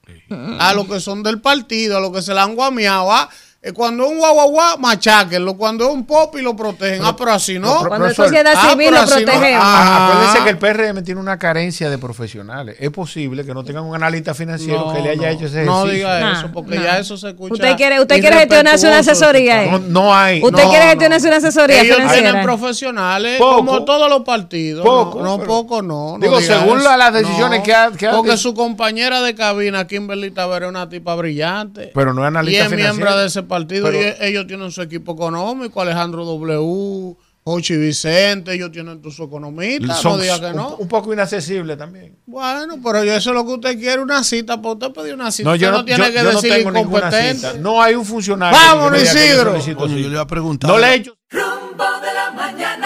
A los que son del partido, a los que se la han guameado. ah, eh, Cuando es un guaguaguá, macháquenlo. Cuando es un pop y lo protegen. Ah, pero así no. Cuando es profesor, sociedad ah, civil pero lo así no. protegemos. Ah, acuérdense que el P R M tiene una carencia de profesionales. Es posible que no tengan un analista financiero No, que le haya no, hecho ese no ejercicio. diga Nah, eso, porque nah. ya eso se escucha. Usted quiere, usted quiere gestionarse una irrespetuoso. asesoría. No, eh. no hay. Usted No, quiere no. gestionarse una asesoría Ellos financiera. tienen profesionales, Poco. como todos los partidos. Poco, no, no pero- poco, no. no Digo, diga según eso. la- las decisiones No, que ha- que ha- Porque su compañera de cabina, Kimberly Tavera, es una tipa brillante. Pero no es Y analista es financiero. miembro de ese partido. Pero- y e- ellos tienen su equipo económico, Alejandro W., Jochi Vicente, ellos tienen su economista. Son No diga que un, no. un poco inaccesibles también. Bueno, pero yo eso es lo que usted quiere, una cita. Para usted pedir una cita, No, usted yo no, no, tiene yo- que yo no decir tengo ninguna incompetente. cita. No hay un funcionario. Vámonos, que me diga que yo Isidro. solicito Coño, yo cita. le iba a preguntar. No le he hecho. Rumbo de la mañana.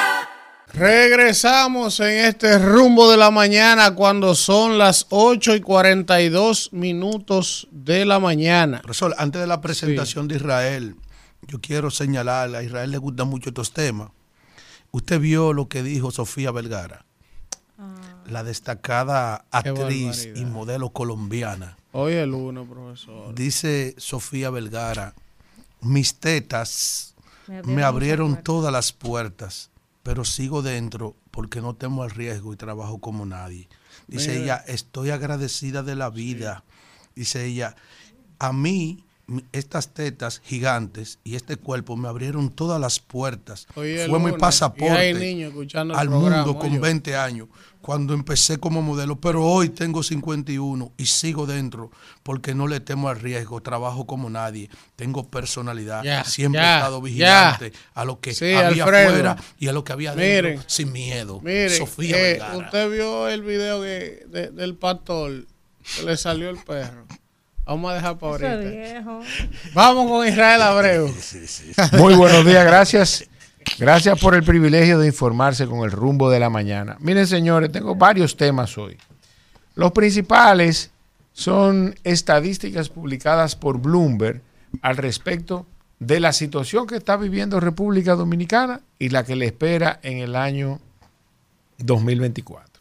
Regresamos en este rumbo de la mañana cuando son las ocho y cuarenta y dos minutos de la mañana. Profesor, antes de la presentación de Israel, yo quiero señalar, a Israel le gustan mucho estos temas. Usted vio lo que dijo Sofía Vergara, la destacada Qué actriz barbaridad. y modelo colombiana. Hoy es lunes, profesor. Dice Sofía Vergara, mis tetas Me me abrieron abrieron muchas todas las puertas, pero sigo dentro porque no temo el riesgo y trabajo como nadie. Dice Mira. ella, estoy agradecida de la vida. Dice ella, a mí estas tetas gigantes y este cuerpo me abrieron todas las puertas. Hoy es Fue mi lunes, pasaporte y hay niños escuchando el al programa, mundo con oye. veinte años, cuando empecé como modelo, pero hoy tengo cincuenta y uno y sigo dentro porque no le temo al riesgo, trabajo como nadie, tengo personalidad, Ya, siempre ya, he estado vigilante ya. a lo que Sí, había Alfredo. afuera y a lo que había adentro, Miren, sin miedo. Mire, Sofía eh, Vergara. usted vio el video que, de- del pastor que le salió el perro. Vamos a dejar para Eso ahorita. viejo. Vamos con Israel Abreu. Muy buenos días, gracias. Gracias por el privilegio de informarse con el rumbo de la mañana. Miren, señores, tengo varios temas hoy. Los principales son estadísticas publicadas por Bloomberg al respecto de la situación que está viviendo República Dominicana y la que le espera en el año dos mil veinticuatro.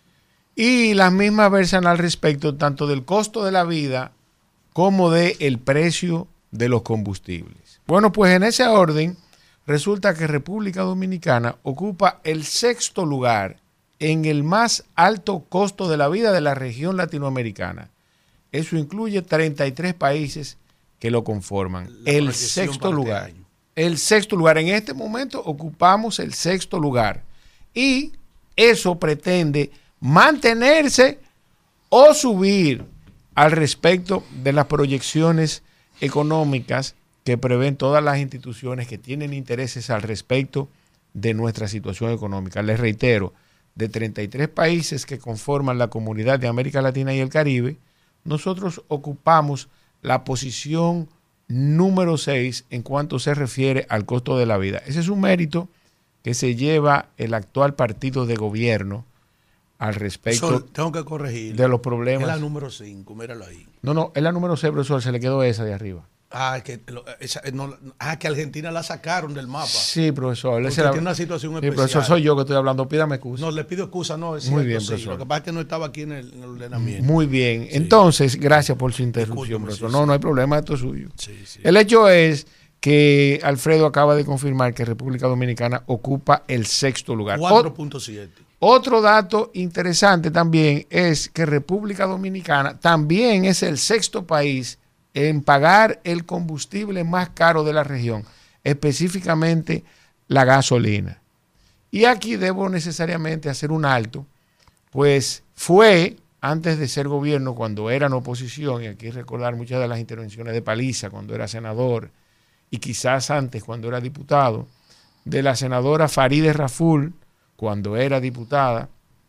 Y las mismas versan al respecto tanto del costo de la vida como del precio de los combustibles. Bueno, pues en ese orden, resulta que República Dominicana ocupa el sexto lugar en el más alto costo de la vida de la región latinoamericana. Eso incluye treinta y tres países que lo conforman. La El proyección sexto para este lugar. año. El sexto lugar. En este momento ocupamos el sexto lugar. Y eso pretende mantenerse o subir al respecto de las proyecciones económicas que prevén todas las instituciones que tienen intereses al respecto de nuestra situación económica. Les reitero, de treinta y tres países que conforman la Comunidad de América Latina y el Caribe, nosotros ocupamos la posición número seis en cuanto se refiere al costo de la vida. Ese es un mérito que se lleva el actual partido de gobierno al respecto Sol, tengo que corregir. de los problemas. Es la número cinco, míralo ahí. No, no, es la número seis, profesor, se le quedó esa de arriba. Ah, que, lo- esa, no, ah, que Argentina la sacaron del mapa. Sí, profesor. Porque esa era- tiene una situación Sí, especial. profesor, soy yo que estoy hablando, pídame excusa. No, le pido excusa, no, es Muy cierto, bien, sí. profesor. Lo que pasa es que no estaba aquí en el, en el ordenamiento. Muy bien. Entonces, gracias por su interrupción, Discúlpeme, profesor. sí, no, sí. no hay problema, esto es suyo. Sí, sí. El hecho es que Alfredo acaba de confirmar que República Dominicana ocupa el sexto lugar. cuatro punto siete. Otro dato interesante también es que República Dominicana también es el sexto país en pagar el combustible más caro de la región, específicamente la gasolina. Y aquí debo necesariamente hacer un alto, pues fue antes de ser gobierno, cuando eran oposición, y aquí recordar muchas de las intervenciones de Paliza cuando era senador, y quizás antes cuando era diputado, de la senadora Farideh Raful, cuando era diputada,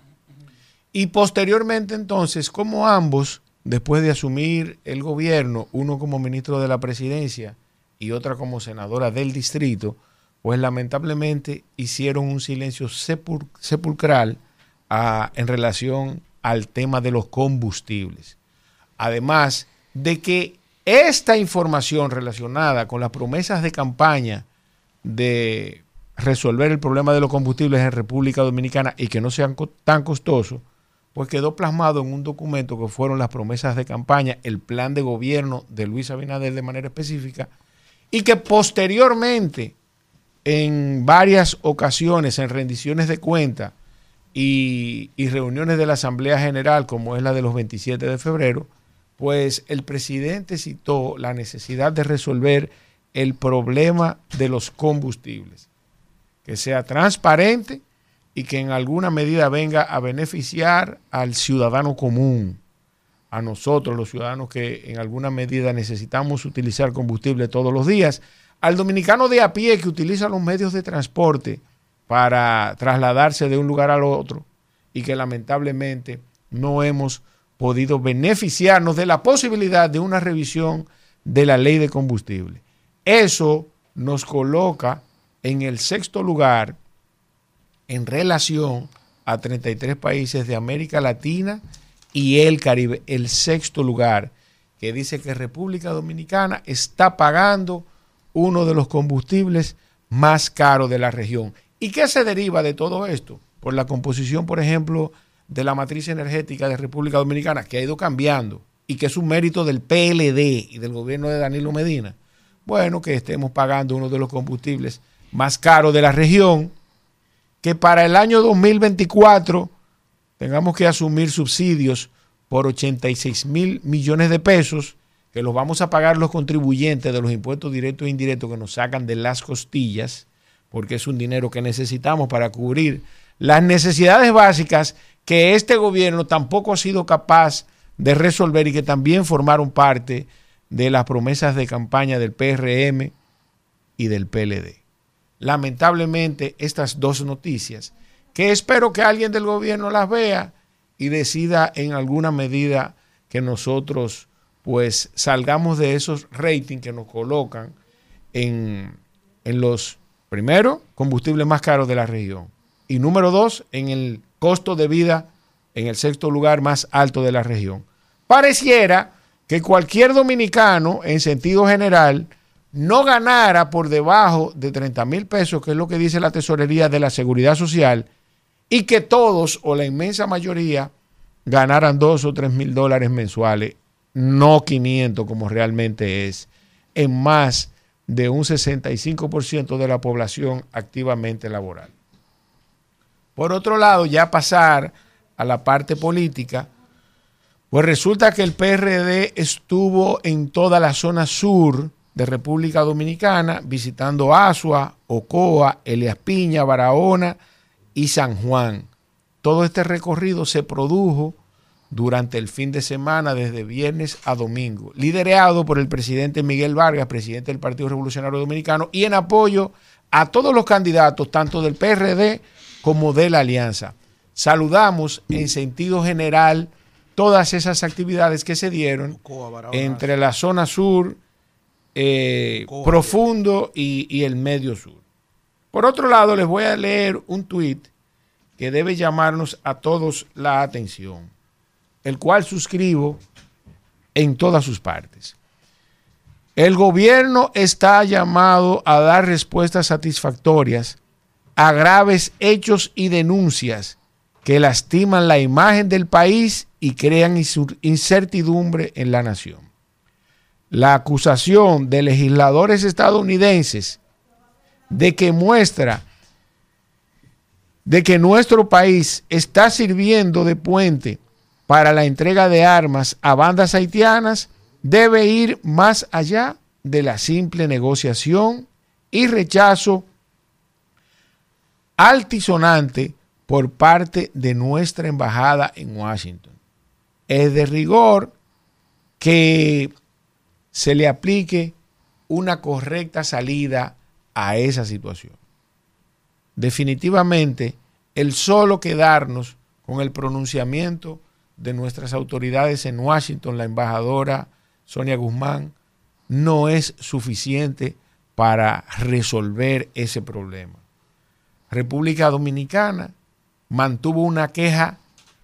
y posteriormente entonces, como ambos, después de asumir el gobierno, uno como ministro de la presidencia y otra como senadora del distrito, pues lamentablemente hicieron un silencio sepul- sepulcral a, en relación al tema de los combustibles. Además de que esta información relacionada con las promesas de campaña de resolver el problema de los combustibles en República Dominicana y que no sean co- tan costosos, pues quedó plasmado en un documento que fueron las promesas de campaña, el plan de gobierno de Luis Abinader de manera específica, y que posteriormente, en varias ocasiones, en rendiciones de cuenta y, y reuniones de la Asamblea General, como es la de los veintisiete de febrero, pues el presidente citó la necesidad de resolver el problema de los combustibles, que sea transparente y que en alguna medida venga a beneficiar al ciudadano común, a nosotros los ciudadanos que en alguna medida necesitamos utilizar combustible todos los días, al dominicano de a pie que utiliza los medios de transporte para trasladarse de un lugar al otro y que lamentablemente no hemos podido beneficiarnos de la posibilidad de una revisión de la ley de combustible. Eso nos coloca en el sexto lugar en relación a treinta y tres países de América Latina y el Caribe, el sexto lugar, que dice que República Dominicana está pagando uno de los combustibles más caros de la región. ¿Y qué se deriva de todo esto? Por la composición, por ejemplo, de la matriz energética de República Dominicana, que ha ido cambiando y que es un mérito del P L D y del gobierno de Danilo Medina. Bueno, que estemos pagando uno de los combustibles más caros de la región, que para el año dos mil veinticuatro tengamos que asumir subsidios por ochenta y seis mil millones de pesos, que los vamos a pagar los contribuyentes de los impuestos directos e indirectos que nos sacan de las costillas, porque es un dinero que necesitamos para cubrir las necesidades básicas que este gobierno tampoco ha sido capaz de resolver y que también formaron parte de las promesas de campaña del P R M y del P L D. Lamentablemente, estas dos noticias, que espero que alguien del gobierno las vea y decida en alguna medida que nosotros pues salgamos de esos ratings que nos colocan en, en los, primero, combustibles más caros de la región, y número dos, en el costo de vida en el sexto lugar más alto de la región. Pareciera que cualquier dominicano, en sentido general, no ganara por debajo de treinta mil pesos, que es lo que dice la tesorería de la Seguridad Social, y que todos o la inmensa mayoría ganaran dos o tres mil dólares mensuales, no quinientos como realmente es, en más de un sesenta y cinco por ciento de la población activamente laboral. Por otro lado, ya pasar a la parte política, pues resulta que el P R D estuvo en toda la zona sur de República Dominicana, visitando Asua, Ocoa, Elías Piña, Barahona y San Juan. Todo este recorrido se produjo durante el fin de semana, desde viernes a domingo, liderado por el presidente Miguel Vargas, presidente del Partido Revolucionario Dominicano, y en apoyo a todos los candidatos, tanto del P R D como de la Alianza. Saludamos en sentido general todas esas actividades que se dieron entre la zona sur, eh, profundo y, y el medio sur. Por otro lado, les voy a leer un tuit que debe llamarnos a todos la atención, el cual suscribo en todas sus partes. El gobierno está llamado a dar respuestas satisfactorias a graves hechos y denuncias que lastiman la imagen del país y crean incertidumbre en la nación. La acusación de legisladores estadounidenses de que muestra de que nuestro país está sirviendo de puente para la entrega de armas a bandas haitianas debe ir más allá de la simple negociación y rechazo altisonante por parte de nuestra embajada en Washington. Es de rigor que se le aplique una correcta salida a esa situación. Definitivamente, el solo quedarnos con el pronunciamiento de nuestras autoridades en Washington, la embajadora Sonia Guzmán, no es suficiente para resolver ese problema. República Dominicana mantuvo una queja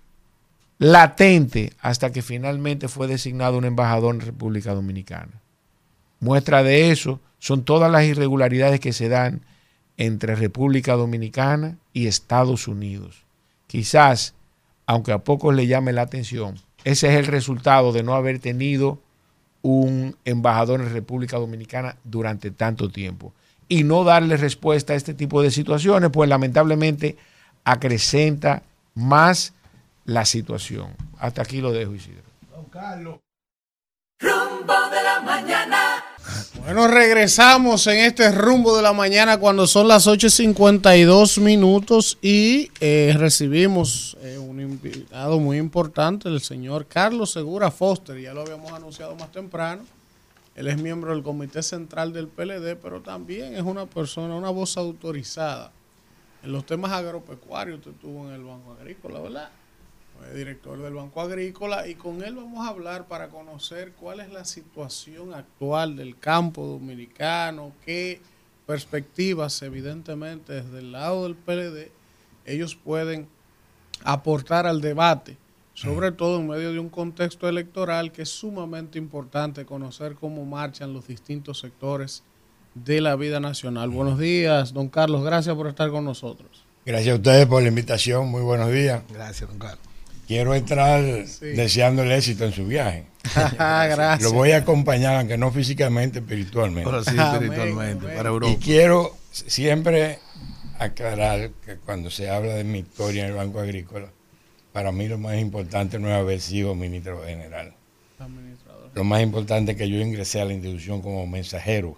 latente hasta que finalmente fue designado un embajador en República Dominicana. Muestra de eso son todas las irregularidades que se dan entre República Dominicana y Estados Unidos. Quizás, aunque a pocos le llame la atención, ese es el resultado de no haber tenido un embajador en República Dominicana durante tanto tiempo. Y no darle respuesta a este tipo de situaciones, pues lamentablemente acrecenta más la situación. Hasta aquí lo dejo, Isidro. Don Carlos. Rumbo de la mañana. Bueno, regresamos en este rumbo de la mañana cuando son las ocho y cincuenta y dos minutos y eh, recibimos eh, un invitado muy importante, el señor Carlos Segura Foster. Ya lo habíamos anunciado más temprano. Él es miembro del Comité Central del P L D, pero también es una persona, una voz autorizada en los temas agropecuarios. Usted estuvo en el Banco Agrícola, ¿verdad? Fue director del Banco Agrícola y con él vamos a hablar para conocer cuál es la situación actual del campo dominicano, qué perspectivas, evidentemente, desde el lado del P L D, ellos pueden aportar al debate, sobre todo en medio de un contexto electoral que es sumamente importante conocer cómo marchan los distintos sectores de la vida nacional. Buenos días, don Carlos, gracias por estar con nosotros. Gracias a ustedes por la invitación, muy buenos días. Gracias, don Carlos. Quiero entrar Sí. deseándole éxito en su viaje. Gracias. Lo voy a acompañar, aunque no físicamente, espiritualmente. Pero sí, espiritualmente, Amén, para amén. Europa. Y quiero siempre aclarar que cuando se habla de mi historia en el Banco Agrícola, para mí lo más importante no es haber sido ministro general. Administrador lo más importante es que yo ingresé a la institución como mensajero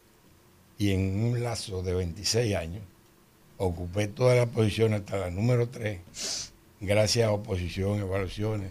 y en un lazo de veintiséis años ocupé todas las posiciones hasta la número tres, gracias a oposición, evaluaciones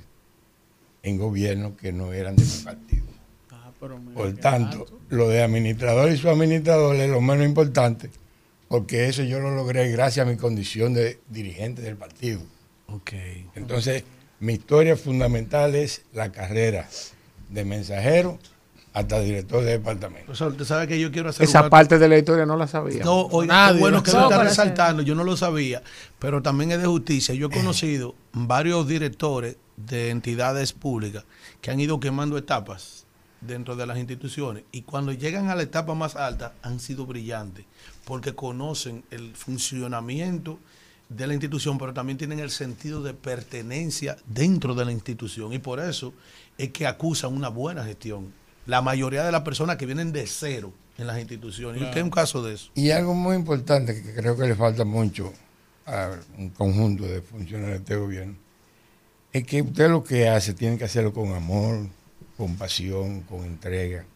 en gobierno que no eran de mi partido. Ah, pero mira, Por qué tanto, alto. lo de administrador y su administrador es lo menos importante, porque eso yo lo logré gracias a mi condición de dirigente del partido. Okay. Entonces, mi historia fundamental es la carrera de mensajero hasta director de departamento. Profesor, usted sabe que yo quiero hacer Esa un- parte de la historia no la sabía. No, oiga, Nadie qué bueno lo que lo sabe. está resaltando, yo no lo sabía, pero también es de justicia. Yo he conocido varios directores de entidades públicas que han ido quemando etapas dentro de las instituciones y cuando llegan a la etapa más alta han sido brillantes porque conocen el funcionamiento de la institución, pero también tienen el sentido de pertenencia dentro de la institución y por eso es que acusan una buena gestión. La mayoría de las personas que vienen de cero en las instituciones. Y usted es un caso de eso. Y algo muy importante que creo que le falta mucho a un conjunto de funcionarios de este gobierno, es que usted lo que hace tiene que hacerlo con amor, con pasión, con entrega.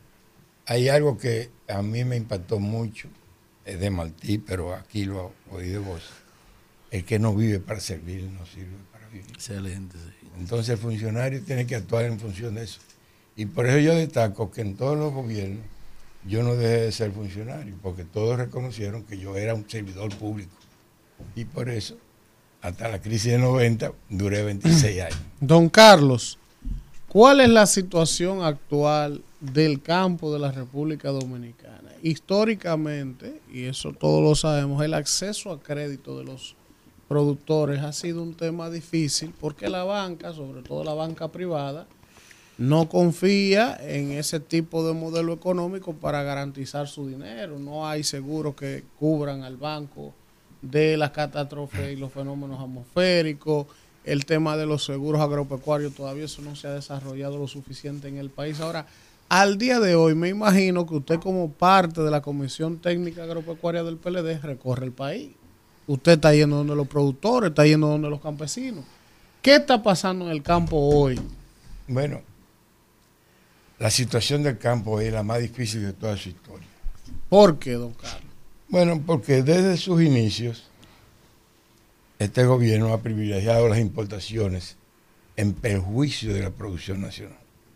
Hay algo que a mí me impactó mucho, es de Martí, pero aquí lo oí de vos. El que no vive para servir, no sirve para vivir. Excelente, sí. Entonces el funcionario tiene que actuar en función de eso. Y por eso yo destaco que en todos los gobiernos yo no dejé de ser funcionario, porque todos reconocieron que yo era un servidor público. Y por eso, hasta la crisis de noventa, duré veintiséis años. Don Carlos, ¿cuál es la situación actual del campo de la República Dominicana? Históricamente, y eso todos lo sabemos, el acceso a crédito de los productores ha sido un tema difícil porque la banca, sobre todo la banca privada, no confía en ese tipo de modelo económico para garantizar su dinero. No hay seguros que cubran al banco de las catástrofes y los fenómenos atmosféricos. El tema de los seguros agropecuarios, todavía eso no se ha desarrollado lo suficiente en el país. Ahora, al día de hoy, me imagino que usted como parte de la Comisión Técnica Agropecuaria del P L D recorre el país. Usted está yendo donde los productores, está yendo donde los campesinos. ¿Qué está pasando en el campo hoy? Bueno, la situación del campo es la más difícil de toda su historia. ¿Por qué, don Carlos? Bueno, porque desde sus inicios, este gobierno ha privilegiado las importaciones en perjuicio de la producción nacional.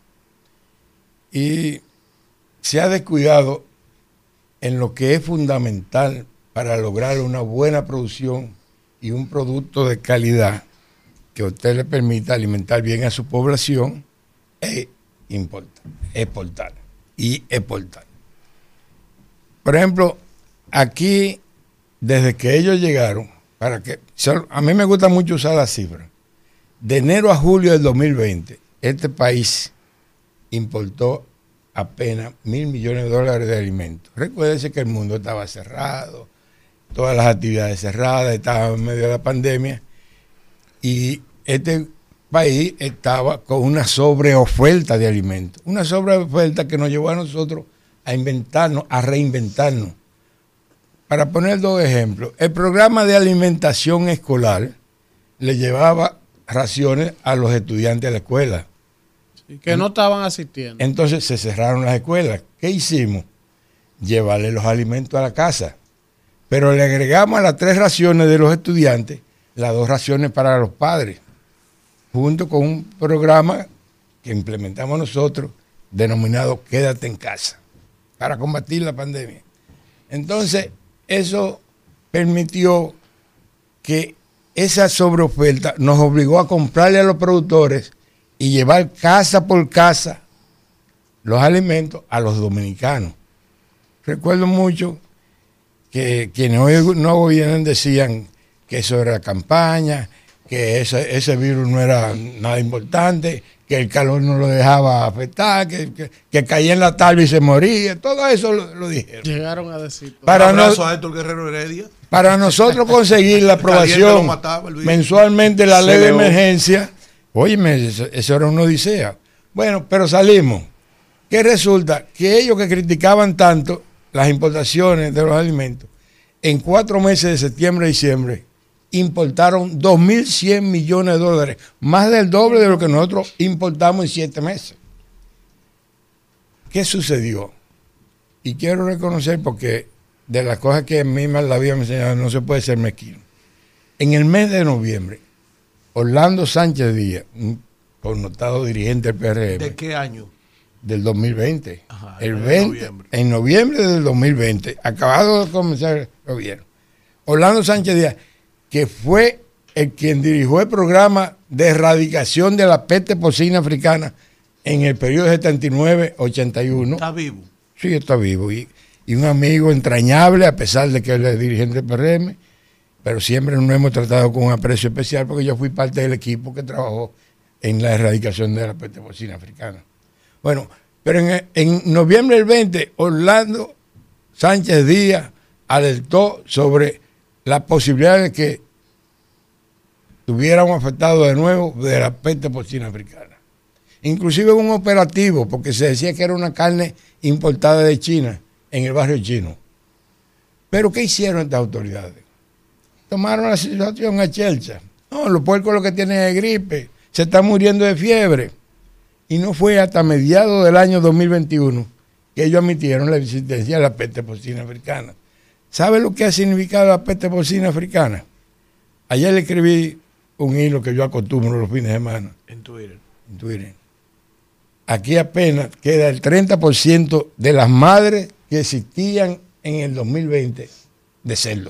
Y se ha descuidado en lo que es fundamental para lograr una buena producción y un producto de calidad que a usted le permita alimentar bien a su población e importar, exportar y exportar. Por ejemplo, aquí, desde que ellos llegaron, para que a mí me gusta mucho usar la cifra, de enero a julio del dos mil veinte, este país importó apenas mil millones de dólares de alimentos. Recuérdense que el mundo estaba cerrado, todas las actividades cerradas, estaba en medio de la pandemia y este país estaba con una sobreoferta de alimentos, una sobreoferta que nos llevó a nosotros a inventarnos, a reinventarnos. Para poner dos ejemplos, el programa de alimentación escolar le llevaba raciones a los estudiantes de la escuela. Sí, que no estaban asistiendo. Entonces se cerraron las escuelas. ¿Qué hicimos? Llevarle los alimentos a la casa. Pero le agregamos a las tres raciones de los estudiantes las dos raciones para los padres, junto con un programa que implementamos nosotros denominado Quédate en casa, para combatir la pandemia. Entonces, eso permitió que esa sobreoferta nos obligó a comprarle a los productores y llevar casa por casa los alimentos a los dominicanos. Recuerdo mucho que quienes hoy no gobiernan decían que eso era campaña, que ese, ese virus no era nada importante, que el calor no lo dejaba afectar, que, que, que caía en la tarde y se moría, todo eso lo, lo dijeron. Llegaron a decir. Para Un abrazo no, a Héctor Guerrero Heredia. Para nosotros conseguir la aprobación mensualmente la ley de emergencia, óyeme, eso, eso era una odisea. Bueno, pero salimos. ¿Qué resulta? Que ellos que criticaban tanto las importaciones de los alimentos, en cuatro meses de septiembre a diciembre, importaron dos mil cien millones de dólares, más del doble de lo que nosotros importamos en siete meses. ¿qué sucedió? Y quiero reconocer porque de las cosas que a mí me la había enseñado no se puede ser mezquino. En el mes de noviembre, Orlando Sánchez Díaz, un connotado dirigente del P R M. ¿De qué año? Del dos mil veinte. Ajá, el en veinte, noviembre. en noviembre del dos mil veinte, acabado de comenzar el gobierno. Orlando Sánchez Díaz, que fue el quien dirigió el programa de erradicación de la peste porcina africana en el periodo setenta y nueve ochenta y uno. ¿Está vivo? Sí, está vivo. Y, y un amigo entrañable, a pesar de que él es dirigente del P R M, pero siempre nos hemos tratado con un aprecio especial porque yo fui parte del equipo que trabajó en la erradicación de la peste porcina africana. Bueno, pero en, en noviembre del veinte, Orlando Sánchez Díaz alertó sobre la posibilidad de que estuviéramos afectados de nuevo de la peste porcina africana. Inclusive un operativo, porque se decía que era una carne importada de China, en el barrio chino. Pero ¿qué hicieron estas autoridades? Tomaron la situación a chelcha. No, los puercos lo que tienen es gripe, se están muriendo de fiebre. Y no fue hasta mediados del año dos mil veintiuno que ellos admitieron la existencia de la peste porcina africana. ¿Sabe lo que ha significado la peste porcina africana? Ayer le escribí un hilo que yo acostumbro los fines de semana. En Twitter. En Twitter. Aquí apenas queda el treinta por ciento de las madres que existían en el dos mil veinte de cerdo.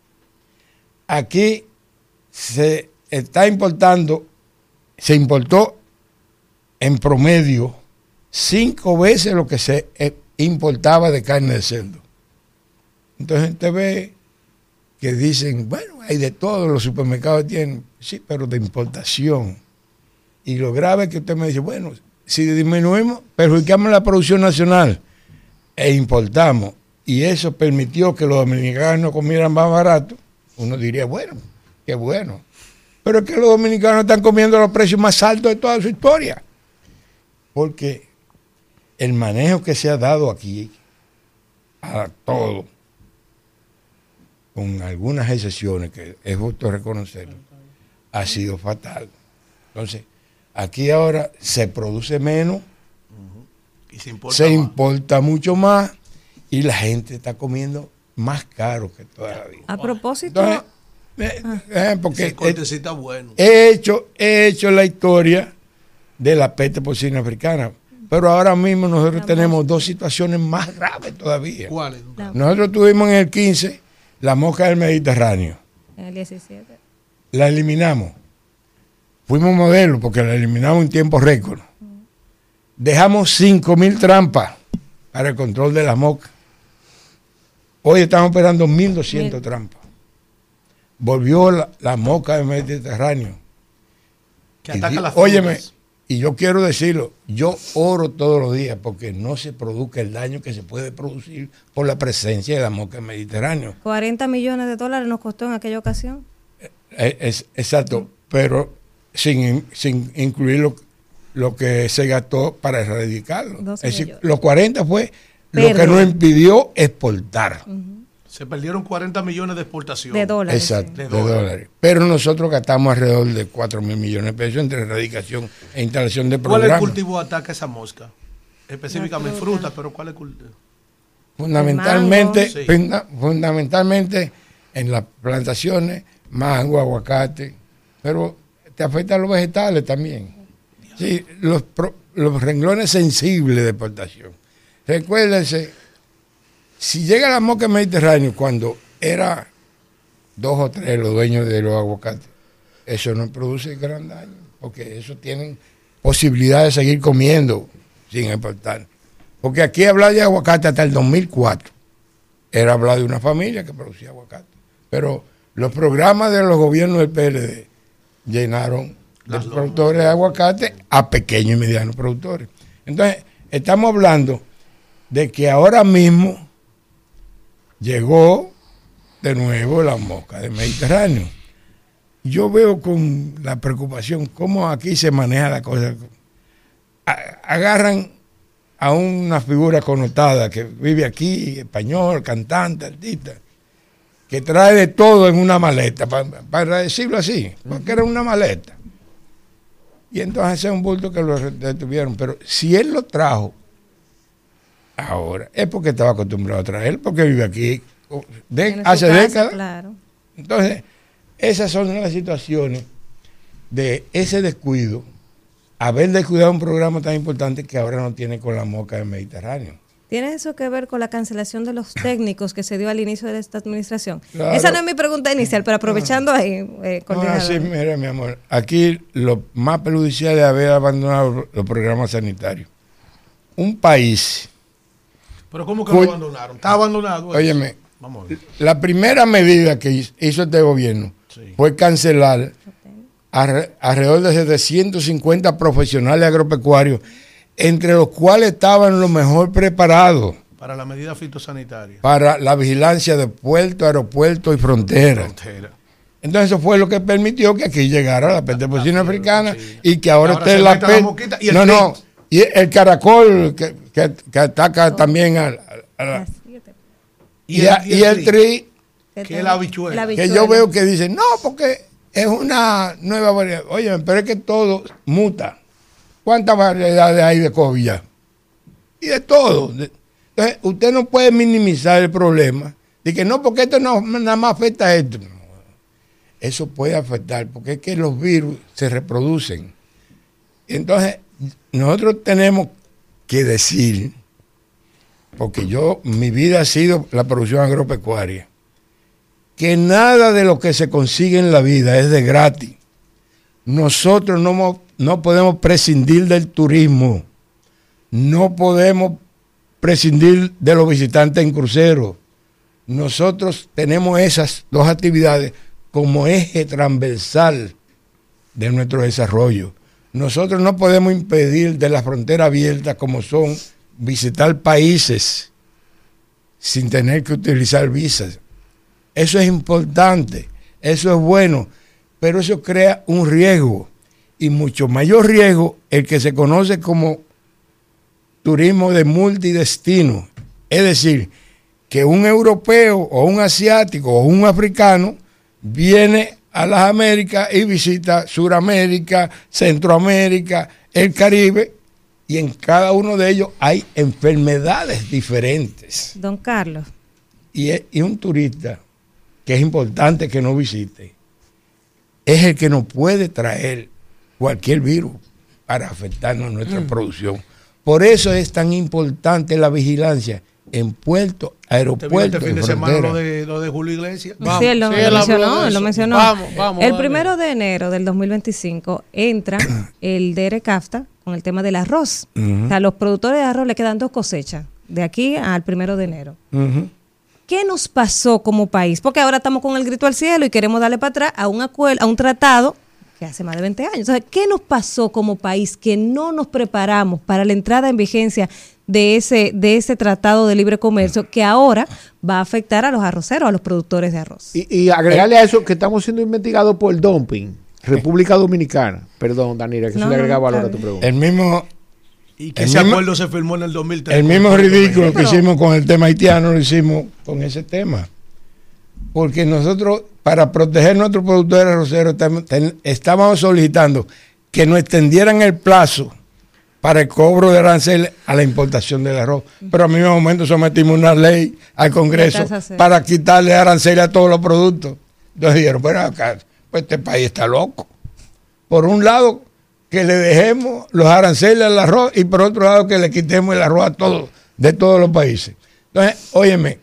Aquí se está importando, se importó en promedio cinco veces lo que se importaba de carne de cerdo. Entonces usted ve que dicen, bueno, hay de todo, los supermercados tienen, sí, pero de importación. Y lo grave es que usted me dice, bueno, si disminuimos, perjudicamos la producción nacional e importamos, y eso permitió que los dominicanos comieran más barato, uno diría, bueno, qué bueno. Pero es que los dominicanos están comiendo los precios más altos de toda su historia. Porque el manejo que se ha dado aquí a todo, con algunas excepciones que es justo reconocerlo, ha sido fatal. Entonces, aquí ahora se produce menos, y se importa, se más. importa mucho más y la gente está comiendo más caro que toda la vida. A propósito, Entonces, eh, eh, porque Ese cortecita bueno. he hecho, he hecho la historia de la peste porcina africana, pero ahora mismo nosotros tenemos dos situaciones más graves todavía. ¿Cuáles? Nosotros tuvimos en el quince la mosca del Mediterráneo, en el diecisiete. la eliminamos, fuimos modelos porque la eliminamos en tiempo récord. Dejamos cinco mil trampas para el control de las moscas. Hoy estamos operando mil doscientas trampas. Volvió la, la mosca del Mediterráneo. Que Y ataca di- las óyeme, frutas. y yo quiero decirlo, yo oro todos los días porque no se produzca el daño que se puede producir por la presencia de la mosca del Mediterráneo. cuarenta millones de dólares nos costó en aquella ocasión. Es, es- exacto, pero sin, sin incluir lo, lo que se gastó para erradicarlo. doce Es decir, millones. los cuarenta fue lo que Perdón. nos impidió exportar. Se perdieron cuarenta millones de exportación. De dólares. Exacto, De de dólares. dólares. Pero nosotros gastamos alrededor de cuatro mil millones de pesos entre erradicación e instalación de ¿Cuál es el programas. cultivo ataca esa mosca? Específicamente La fruta. fruta, pero ¿cuál es el cultivo? Fundamentalmente, El mango. funda- fundamentalmente en las plantaciones, mango, aguacate, pero te afecta a los vegetales también. Sí, los, pro- los renglones sensibles de exportación. Recuérdense, si llega la mosca mediterránea cuando era dos o tres los dueños de los aguacates, eso no produce gran daño, porque eso tienen posibilidad de seguir comiendo sin exportar. Porque aquí hablar de aguacate hasta el dos mil cuatro era hablar de una familia que producía aguacate. Pero los programas de los gobiernos del P L D llenaron de productores de aguacate a pequeños y medianos productores. Entonces, estamos hablando de que ahora mismo llegó de nuevo la mosca del Mediterráneo. Yo veo con la preocupación cómo aquí se maneja la cosa. A- agarran a una figura connotada que vive aquí, español, cantante, artista, que trae de todo en una maleta, pa- para decirlo así, porque era una maleta. Y entonces es un bulto que lo detuvieron. Pero si él lo trajo ahora es porque estaba acostumbrado a traer, porque vive aquí de, Tiene su hace casa, décadas. claro. Entonces, esas son las situaciones de ese descuido, haber descuidado un programa tan importante que ahora no tiene con la Moca del Mediterráneo. ¿Tiene eso que ver con la cancelación de los técnicos que se dio al inicio de esta administración? Claro. Esa no es mi pregunta inicial, pero aprovechando ahí, eh, Ah, coordinador. sí, mira, mi amor, aquí lo más perjudicial es haber abandonado los programas sanitarios. Un país... Pero ¿cómo que Cu- lo abandonaron? Está abandonado. eso. Óyeme, Vamos a ver. la primera medida que hizo, hizo este gobierno fue cancelar arre- alrededor de setecientos cincuenta profesionales agropecuarios, entre los cuales estaban los mejor preparados Para la medida fitosanitaria. para la vigilancia de puertos, aeropuertos y fronteras. Frontera. Entonces eso fue lo que permitió que aquí llegara la peste porcina africana y que ahora, Ahora esté se la meta la peste. mosquita y el No, no. tic. Y el caracol que, que- que ataca también al, a la- y, Y el- a- y y el el tri, Que es la habichuela. La que habichuela. yo veo que dicen, no, porque es una nueva variedad. Oye, pero es que todo muta. ¿Cuántas variedades hay de COVID ya? Y de todo. De- Entonces, usted no puede minimizar el problema de que no, porque esto no nada más afecta a esto. No, eso puede afectar, porque es que los virus se reproducen. Entonces, nosotros tenemos que decir, porque yo, mi vida ha sido la producción agropecuaria, que nada de lo que se consigue en la vida es de gratis. Nosotros no, mo- no podemos prescindir del turismo, no podemos prescindir de los visitantes en crucero. Nosotros tenemos esas dos actividades como eje transversal de nuestro desarrollo. Nosotros no podemos impedir de la frontera abierta como son visitar países sin tener que utilizar visas. Eso es importante, eso es bueno, pero eso crea un riesgo y mucho mayor riesgo el que se conoce como turismo de multidestino. Es decir, que un europeo o un asiático o un africano viene a las Américas y visita Suramérica, Centroamérica, el Caribe, y en cada uno de ellos hay enfermedades diferentes. Don Carlos. Y, es- y un turista que es importante que no visite es el que nos puede traer cualquier virus para afectarnos en nuestra Mm. producción. Por eso es tan importante la vigilancia en puertos, ¿Te vio aeropuertos este fin y de semana fronteras. lo de, lo de Julio Iglesias? Sí, él lo, sí, lo él habló mencionó, de él lo eso. mencionó. Vamos, vamos, el dale. primero de enero del dos mil veinticinco entra el D R CAFTA con el tema del arroz. Ujú. O sea, a los productores de arroz le quedan dos cosechas de aquí al primero de enero. Ujú. ¿Qué nos pasó como país? Porque ahora estamos con el grito al cielo y queremos darle para atrás a un acuerdo, a un tratado que hace más de veinte años. Entonces, ¿qué nos pasó como país que no nos preparamos para la entrada en vigencia de ese, de ese tratado de libre comercio que ahora va a afectar a los arroceros, a los productores de arroz? Y, y agregarle a eso que estamos siendo investigados por dumping. República Dominicana. Perdón, Danira, que No, se le agrega no, valor está a tu bien. pregunta. El mismo, Y que El ese mismo- acuerdo se firmó en el dos mil tres. el con mismo Puerto ridículo Rico. que hicimos con el tema haitiano lo hicimos con ese tema. Porque nosotros, para proteger nuestros productores arroceros, tam- ten- estábamos solicitando que nos extendieran el plazo para el cobro de arancel a la importación del arroz. Pero a mismo momento sometimos una ley al Congreso De tasa cero. para quitarle arancel a todos los productos. Entonces dijeron, bueno, acá, pues este país está loco. Por un lado, que le dejemos los aranceles al arroz y por otro lado, que le quitemos el arroz a todos, de todos los países. Entonces, óyeme,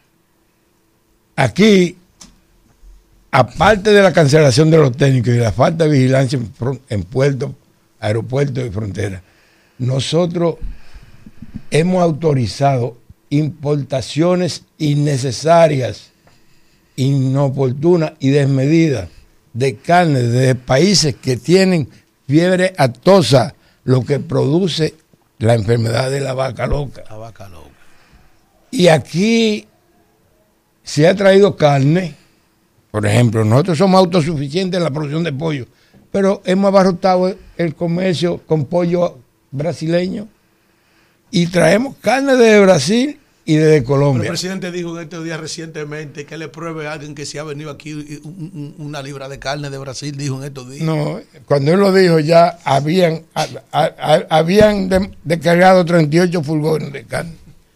aquí, aparte de la cancelación de los técnicos y la falta de vigilancia en, fron- en puertos, aeropuertos y fronteras, nosotros hemos autorizado importaciones innecesarias, inoportunas y desmedidas de carne de países que tienen fiebre aftosa, lo que produce la enfermedad de la vaca loca. La vaca loca. Y aquí se ha traído carne. Por ejemplo, nosotros somos autosuficientes en la producción de pollo, pero hemos abarrotado el comercio con pollo brasileño y traemos carne de Brasil y de Pero el Colombia. presidente dijo en estos días recientemente que le pruebe a alguien que se ha venido aquí un- un- una libra de carne de Brasil, dijo en estos días. No, cuando él lo dijo ya habían, a- a- a- habían de- descargado treinta y ocho furgones de carne.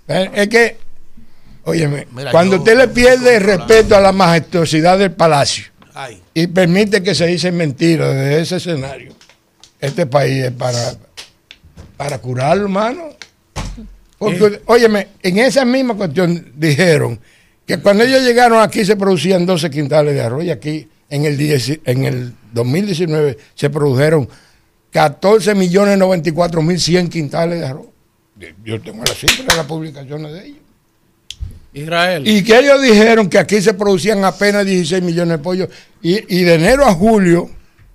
Es que, óyeme, Mira, cuando yo- usted le pierde el respeto a la majestuosidad del palacio Ay. y permite que se dicen mentiras desde ese escenario, este país es para, para curarlo, hermano. Porque, óyeme, en esa misma cuestión dijeron que cuando ellos llegaron aquí se producían doce quintales de arroz y aquí en el, diez, en el dos mil diecinueve se produjeron catorce millones noventa y cuatro mil cien quintales de arroz. Yo tengo la cifra de las publicaciones de ellos. Israel. Y que ellos dijeron que aquí se producían apenas dieciséis millones de pollos. Y, y de enero a julio,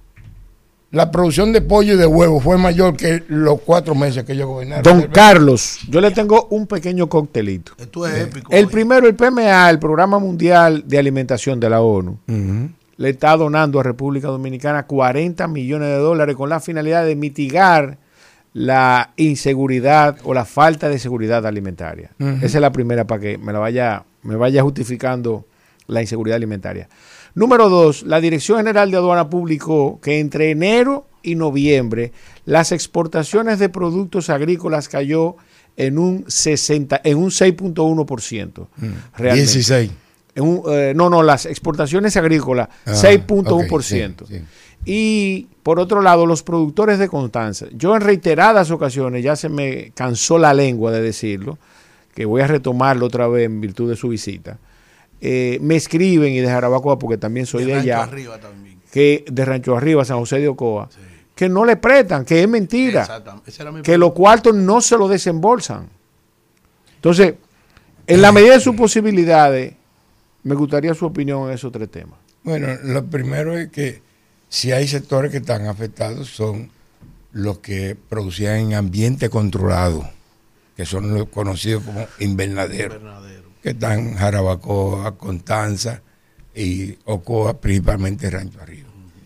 la producción de pollo y de huevo fue mayor que los cuatro meses que ellos gobernaron. Don Carlos, yo le tengo un pequeño coctelito. Esto es épico. El primero, el P M A, el Programa Mundial de Alimentación de la ONU, Uh-huh. le está donando a República Dominicana cuarenta millones de dólares con la finalidad de mitigar la inseguridad o la falta de seguridad alimentaria. Ujú. Esa es la primera para que me la vaya, me vaya justificando la inseguridad alimentaria. Número dos, la Dirección General de Aduana publicó que entre enero y noviembre las exportaciones de productos agrícolas cayó en un sesenta, en un seis punto uno por ciento. Realmente. dieciséis. En un, eh, no, no, las exportaciones agrícolas, Ah, seis punto uno por ok, ciento. sí, sí. Y por otro lado, los productores de Constanza. Yo en reiteradas ocasiones, ya se me cansó la lengua de decirlo, que voy a retomarlo otra vez en virtud de su visita. Eh, me escriben y de Jarabacoa, porque también soy de, De allá, Rancho Arriba también. que de Rancho Arriba, San José de Ocoa, que no le prestan, que es mentira, Exactamente. Ese era mi que los cuartos no se lo desembolsan. Entonces, en la medida de sus posibilidades, me gustaría su opinión en esos tres temas. Bueno, lo primero es que si hay sectores que están afectados son los que producían en ambiente controlado, que son los conocidos como invernaderos, que están Jarabacoa, Constanza y Ocoa, principalmente Rancho Arriba.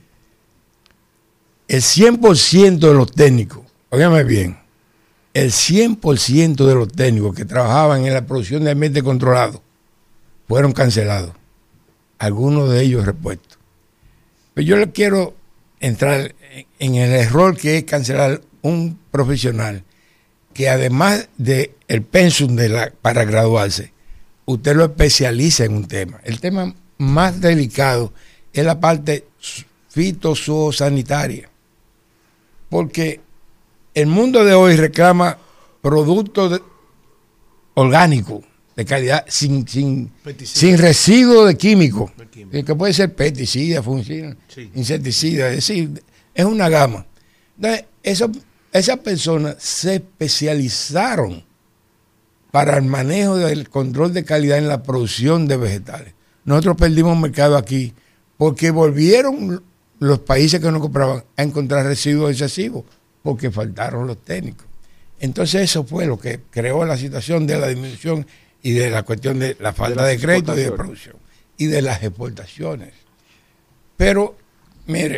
El cien por ciento de los técnicos, óigame bien, el cien por ciento de los técnicos que trabajaban en la producción de ambiente controlado fueron cancelados. Algunos de ellos repuestos. Pero yo le quiero entrar en el error que es cancelar un profesional que además del pensum de la, para graduarse, usted lo especializa en un tema. El tema más delicado es la parte fitosanitaria. Porque el mundo de hoy reclama productos de- orgánicos de calidad sin, sin, sin residuos de químicos, que puede ser pesticida, fungicida, Sí. insecticida, es decir, es una gama. Entonces, eso, esas personas se especializaron para el manejo del control de calidad en la producción de vegetales. Nosotros perdimos mercado aquí porque volvieron los países que nos compraban a encontrar residuos excesivos porque faltaron los técnicos. Entonces eso fue lo que creó la situación de la disminución y de la cuestión de la falta de, las crédito y de exportaciones. producción y de las exportaciones. Pero, mire,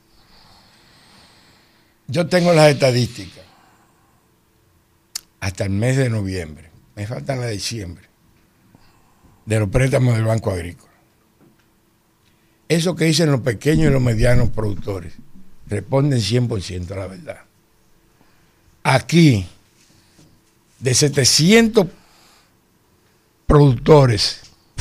yo tengo las estadísticas hasta el mes de noviembre, me faltan las de diciembre, de los préstamos del Banco Agrícola. Eso que dicen los pequeños y los medianos productores responden cien por ciento a la verdad. Aquí, de setecientos productores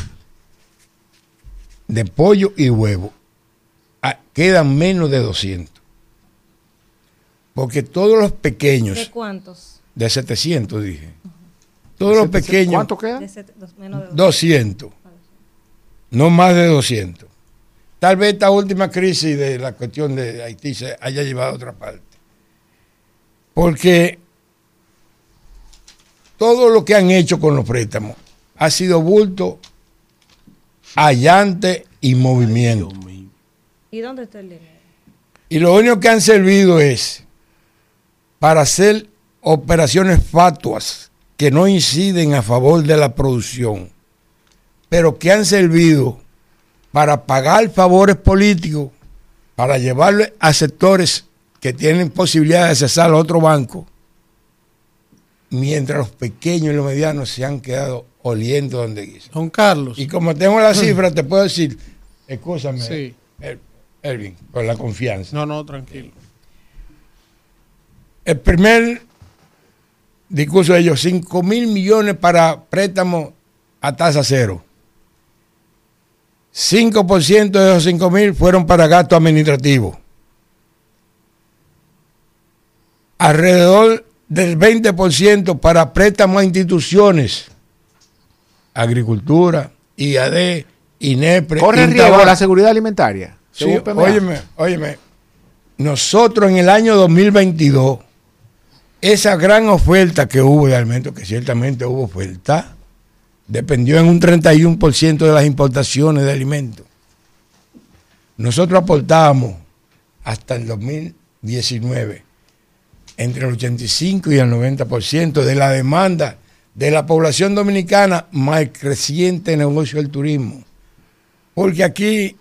de pollo y huevo, ah, quedan menos de doscientos. Porque todos los pequeños, ¿De cuántos? de setecientos dije, todos los pequeños, ¿Cuánto queda? De set- dos- menos de dos. doscientos, no más de doscientos. Tal vez esta última crisis de la cuestión de Haití se haya llevado a otra parte. Porque todo lo que han hecho con los préstamos ha sido bulto, allante y movimiento. ¿Y dónde está el dinero? Y lo único que han servido es para hacer operaciones fatuas que no inciden a favor de la producción, pero que han servido para pagar favores políticos, para llevarle a sectores que tienen posibilidad de accesar a otro banco, mientras los pequeños y los medianos se han quedado oliendo donde guisa. Don Carlos. Y como tengo la cifra, te puedo decir, escúchame, Sí. El- Elvin, con la confianza. No, no, tranquilo. El primer discurso de ellos, cinco mil millones para préstamos a tasa cero. cinco por ciento de esos cinco mil fueron para gasto administrativo. Alrededor del veinte por ciento para préstamos a instituciones, agricultura, I A D, INEPRE. ¿Corre riesgo la seguridad alimentaria? Sí, óyeme, óyeme. Nosotros en el año dos mil veintidós, esa gran oferta que hubo de alimentos, que ciertamente hubo oferta, dependió en un treinta y uno por ciento de las importaciones de alimentos. Nosotros aportábamos hasta el dos mil diecinueve entre el ochenta y cinco y el noventa por ciento de la demanda de la población dominicana más el creciente negocio del turismo. Porque aquí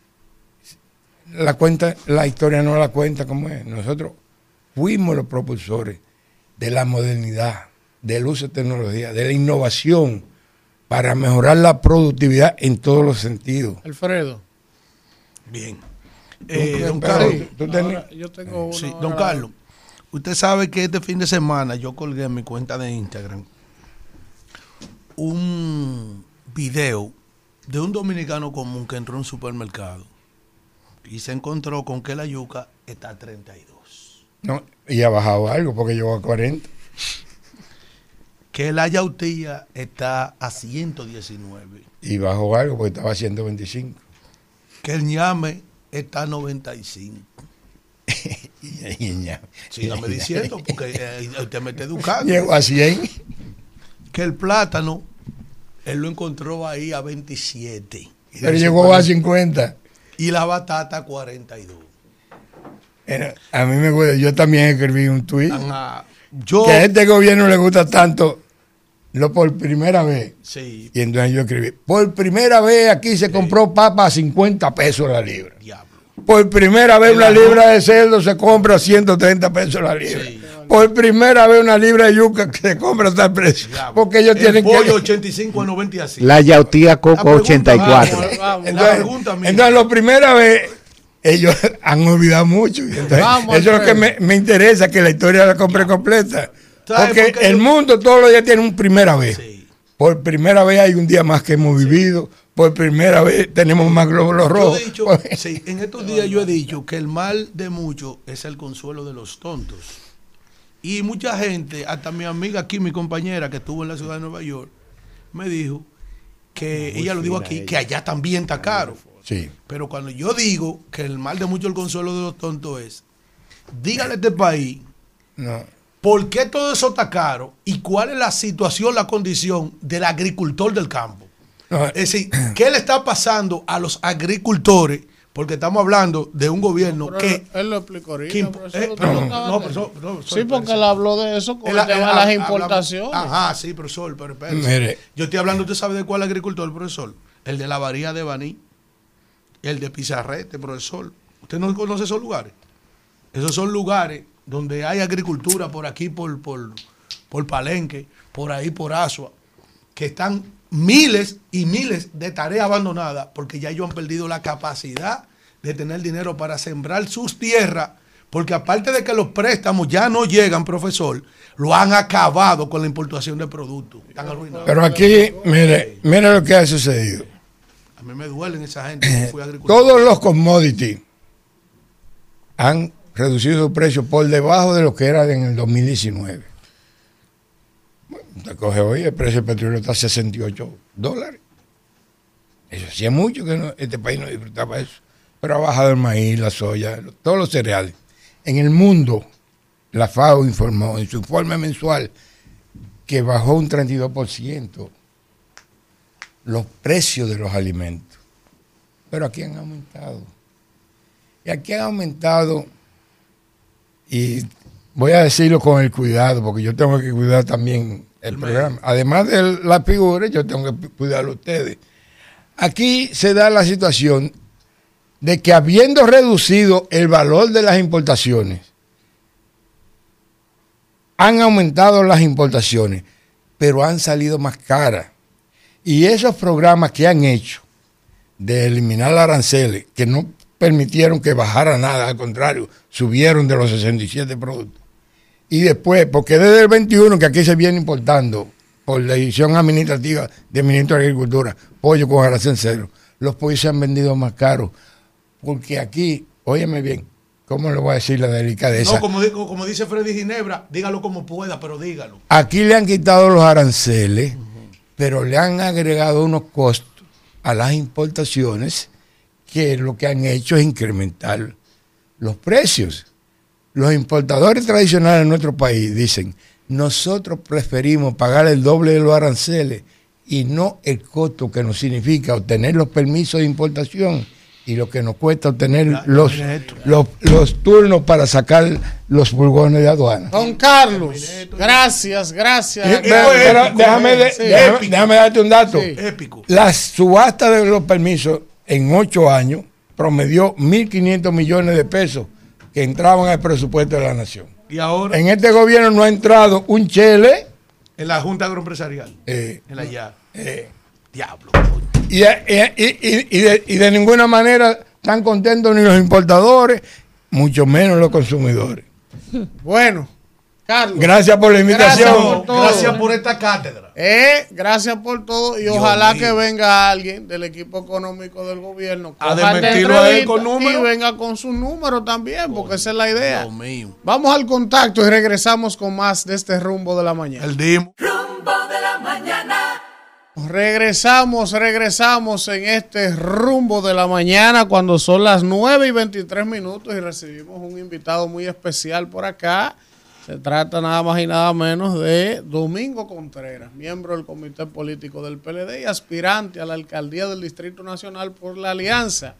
la cuenta, la historia no la cuenta como es. Nosotros fuimos los propulsores de la modernidad, del uso de tecnología, de la innovación para mejorar la productividad en todos los sentidos. Alfredo. Bien. Eh, don Carlos, ¿tú ahora, yo tengo uno sí, ahora. don Carlos, usted sabe que este fin de semana yo colgué en mi cuenta de Instagram un video de un dominicano común que entró a un supermercado y se encontró con que la yuca está a treinta y dos. No, y ha bajado algo porque llegó a cuarenta. Que la yautía está a ciento diecinueve. Y bajó algo porque estaba a ciento veinticinco. Que el ñame está a noventa y cinco. Sígame diciendo, porque eh, usted me está educando. Llegó a cien. Que el plátano, él lo encontró ahí a veintisiete. Pero llegó a cincuenta. Y la batata a cuarenta y dos. Era, a mí me gusta, yo también escribí un tuit. Yo, que a este gobierno le gusta tanto lo por primera vez. Sí. Y entonces yo escribí, por primera vez aquí se compró papa a cincuenta pesos la libra. Diablo. Por primera vez una libra de cerdo se compra a ciento treinta pesos la libra. Sí. Por primera vez una libra de yuca que se compra a tal precio. Diablo. Porque ellos el tienen pollo que... ochenta y cinco a noventa y cinco. La yautía coco ochenta y cuatro. Vamos, vamos, entonces, pregunta, entonces la primera vez ellos han olvidado mucho. Entonces, vamos, eso es lo que me, me interesa, que la historia la compre completa. Porque por el yo... mundo todos los días tiene un primera vez. Sí. Por primera vez hay un día más que hemos vivido. Sí. Por primera vez tenemos más glóbulos rojos. Yo he dicho, sí, en estos días yo he dicho que el mal de muchos es el consuelo de los tontos. Y mucha gente, hasta mi amiga aquí, mi compañera que estuvo en la ciudad de Nueva York, me dijo que, muy ella lo dijo aquí, ella. que allá también está caro. Sí. Pero cuando yo digo que el mal de muchos el consuelo de los tontos es, dígale a este país, no. ¿por qué todo eso está caro? ¿Y cuál es la situación, la condición del agricultor del campo? No. Es decir, ¿qué le está pasando a los agricultores? Porque estamos hablando de un gobierno no, que... Él lo explicó ahorita. Que, profesor, eh, pero no, no, no, profesor, no, profesor, sí, porque él habló de eso con el, el tema de las importaciones. Ajá, sí, profesor, pero espérese. Yo estoy hablando, ¿usted sabe de cuál agricultor, profesor? El de la Bahía de Baní, el de Pizarrete, profesor. ¿Usted no conoce esos lugares? Esos son lugares donde hay agricultura por aquí, por, por, por Palenque, por ahí, por Asua, que están miles y miles de tareas abandonadas porque ya ellos han perdido la capacidad de tener dinero para sembrar sus tierras, porque aparte de que los préstamos ya no llegan, profesor, lo han acabado con la importación de productos. Están arruinados. Pero aquí, mire, mire lo que ha sucedido. A mí me duelen esa gente que fui agricultor. Todos los commodities han reducido su precio por debajo de lo que era en el dos mil diecinueve. Te coge hoy, el precio del petróleo está a sesenta y ocho dólares. Eso hacía mucho que no, este país no disfrutaba eso. Pero ha bajado el maíz, la soya, todos los cereales. En el mundo, la FAO informó en su informe mensual que bajó un treinta y dos por ciento los precios de los alimentos. Pero aquí han aumentado. Y aquí han aumentado, y voy a decirlo con el cuidado, porque yo tengo que cuidar también el, el programa. Medio. Además de las figuras, yo tengo que cuidarlo a ustedes. Aquí se da la situación de que habiendo reducido el valor de las importaciones, han aumentado las importaciones, pero han salido más caras. Y esos programas que han hecho de eliminar los aranceles, que no permitieron que bajara nada, al contrario, subieron de los sesenta y siete productos, Y después, porque desde el veintiuno que aquí se viene importando, por la decisión administrativa del ministro de Agricultura, pollo con arancel cero, los pollos se han vendido más caros. Porque aquí, óyeme bien, ¿cómo le voy a decir la delicadeza? No, como, di- como dice Freddy Ginebra, dígalo como pueda, pero dígalo. Aquí le han quitado los aranceles, pero le han agregado unos costos a las importaciones que lo que han hecho es incrementar los precios. Los importadores tradicionales de nuestro país dicen, nosotros preferimos pagar el doble de los aranceles y no el costo que nos significa obtener los permisos de importación y lo que nos cuesta obtener los, los, los turnos para sacar los furgones de aduana. Don Carlos, gracias, gracias. Eh, pero, pero déjame, de- Sí. déjame, déjame darte un dato. Sí. Épico. La subasta de los permisos en ocho años promedió mil quinientos millones de pesos que entraban al presupuesto de la nación. Y ahora, En este gobierno no ha entrado un chele en la Junta Agroempresarial, eh, en la ya. eh, Diablo. y, y- y- y de, y de ninguna manera están contentos ni los importadores, mucho menos los consumidores. Bueno, Carlos. Gracias por la invitación. Gracias por todo. Gracias por esta cátedra. Eh, gracias por todo y Dios ojalá mío. que venga alguien del equipo económico del gobierno A coja esta desmentirlo a él entrevista con números. y venga con sus números también, porque esa es la idea. Dios mío. Vamos al contacto y regresamos con más de este rumbo de la mañana. El Dimo. Rumbo de la mañana. Regresamos, regresamos en este rumbo de la mañana cuando son las nueve y veintitrés minutos y recibimos un invitado muy especial por acá. Se trata nada más y nada menos de Domingo Contreras, miembro del Comité Político del P L D y aspirante a la alcaldía del Distrito Nacional por la Alianza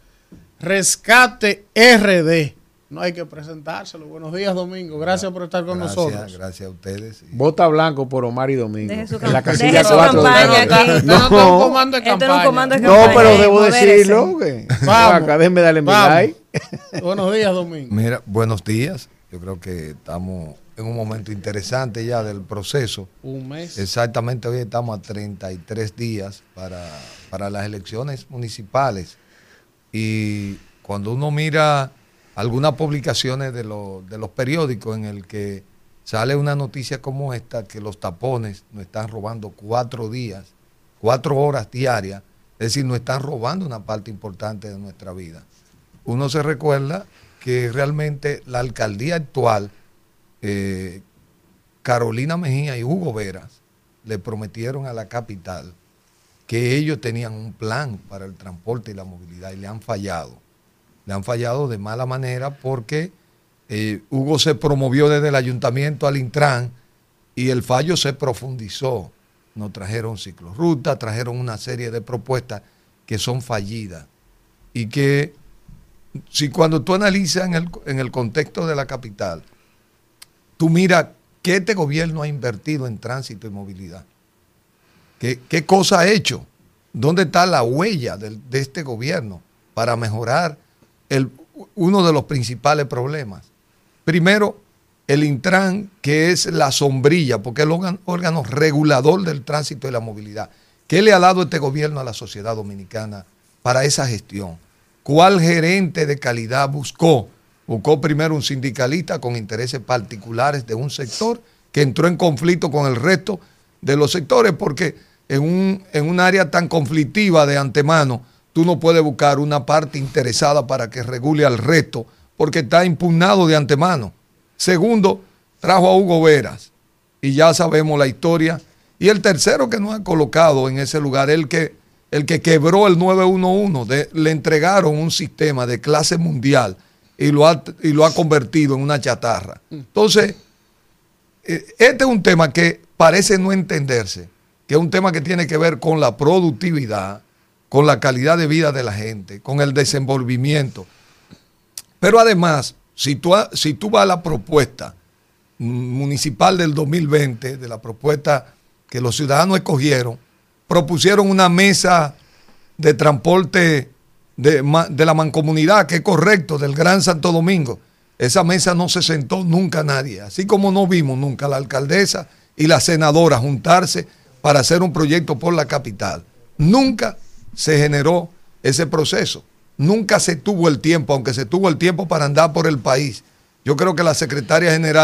Rescate R D. No hay que presentárselo. Buenos días, Domingo. Gracias por estar con Gracias, nosotros. gracias a ustedes. Y Vota blanco por Omar y Domingo. Deje su En la camp- casilla deje su cuatro de campaña la- aquí. Usted no está en un comando de Esto no es un campaña. comando de No, campaña. pero debo modérese. decirlo. Que, Vamos. acá déjenme darle mi Vamos. like. Buenos días, Domingo. mira, buenos días. Yo creo que estamos en un momento interesante ya del proceso. Un mes. Exactamente hoy estamos a treinta y tres días para, para las elecciones municipales. Y cuando uno mira algunas publicaciones de, los de los periódicos en el que sale una noticia como esta, que los tapones nos están robando cuatro días, cuatro horas diarias, es decir, nos están robando una parte importante de nuestra vida. Uno se recuerda que realmente la alcaldía actual, eh, Carolina Mejía y Hugo Veras, le prometieron a la capital que ellos tenían un plan para el transporte y la movilidad y le han fallado. Le han fallado de mala manera porque eh, Hugo se promovió desde el ayuntamiento al Intran y el fallo se profundizó. Nos trajeron ciclorruta, trajeron una serie de propuestas que son fallidas y que si cuando tú analizas en el, en el contexto de la capital, tú miras qué este gobierno ha invertido en tránsito y movilidad. ¿Qué, qué cosa ha hecho? ¿Dónde está la huella del- de este gobierno para mejorar el, uno de los principales problemas? Primero, el Intran, que es la sombrilla, porque es el órgano, órgano regulador del tránsito y la movilidad. ¿Qué le ha dado este gobierno a la sociedad dominicana para esa gestión? ¿Cuál gerente de calidad buscó? Buscó primero un sindicalista con intereses particulares de un sector que entró en conflicto con el resto de los sectores, porque en un, en un área tan conflictiva de antemano, tú no puedes buscar una parte interesada para que regule al resto, porque está impugnado de antemano. Segundo, trajo a Hugo Veras, y ya sabemos la historia. Y el tercero que nos ha colocado en ese lugar, el que, el que quebró el nueve uno uno, de, le entregaron un sistema de clase mundial y lo ha, y lo ha convertido en una chatarra. Entonces, eh, este es un tema que parece no entenderse, que es un tema que tiene que ver con la productividad, con la calidad de vida de la gente, con el desenvolvimiento. Pero además, si tú, si tú vas a la propuesta municipal del dos mil veinte, de la propuesta que los ciudadanos escogieron, propusieron una mesa de transporte de, de la mancomunidad, que es correcto, del Gran Santo Domingo. Esa mesa no se sentó nunca nadie, así como no vimos nunca a la alcaldesa y la senadora juntarse para hacer un proyecto por la capital. Nunca se generó ese proceso. Nunca se tuvo el tiempo, aunque se tuvo el tiempo para andar por el país. Yo creo que la secretaria general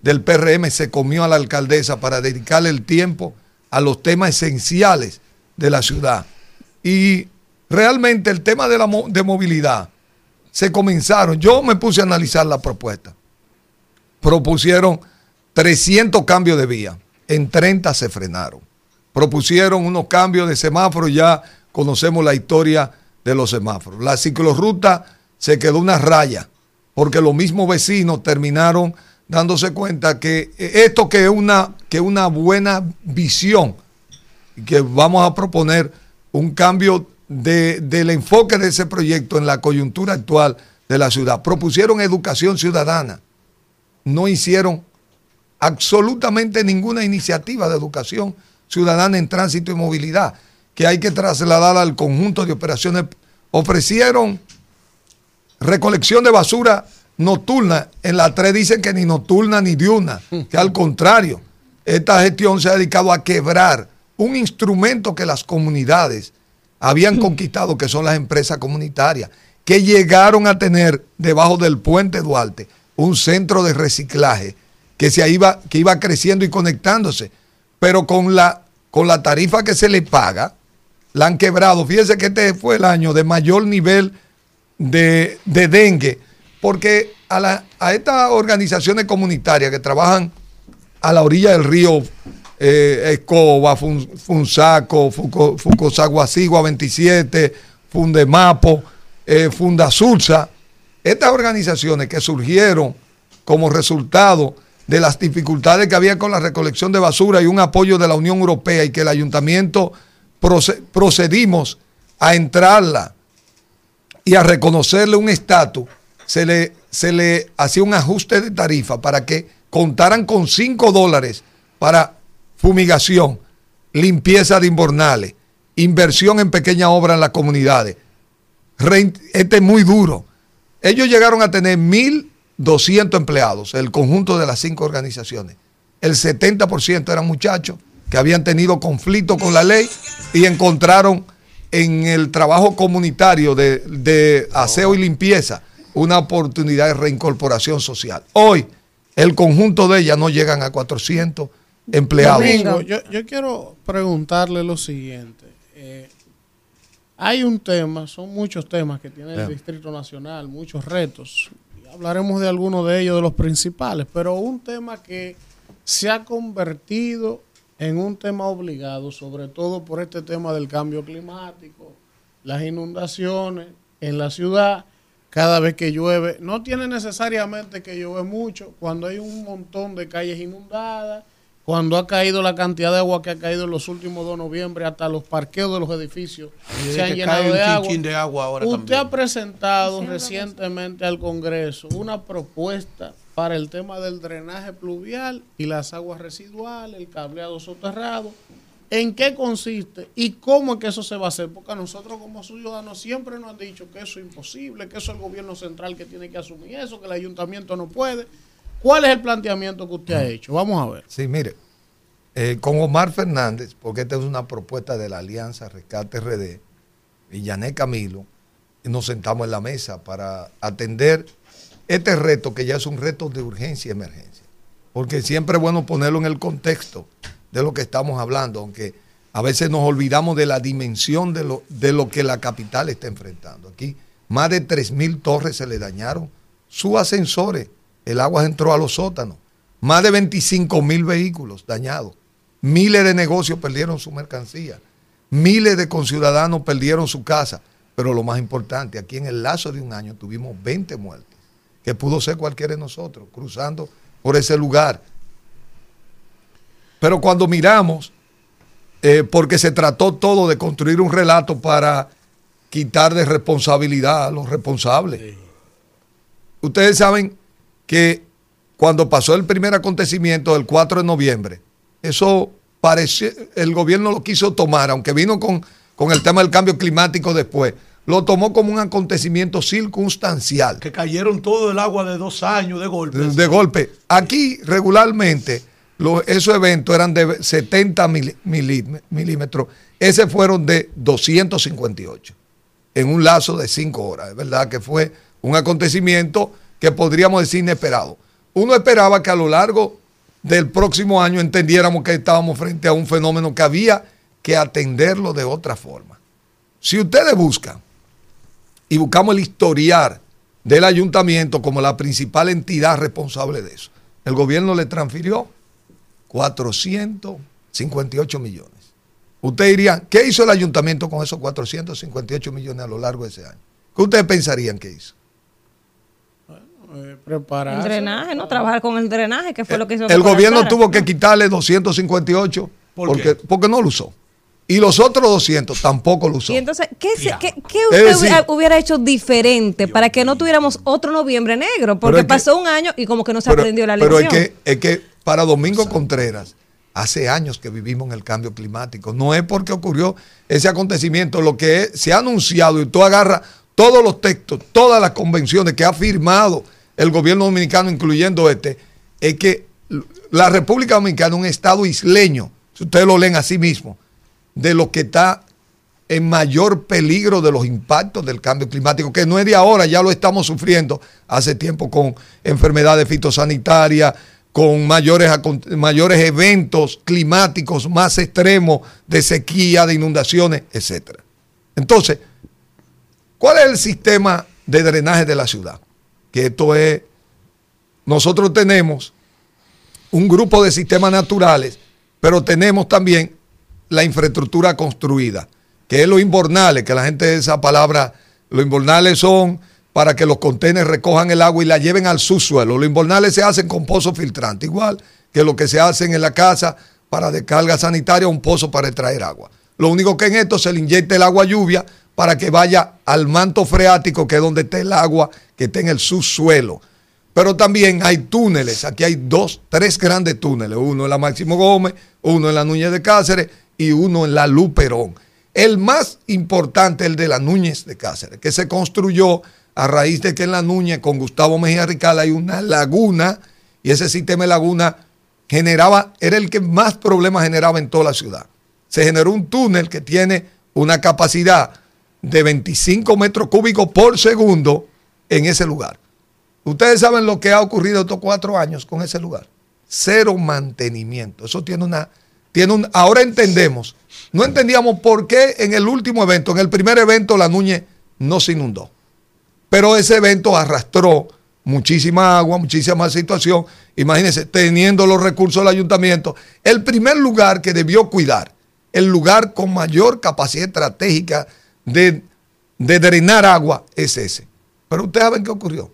del P R M se comió a la alcaldesa para dedicarle el tiempo a los temas esenciales de la ciudad. Y realmente el tema de la mo- de movilidad se comenzaron. Yo me puse a analizar la propuesta. Propusieron trescientos cambios de vía, en treinta se frenaron. Propusieron unos cambios de semáforos, ya conocemos la historia de los semáforos. La ciclorruta se quedó una raya, porque los mismos vecinos terminaron dándose cuenta que esto que es una, que es una buena visión, y que vamos a proponer un cambio de, del enfoque de ese proyecto en la coyuntura actual de la ciudad. Propusieron educación ciudadana, no hicieron absolutamente ninguna iniciativa de educación ciudadana en tránsito y movilidad, que hay que trasladar al conjunto de operaciones. Ofrecieron recolección de basura nocturna, en la tres dicen que ni nocturna ni diurna, que al contrario, esta gestión se ha dedicado a quebrar un instrumento que las comunidades habían conquistado, que son las empresas comunitarias, que llegaron a tener debajo del puente Duarte un centro de reciclaje que se iba, que iba creciendo y conectándose, pero con la, con la tarifa que se le paga, la han quebrado. Fíjense que este fue el año de mayor nivel de, de dengue, porque a, la, a estas organizaciones comunitarias que trabajan a la orilla del río, eh, Escoba, Fun, Funsaco, Fuco, Fucosaguasigua veintisiete, Fundemapo, eh, Fundasulsa, estas organizaciones que surgieron como resultado de las dificultades que había con la recolección de basura y un apoyo de la Unión Europea, y que el ayuntamiento procedimos a entrarla y a reconocerle un estatus, se le, se le hacía un ajuste de tarifa para que contaran con cinco dólares para fumigación, limpieza de invernales, inversión en pequeñas obras en las comunidades. Este es muy duro. Ellos llegaron a tener mil doscientos empleados, el conjunto de las cinco organizaciones. El setenta por ciento eran muchachos que habían tenido conflicto con la ley y encontraron en el trabajo comunitario de, de aseo y limpieza una oportunidad de reincorporación social. Hoy, el conjunto de ellas no llegan a cuatrocientos empleados. Domingo, yo, yo quiero preguntarle lo siguiente. Eh, hay un tema, son muchos temas que tiene el Yeah. Distrito Nacional, muchos retos. Hablaremos de algunos de ellos, de los principales, pero un tema que se ha convertido en un tema obligado, sobre todo por este tema del cambio climático, las inundaciones en la ciudad, cada vez que llueve. No tiene necesariamente que llover mucho, cuando hay un montón de calles inundadas, cuando ha caído la cantidad de agua que ha caído en los últimos dos de noviembre, hasta los parqueos de los edificios Y se han que llenado cae un de agua. chinchín de agua ahora Usted también. ha presentado recientemente al Congreso una propuesta para el tema del drenaje pluvial y las aguas residuales, el cableado soterrado. ¿En qué consiste y cómo es que eso se va a hacer? Porque a nosotros como ciudadanos siempre nos han dicho que eso es imposible, que eso es el gobierno central que tiene que asumir eso, que el ayuntamiento no puede. ¿Cuál es el planteamiento que usted ha hecho? Vamos a ver. Sí, mire, eh, con Omar Fernández, porque esta es una propuesta de la Alianza Rescate R D, y Yané Camilo, y nos sentamos en la mesa para atender este reto, que ya es un reto de urgencia y emergencia. Porque siempre es bueno ponerlo en el contexto de lo que estamos hablando, aunque a veces nos olvidamos de la dimensión de lo, de lo que la capital está enfrentando. Aquí más de tres mil torres se le dañaron sus ascensores, el agua entró a los sótanos, más de veinticinco mil vehículos dañados, miles de negocios perdieron su mercancía, miles de conciudadanos perdieron su casa, pero lo más importante, aquí en el lazo de un año tuvimos veinte muertes, que pudo ser cualquiera de nosotros, cruzando por ese lugar. Pero cuando miramos, eh, porque se trató todo de construir un relato para quitar de responsabilidad a los responsables. Sí. Ustedes saben que cuando pasó el primer acontecimiento del cuatro de noviembre, eso pareció, el gobierno lo quiso tomar, aunque vino con, con el tema del cambio climático después, lo tomó como un acontecimiento circunstancial. Que cayeron todo el agua de dos años de golpe. De, de golpe. Aquí regularmente los, esos eventos eran de setenta mil, milímetros, ese fueron de doscientos cincuenta y ocho en un lazo de cinco horas. Es verdad que fue un acontecimiento que podríamos decir inesperado. uno esperaba que a lo largo del próximo año entendiéramos que estábamos frente a un fenómeno que había que atenderlo de otra forma. Si ustedes buscan y buscamos el historial del ayuntamiento como la principal entidad responsable de eso, el gobierno le transfirió cuatrocientos cincuenta y ocho millones. Usted diría, ¿qué hizo el ayuntamiento con esos cuatrocientos cincuenta y ocho millones a lo largo de ese año? ¿Qué ustedes pensarían que hizo? Eh, prepararse. El drenaje, ¿no? Trabajar con el drenaje, que fue lo que hizo. El gobierno tuvo que quitarle doscientos cincuenta y ocho ¿Por porque, qué? porque no lo usó. Y los otros doscientos tampoco lo usó. Y entonces, ¿qué, se- qué, qué Es usted decir- hubiera- hubiera hecho diferente para que no tuviéramos otro noviembre negro? Porque es que- pasó un año y como que no se Pero, aprendió la pero lección. es que, es que para Domingo Contreras, hace años que vivimos en el cambio climático. No es porque ocurrió ese acontecimiento. Lo que es- se ha anunciado, y tú agarras todos los textos, todas las convenciones que ha firmado el gobierno dominicano, incluyendo este, es que la República Dominicana es un estado isleño, si ustedes lo leen así mismo, de lo que está en mayor peligro de los impactos del cambio climático, que no es de ahora, ya lo estamos sufriendo hace tiempo con enfermedades fitosanitarias, con mayores, acon- mayores eventos climáticos más extremos de sequía, de inundaciones, etcétera. Entonces, ¿cuál es el sistema de drenaje de la ciudad? Que esto es, nosotros tenemos un grupo de sistemas naturales, pero tenemos también la infraestructura construida, que es los invernales, que la gente esa palabra, los invernales son para que los contenedores recojan el agua y la lleven al subsuelo. Los invernales se hacen con pozos filtrantes, igual que lo que se hacen en la casa para descarga sanitaria, un pozo para extraer agua. Lo único que en esto se le inyecta el agua lluvia para que vaya al manto freático, que es donde está el agua que está en el subsuelo. Pero también hay túneles, aquí hay dos, tres grandes túneles, uno en la Máximo Gómez, uno en la Núñez de Cáceres y uno en la Luperón. El más importante, el de la Núñez de Cáceres, que se construyó a raíz de que en la Núñez, con Gustavo Mejía Rical, hay una laguna, y ese sistema de laguna generaba, era el que más problemas generaba en toda la ciudad. Se generó un túnel que tiene una capacidad de veinticinco metros cúbicos por segundo en ese lugar. Ustedes saben lo que ha ocurrido estos cuatro años con ese lugar. Cero mantenimiento. Eso tiene una, tiene un, ahora entendemos. No entendíamos por qué en el último evento, en el primer evento, la Núñez no se inundó. Pero ese evento arrastró muchísima agua, muchísima situación. Imagínense, teniendo los recursos del ayuntamiento, el primer lugar que debió cuidar, el lugar con mayor capacidad estratégica de, de drenar agua es ese. Pero ustedes saben qué ocurrió.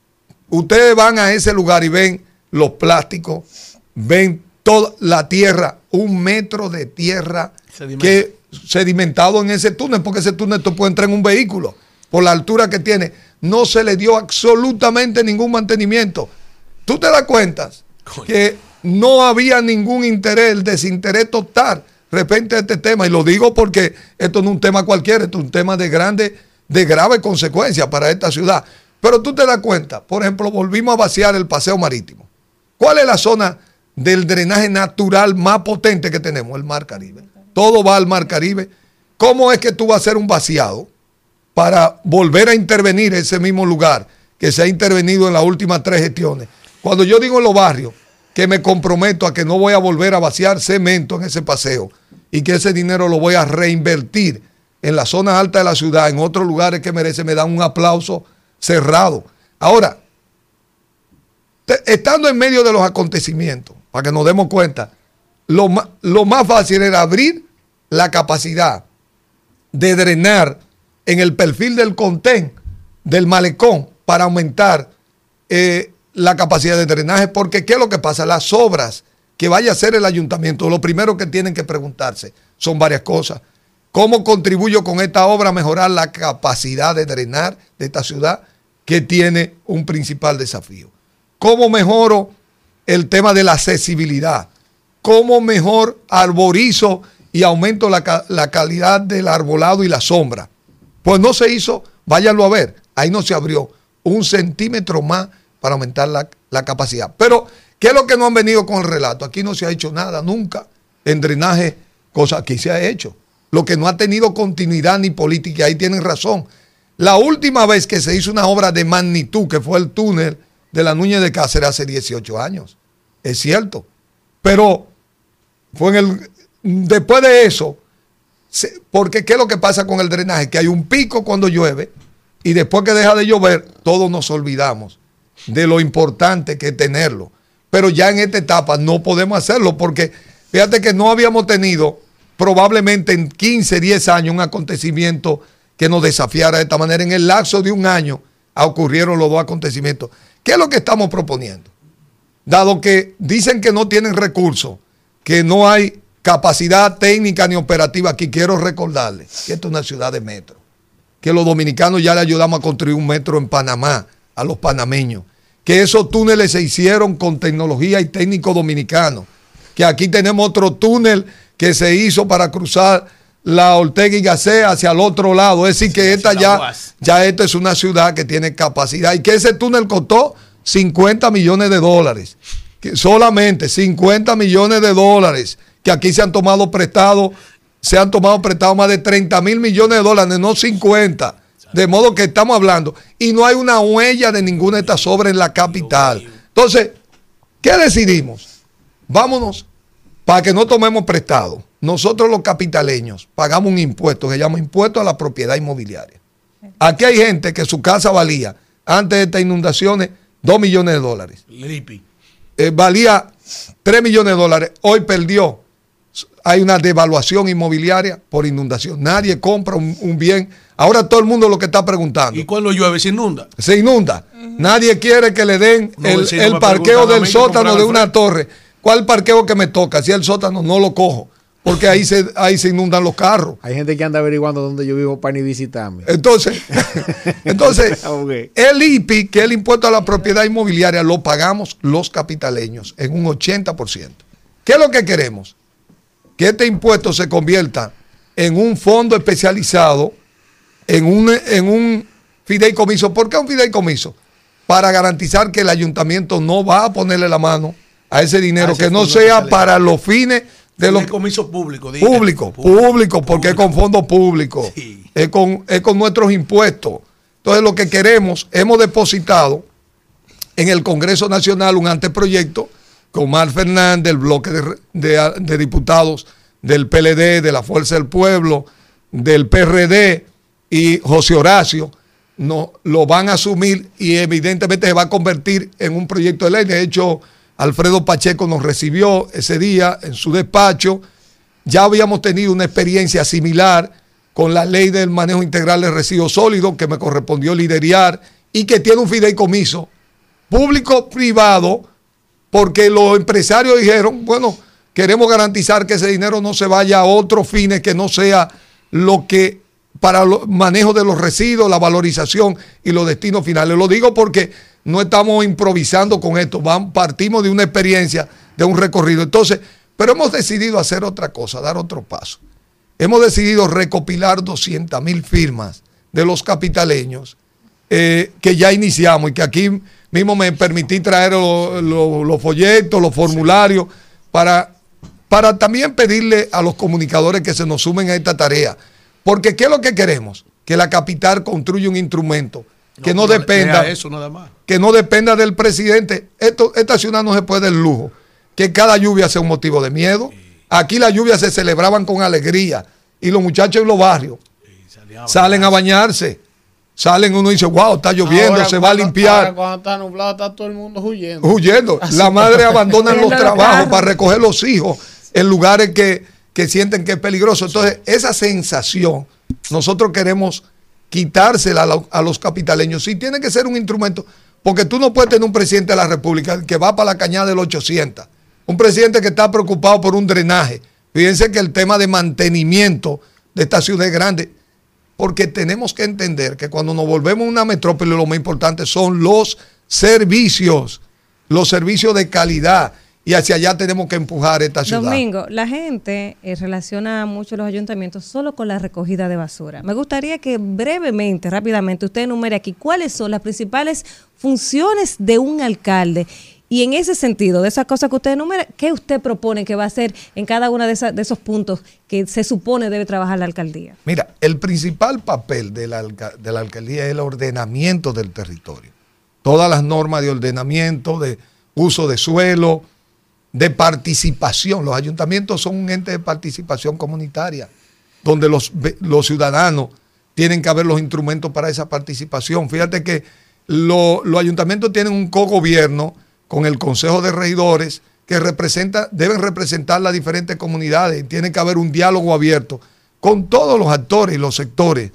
Ustedes van a ese lugar y ven los plásticos, ven toda la tierra, un metro de tierra que sedimentado en ese túnel, porque ese túnel tú puedes entrar en un vehículo por la altura que tiene. No se le dio absolutamente ningún mantenimiento. Tú te das cuenta que no había ningún interés, el desinterés total respecto a este tema. Y lo digo porque esto no es un tema cualquiera, esto es un tema de grande, de grave consecuencia para esta ciudad. Pero tú te das cuenta, por ejemplo, volvimos a vaciar el paseo marítimo. ¿Cuál es la zona del drenaje natural más potente que tenemos? El Mar Caribe. Todo va al Mar Caribe. ¿Cómo es que tú vas a hacer un vaciado para volver a intervenir ese mismo lugar que se ha intervenido en las últimas tres gestiones? Cuando yo digo en los barrios que me comprometo a que no voy a volver a vaciar cemento en ese paseo y que ese dinero lo voy a reinvertir en las zonas altas de la ciudad, en otros lugares que merece, me dan un aplauso cerrado. Ahora, te, estando en medio de los acontecimientos, para que nos demos cuenta, lo, ma, lo más fácil era abrir la capacidad de drenar en el perfil del contén, del malecón, para aumentar eh, la capacidad de drenaje, porque ¿qué es lo que pasa? Las obras que vaya a hacer el ayuntamiento, lo primero que tienen que preguntarse son varias cosas. ¿Cómo contribuyo con esta obra a mejorar la capacidad de drenar de esta ciudad, que tiene un principal desafío? ¿Cómo mejoro el tema de la accesibilidad? ¿Cómo mejor arborizo y aumento la, la calidad del arbolado y la sombra? Pues no se hizo, váyanlo a ver, ahí no se abrió un centímetro más para aumentar la, la capacidad. Pero, ¿qué es lo que no han venido con el relato? Aquí no se ha hecho nada nunca en drenaje, cosa aquí se ha hecho. Lo que no ha tenido continuidad ni política, ahí tienen razón. La última vez que se hizo una obra de magnitud, que fue el túnel de la Núñez de Cáceres hace dieciocho años. Es cierto. Pero fue en el, después de eso, se, porque ¿qué es lo que pasa con el drenaje? Que hay un pico cuando llueve y después que deja de llover, todos nos olvidamos de lo importante que es tenerlo. Pero ya en esta etapa no podemos hacerlo porque fíjate que no habíamos tenido probablemente en quince, diez años un acontecimiento que nos desafiara de esta manera. En el lapso de un año ocurrieron los dos acontecimientos. ¿Qué es lo que estamos proponiendo? Dado que dicen que no tienen recursos, que no hay capacidad técnica ni operativa, aquí quiero recordarles que esto es una ciudad de metro, que los dominicanos ya le ayudamos a construir un metro en Panamá a los panameños, que esos túneles se hicieron con tecnología y técnico dominicano, que aquí tenemos otro túnel que se hizo para cruzar la Ortega y Gasset hacia el otro lado. Es decir, que esta ya, ya esta es una ciudad que tiene capacidad y que ese túnel costó cincuenta millones de dólares. Que solamente cincuenta millones de dólares, que aquí se han tomado prestado, se han tomado prestado más de treinta mil millones de dólares, no cincuenta. De modo que estamos hablando. Y no hay una huella de ninguna de estas obras en la capital. Entonces, ¿qué decidimos? Vámonos para que no tomemos prestado. Nosotros los capitaleños pagamos un impuesto que se llama impuesto a la propiedad inmobiliaria. Aquí hay gente que su casa valía, antes de estas inundaciones, dos millones de dólares. Eh, valía tres millones de dólares. Hoy perdió. Hay una devaluación inmobiliaria por inundación. Nadie compra un, un bien. Ahora todo el mundo lo que está preguntando. ¿Y cuando llueve se inunda? Se inunda. Uh-huh. Nadie quiere que le den no, el, el parqueo del sótano de una torre. ¿Cuál parqueo que me toca? Si el sótano no lo cojo. Porque ahí se, ahí se inundan los carros. Hay gente que anda averiguando dónde yo vivo para ni visitarme. Entonces, entonces okay. El I P I, que es el impuesto a la propiedad inmobiliaria, lo pagamos los capitaleños en un ochenta por ciento. ¿Qué es lo que queremos? Que este impuesto se convierta en un fondo especializado, en un, en un fideicomiso. ¿Por qué un fideicomiso? Para garantizar que el ayuntamiento no va a ponerle la mano a ese dinero, que no sea para los fines de los fideicomisos públicos. Público, público, porque es con fondos públicos, sí. es, con, es con nuestros impuestos. Entonces lo que queremos, hemos depositado en el Congreso Nacional un anteproyecto con Mar Fernández, el bloque de, de, de diputados del P L D, de la Fuerza del Pueblo, del P R D y José Horacio, no, lo van a asumir y evidentemente se va a convertir en un proyecto de ley. De hecho, Alfredo Pacheco nos recibió ese día en su despacho. Ya habíamos tenido una experiencia similar con la ley del manejo integral de residuos sólidos que me correspondió liderar y que tiene un fideicomiso público-privado, porque los empresarios dijeron, bueno, queremos garantizar que ese dinero no se vaya a otros fines que no sea lo que para el manejo de los residuos, la valorización y los destinos finales. Lo digo porque no estamos improvisando con esto, vamos, partimos de una experiencia, de un recorrido. Entonces, pero hemos decidido hacer otra cosa, dar otro paso. Hemos decidido recopilar doscientas mil firmas de los capitaleños eh, que ya iniciamos y que aquí mismo me permití traer los lo, lo folletos, los formularios, para, para también pedirle a los comunicadores que se nos sumen a esta tarea. Porque ¿qué es lo que queremos? Que la capital construya un instrumento que no, no dependa eso nada más. que no dependa del presidente. Esto, esta ciudad no se puede dar el lujo que cada lluvia sea un motivo de miedo. Aquí las lluvias se celebraban con alegría y los muchachos en los barrios salen a bañarse. Salen, uno dice, wow, está lloviendo, ahora, se va a limpiar. Ahora, cuando está nublado, está todo el mundo huyendo. Huyendo. Así la madre abandona los trabajos para recoger los hijos en lugares que, que sienten que es peligroso. Entonces, esa sensación, nosotros queremos quitársela a, la, a los capitaleños. Sí, tiene que ser un instrumento, porque tú no puedes tener un presidente de la República que va para la cañada del ochocientos. Un presidente que está preocupado por un drenaje. Fíjense que el tema de mantenimiento de esta ciudad es grande. Porque tenemos que entender que cuando nos volvemos una metrópoli, lo más importante son los servicios, los servicios de calidad. Y hacia allá tenemos que empujar esta ciudad. Domingo, la gente eh, relaciona mucho los ayuntamientos solo con la recogida de basura. Me gustaría que brevemente, rápidamente, usted enumere aquí cuáles son las principales funciones de un alcalde. Y en ese sentido, de esas cosas que usted enumera, ¿qué usted propone que va a hacer en cada uno de, de esos puntos que se supone debe trabajar la alcaldía? Mira, el principal papel de la, de la alcaldía es el ordenamiento del territorio. todas las normas de ordenamiento, de uso de suelo, de participación. Los ayuntamientos son un ente de participación comunitaria, donde los, los ciudadanos tienen que haber los instrumentos para esa participación. Fíjate que lo, los ayuntamientos tienen un cogobierno con el Consejo de Regidores que representa, deben representar las diferentes comunidades. Tiene que haber un diálogo abierto con todos los actores y los sectores.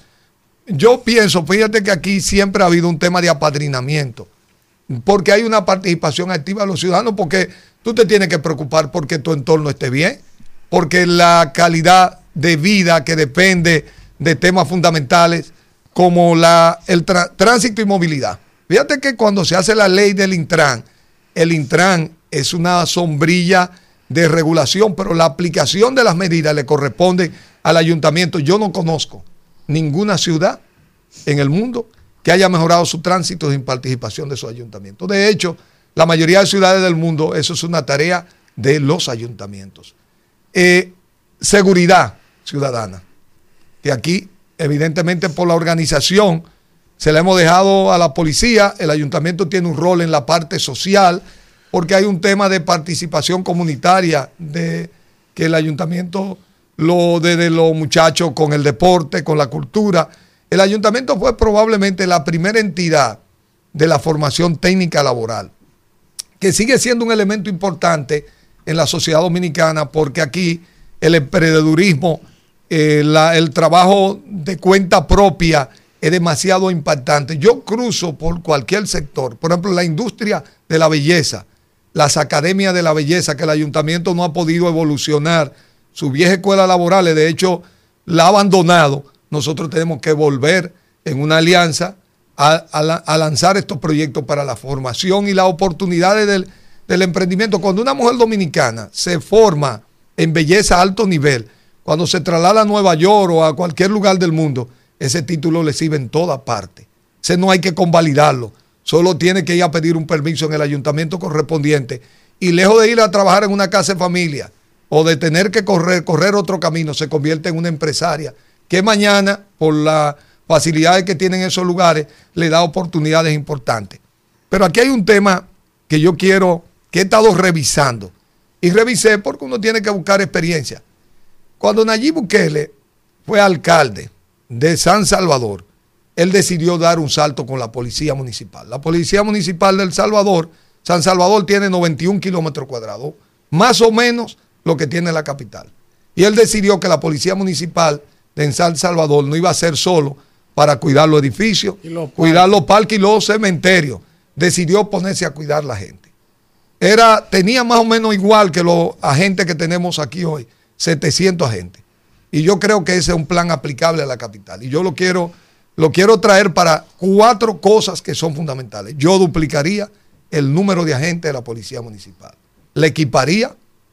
Yo pienso, fíjate que aquí siempre ha habido un tema de apadrinamiento, porque hay una participación activa de los ciudadanos, porque tú te tienes que preocupar porque tu entorno esté bien, porque la calidad de vida que depende de temas fundamentales como la, el tránsito y movilidad. Fíjate que cuando se hace la ley del Intran, el Intran es una sombrilla de regulación, pero la aplicación de las medidas le corresponde al ayuntamiento. Yo no conozco ninguna ciudad en el mundo que haya mejorado su tránsito sin participación de su ayuntamiento. De hecho, la mayoría de ciudades del mundo, eso es una tarea de los ayuntamientos. Eh, seguridad ciudadana, que aquí, evidentemente, por la organización, se la hemos dejado a la policía. El ayuntamiento tiene un rol en la parte social, porque hay un tema de participación comunitaria, de que el ayuntamiento, lo de, de los muchachos con el deporte, con la cultura. El ayuntamiento fue probablemente la primera entidad de la formación técnica laboral, que sigue siendo un elemento importante en la sociedad dominicana, porque aquí el emprendedurismo, eh, la, el trabajo de cuenta propia es demasiado impactante. Yo cruzo por cualquier sector, por ejemplo, la industria de la belleza, las academias de la belleza, que el ayuntamiento no ha podido evolucionar su vieja escuela laboral, de hecho la ha abandonado. Nosotros tenemos que volver en una alianza a, a, a lanzar estos proyectos para la formación y las oportunidades del, del emprendimiento. Cuando una mujer dominicana se forma en belleza a alto nivel, cuando se traslada a Nueva York o a cualquier lugar del mundo, ese título le sirve en toda parte. Ese no hay que convalidarlo, solo tiene que ir a pedir un permiso en el ayuntamiento correspondiente, y lejos de ir a trabajar en una casa de familia o de tener que correr, correr otro camino, se convierte en una empresaria que mañana, por las facilidades que tienen esos lugares, le da oportunidades importantes. Pero aquí hay un tema que yo quiero, que he estado revisando, y revisé porque uno tiene que buscar experiencia. Cuando Nayib Bukele fue alcalde de San Salvador, él decidió dar un salto con la policía municipal. La policía municipal del Salvador, San Salvador tiene noventa y un kilómetros cuadrados, más o menos lo que tiene la capital. Y él decidió que la policía municipal de San Salvador no iba a ser solo para cuidar los edificios, los cuidar los parques y los cementerios. Decidió ponerse a cuidar la gente. Era, tenía más o menos igual que los agentes que tenemos aquí hoy, setecientos agentes. Y yo creo que ese es un plan aplicable a la capital. Y yo lo quiero, lo quiero traer para cuatro cosas que son fundamentales. Yo duplicaría el número de agentes de la policía municipal. La equiparía,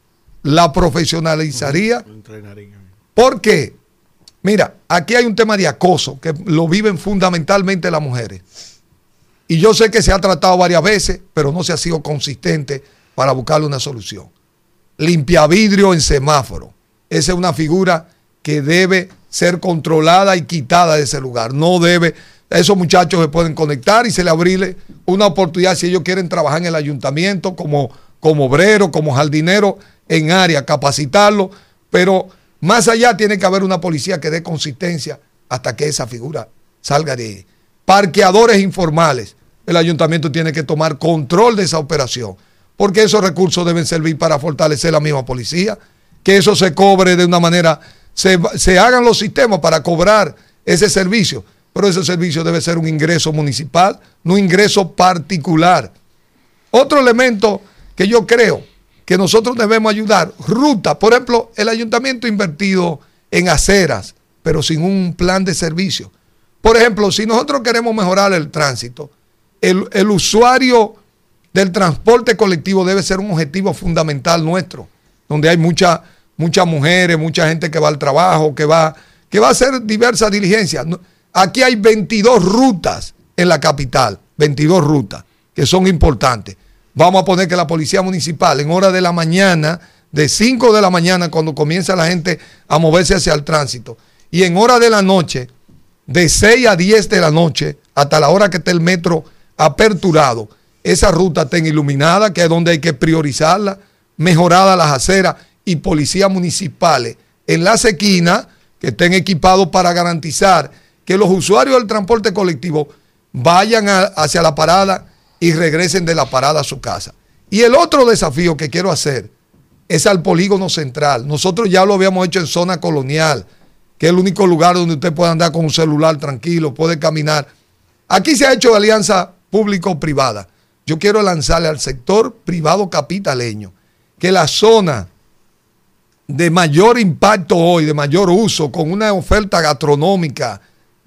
la profesionalizaría. ¿Por qué? Mira, aquí hay un tema de acoso que lo viven fundamentalmente las mujeres. Y yo sé que se ha tratado varias veces, pero no se ha sido consistente para buscarle una solución. Limpiavidrio en semáforo. Esa es una figura que debe ser controlada y quitada de ese lugar. No debe, esos muchachos se pueden conectar y se le abrirle una oportunidad si ellos quieren trabajar en el ayuntamiento como, como obrero, como jardinero en área, capacitarlo, pero más allá tiene que haber una policía que dé consistencia hasta que esa figura salga de ahí. Parqueadores informales. El ayuntamiento tiene que tomar control de esa operación, porque esos recursos deben servir para fortalecer la misma policía, que eso se cobre de una manera, se, se hagan los sistemas para cobrar ese servicio, pero ese servicio debe ser un ingreso municipal, no un ingreso particular. Otro elemento que yo creo que nosotros debemos ayudar, ruta, por ejemplo, el ayuntamiento ha invertido en aceras, pero sin un plan de servicio. Por ejemplo, si nosotros queremos mejorar el tránsito, el, el usuario del transporte colectivo debe ser un objetivo fundamental nuestro, donde hay mucha, muchas mujeres, mucha gente que va al trabajo, que va, que va a hacer diversas diligencias. Aquí hay veintidós rutas en la capital, veintidós rutas que son importantes. Vamos a poner que la policía municipal en hora de la mañana, de cinco de la mañana, cuando comienza la gente a moverse hacia el tránsito, y en hora de la noche, de seis a diez de la noche, hasta la hora que esté el metro aperturado, esa ruta estén iluminada, que es donde hay que priorizarla, mejoradas las aceras y policías municipales en las esquinas que estén equipados para garantizar que los usuarios del transporte colectivo vayan a, hacia la parada y regresen de la parada a su casa. Y el otro desafío que quiero hacer es al polígono central. Nosotros ya lo habíamos hecho en zona colonial, que es el único lugar donde usted puede andar con un celular tranquilo, puede caminar. Aquí se ha hecho alianza público-privada. Yo quiero lanzarle al sector privado capitaleño que la zona de mayor impacto hoy, de mayor uso, con una oferta gastronómica,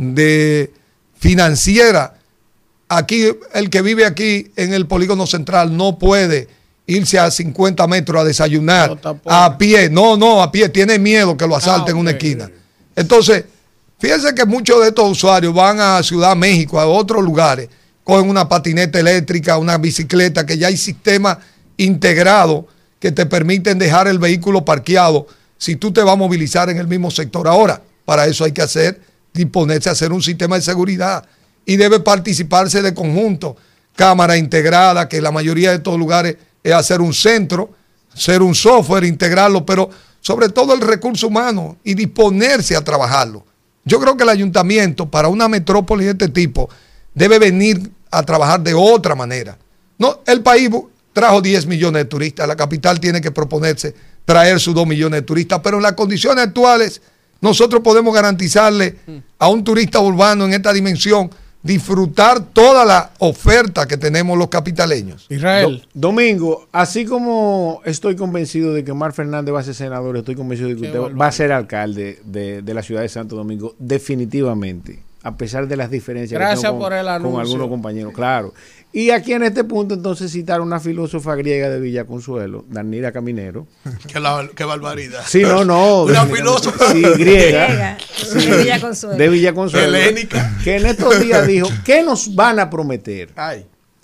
de financiera, aquí el que vive aquí en el polígono central no puede irse a cincuenta metros a desayunar no, a pie. No, no, a pie. Tiene miedo que lo asalten ah, okay. en una esquina. Entonces, fíjense que muchos de estos usuarios van a Ciudad México, a otros lugares, cogen una patineta eléctrica, una bicicleta, que ya hay sistemas integrados que te permiten dejar el vehículo parqueado si tú te vas a movilizar en el mismo sector. Ahora, para eso hay que hacer, disponerse a hacer un sistema de seguridad y debe participarse de conjunto. Cámara integrada, que la mayoría de estos lugares es hacer un centro, hacer un software, integrarlo, pero sobre todo el recurso humano y disponerse a trabajarlo. Yo creo que el ayuntamiento, para una metrópoli de este tipo, debe venir a trabajar de otra manera. No, el país trajo diez millones de turistas, la capital tiene que proponerse traer sus dos millones de turistas, pero en las condiciones actuales nosotros podemos garantizarle a un turista urbano en esta dimensión disfrutar toda la oferta que tenemos los capitaleños. Israel. Do, Domingo, así como estoy convencido de que Omar Fernández va a ser senador, estoy convencido de que usted va a ser alcalde de, de la ciudad de Santo Domingo, definitivamente, a pesar de las diferencias Gracias que tengo por con, el anuncio. con algunos compañeros, claro. Y aquí en este punto entonces citar una filósofa griega de Villa Consuelo, Danira Caminero. Qué, la, qué barbaridad. Sí, no, no. Una filósofa. Sí, griega. Sí, de Villa Consuelo. De Villa Consuelo. Helénica. Que en estos días dijo, ¿qué nos van a prometer? Ay.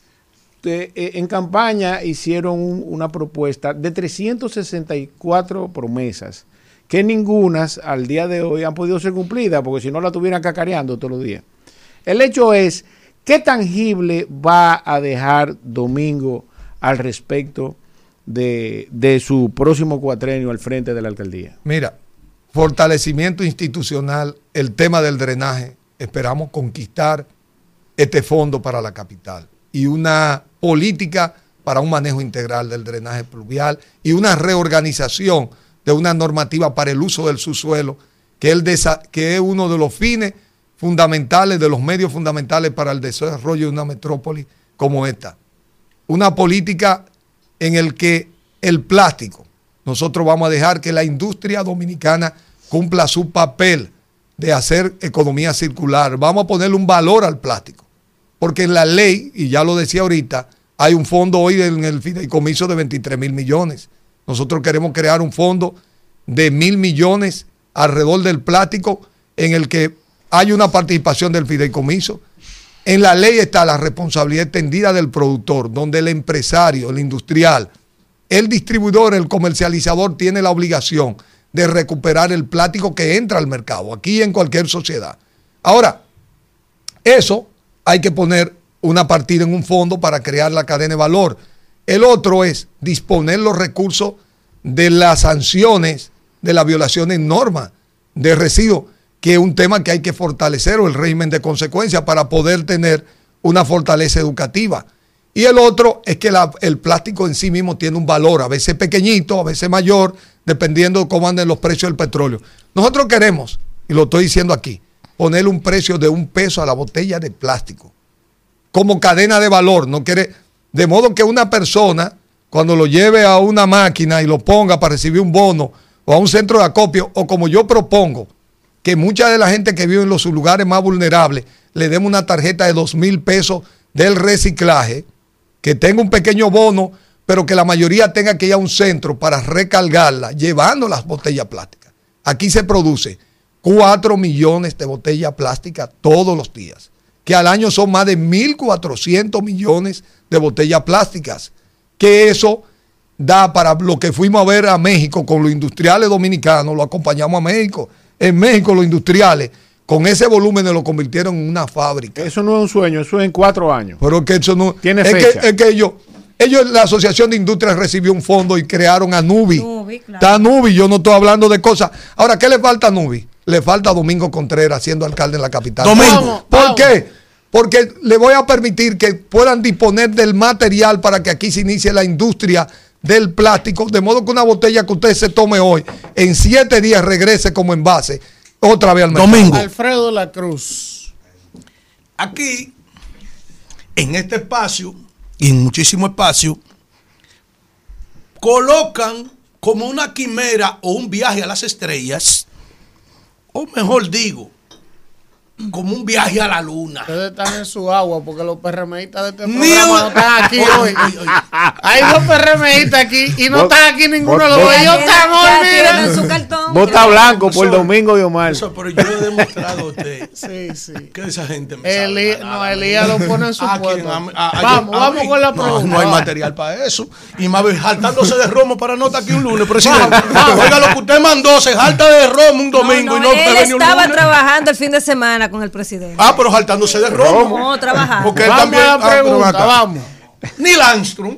De, eh, en campaña hicieron un, una propuesta de trescientas sesenta y cuatro promesas, que ningunas al día de hoy han podido ser cumplidas, porque si no la tuvieran cacareando todos los días. El hecho es, ¿qué tangible va a dejar Domingo al respecto de, de su próximo cuatrenio al frente de la alcaldía? Mira, fortalecimiento institucional, el tema del drenaje, esperamos conquistar este fondo para la capital y una política para un manejo integral del drenaje pluvial y una reorganización de una normativa para el uso del subsuelo, que, el desa- que es uno de los fines fundamentales, de los medios fundamentales para el desarrollo de una metrópoli como esta. Una política en el que el plástico, nosotros vamos a dejar que la industria dominicana cumpla su papel de hacer economía circular. Vamos a ponerle un valor al plástico, porque en la ley, y ya lo decía ahorita, hay un fondo hoy en el fideicomiso de veintitrés mil millones. Nosotros queremos crear un fondo de mil millones alrededor del plástico en el que hay una participación del fideicomiso. En la ley está la responsabilidad extendida del productor, donde el empresario, el industrial, el distribuidor, el comercializador tiene la obligación de recuperar el plástico que entra al mercado, aquí en cualquier sociedad. Ahora, eso hay que poner una partida en un fondo para crear la cadena de valor. El otro es disponer los recursos de las sanciones de las violaciones en normas de residuos, que es un tema que hay que fortalecer, o el régimen de consecuencias, para poder tener una fortaleza educativa. Y el otro es que la, el plástico en sí mismo tiene un valor, a veces pequeñito, a veces mayor, dependiendo de cómo anden los precios del petróleo. Nosotros queremos, y lo estoy diciendo aquí, ponerle un precio de un peso a la botella de plástico, como cadena de valor. No quiere, de modo que una persona, cuando lo lleve a una máquina y lo ponga para recibir un bono, o a un centro de acopio, o como yo propongo, que mucha de la gente que vive en los lugares más vulnerables le demos una tarjeta de dos mil pesos del reciclaje, que tenga un pequeño bono, pero que la mayoría tenga que ir a un centro para recargarla, llevando las botellas plásticas. Aquí se produce cuatro millones de botellas plásticas todos los días, que al año son más de mil cuatrocientos millones de botellas plásticas, que eso da para lo que fuimos a ver a México con los industriales dominicanos, lo acompañamos a México. En México los industriales con ese volumen lo convirtieron en una fábrica. Eso no es un sueño, eso es en cuatro años. Pero que eso no... Tiene es fecha. Que, es que ellos, ellos, la Asociación de Industrias recibió un fondo y crearon a Nubi. Nubi, claro. Está Nubi, yo no estoy hablando de cosas. Ahora, ¿qué le falta a Nubi? Le falta a Domingo Contreras siendo alcalde en la capital. Domingo. ¿Por Vamos. qué? Porque le voy a permitir que puedan disponer del material para que aquí se inicie la industria del plástico, de modo que una botella que usted se tome hoy, en siete días regrese como envase otra vez al mercado. Domingo. Alfredo La Cruz. Aquí, en este espacio y en muchísimo espacio, colocan como una quimera o un viaje a las estrellas, o mejor digo, como un viaje a la luna. Ustedes están en su agua porque los PRMistas de este Ni programa un- no están aquí hoy. Hay dos PRMistas aquí y no Vos- están aquí ninguno de los vos- dos. Ellos Ya están hoy, mira. tienen su cartón. Bota blanco por Eso- Domingo y Omar. Eso, pero yo le he demostrado a usted Sí, sí. que esa gente me sabe Eli- ganar no, a mí. Elías lo pone en su ¿A puesto. quién? A mí- a- a- Vamos, a vamos mí. con la No, pregunta. No hay Vamos. material para eso. Y más bien jaltándose de romo para no estar aquí un lunes, presidente. Oiga, lo que usted mandó, se jalta de romo un domingo No, y no él puede venir un estaba lunes. trabajando el fin de semana con el presidente. Ah, pero jaltándose de romo. No, trabajando. Porque él Vamos también. a la ah, pero pregunta, acá. vamos. Neil Armstrong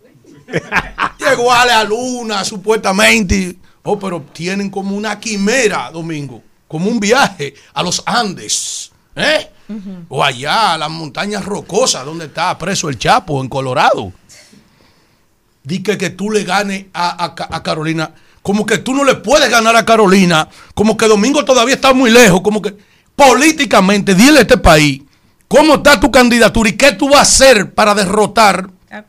llegó a la luna, supuestamente. Oh, pero tienen como una quimera, Domingo. Como un viaje a los Andes. ¿Eh? O allá, a las montañas rocosas, donde está preso el Chapo, en Colorado. Di que, que tú le ganes a, a Ca- a Carolina. Como que tú no le puedes ganar a Carolina. Como que Domingo todavía está muy lejos. Como que políticamente, dile a este país cómo está tu candidatura y qué tú vas a hacer para derrotar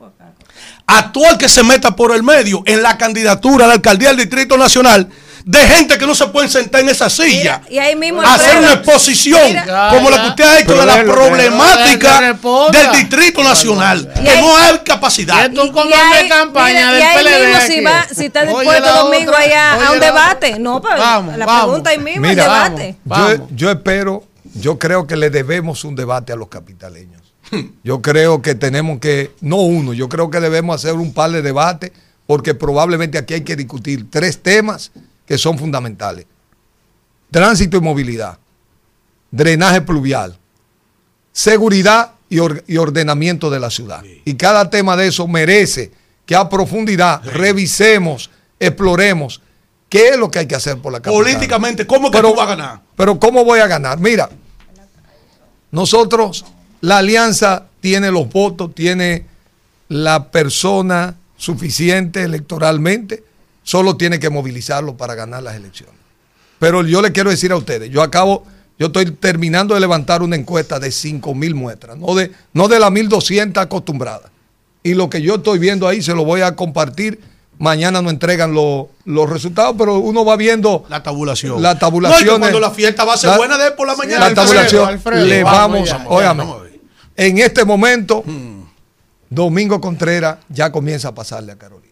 a todo el que se meta por el medio en la candidatura a la alcaldía del Distrito Nacional, de gente que no se pueden sentar en esa silla. Y ahí mismo Hacer Alfredo- una exposición Mira. como la que usted ha hecho Pero de la déjelo, problemática déjelo que responda. del Distrito Nacional, Y que ahí- no hay capacidad. Esto es un Y comando ahí- de campaña mira, del y ahí P L D mismo aquí. si, va, si está Oye, dispuesto la Domingo otra, ahí a, a oye, un la debate. otra. No, pero Vamos, la vamos. pregunta ahí mismo, Mira, el debate. Vamos. Yo, yo espero, yo creo que le debemos un debate a los capitaleños. Yo creo que tenemos que, no uno, yo creo que debemos hacer un par de debates porque probablemente aquí hay que discutir tres temas que son fundamentales. Tránsito y movilidad, drenaje pluvial, seguridad y, or- y ordenamiento de la ciudad. Y cada tema de eso merece que a profundidad revisemos, exploremos qué es lo que hay que hacer por la capital. Políticamente, ¿cómo que Pero- tú vas a ganar? Pero ¿cómo voy a ganar? Mira, nosotros, la alianza tiene los votos, tiene la persona suficiente electoralmente, solo tiene que movilizarlo para ganar las elecciones. Pero yo le quiero decir a ustedes, yo acabo, yo estoy terminando de levantar una encuesta de cinco mil muestras, no de, no de las mil doscientas acostumbradas. Y lo que yo estoy viendo ahí se lo voy a compartir. Mañana nos entregan lo- los resultados, pero uno va viendo La tabulación. la No, tabulación. y que cuando la fiesta va a ser la- buena de por la mañana. la Alfredo, tabulación. Alfredo, le vamos vamos, allá. óigame, Vamos a ver. en este momento, Domingo Contreras ya comienza a pasarle a Carolina.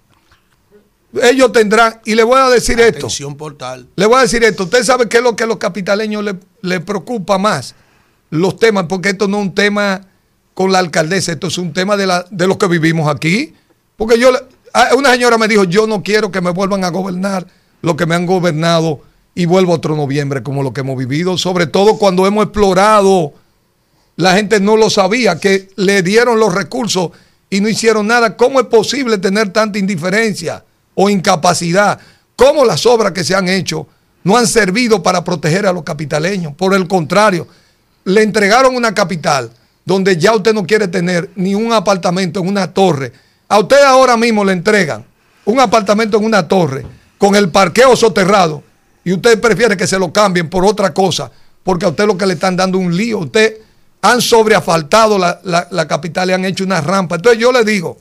Ellos tendrán, y le voy a decir esto, Atención portal. le voy a decir esto, usted sabe qué es lo que a los capitaleños le, le preocupa más, los temas, porque esto no es un tema con la alcaldesa, esto es un tema de, la, de los que vivimos aquí, porque yo, le- a- una señora me dijo, yo no quiero que me vuelvan a gobernar lo que me han gobernado y vuelvo otro noviembre como lo que hemos vivido, sobre todo cuando hemos explorado, la gente no lo sabía, que le dieron los recursos y no hicieron nada. ¿Cómo es posible tener tanta indiferencia o incapacidad? ¿Cómo las obras que se han hecho no han servido para proteger a los capitaleños? Por el contrario, le entregaron una capital donde ya usted no quiere tener ni un apartamento en una torre. A usted ahora mismo le entregan un apartamento en una torre con el parqueo soterrado y usted prefiere que se lo cambien por otra cosa porque a usted lo que le están dando un lío. Usted han sobreasfaltado la, la, la capital y han hecho una rampa. Entonces yo le digo,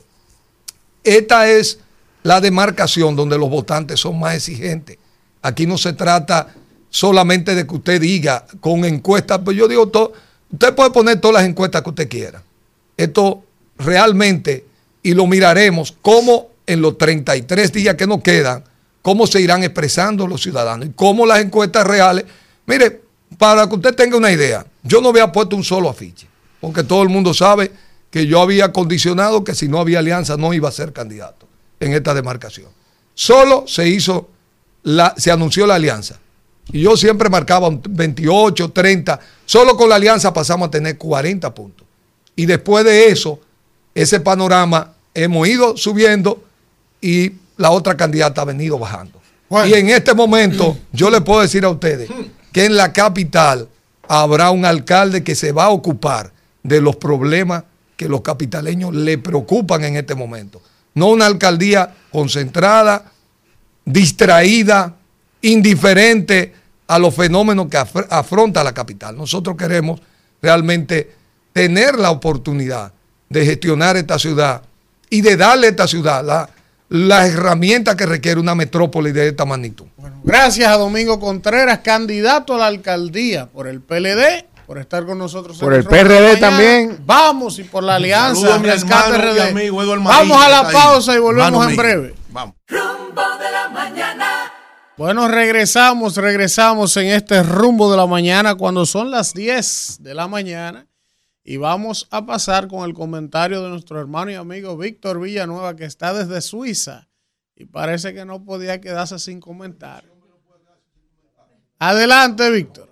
esta es la demarcación donde los votantes son más exigentes. Aquí no se trata solamente de que usted diga con encuestas, pues yo digo, todo, usted puede poner todas las encuestas que usted quiera. Esto realmente, y lo miraremos, cómo en los treinta y tres días que nos quedan, cómo se irán expresando los ciudadanos y cómo las encuestas reales. Mire, para que usted tenga una idea, yo no había puesto un solo afiche, porque todo el mundo sabe que yo había condicionado que si no había alianza no iba a ser candidato en esta demarcación. Solo se hizo, la, se anunció la alianza Y yo siempre marcaba un veintiocho, treinta. Solo con la alianza pasamos a tener cuarenta puntos. Y después de eso, ese panorama hemos ido subiendo y la otra candidata ha venido bajando. Bueno. Y en este momento, yo le puedo decir a ustedes que en la capital habrá un alcalde que se va a ocupar de los problemas que los capitaleños le preocupan en este momento. No una alcaldía concentrada, distraída, indiferente a los fenómenos que af- afronta la capital. Nosotros queremos realmente tener la oportunidad de gestionar esta ciudad y de darle a esta ciudad la, la herramienta que requiere una metrópoli de esta magnitud. Bueno, gracias a Domingo Contreras, candidato a la alcaldía por el P L D, por estar con nosotros. Por el P R D también. Vamos, y por la alianza. Saludos a mi Rescate hermano y R D. amigo Eduardo Vamos Marín, a la que está pausa ahí. y volvemos Hermano en mío. breve. Vamos. Rumbo de la mañana. Bueno, regresamos, regresamos en este rumbo de la mañana cuando son las diez de la mañana y vamos a pasar con el comentario de nuestro hermano y amigo Víctor Villanueva, que está desde Suiza y parece que no podía quedarse sin comentar. Adelante, Víctor.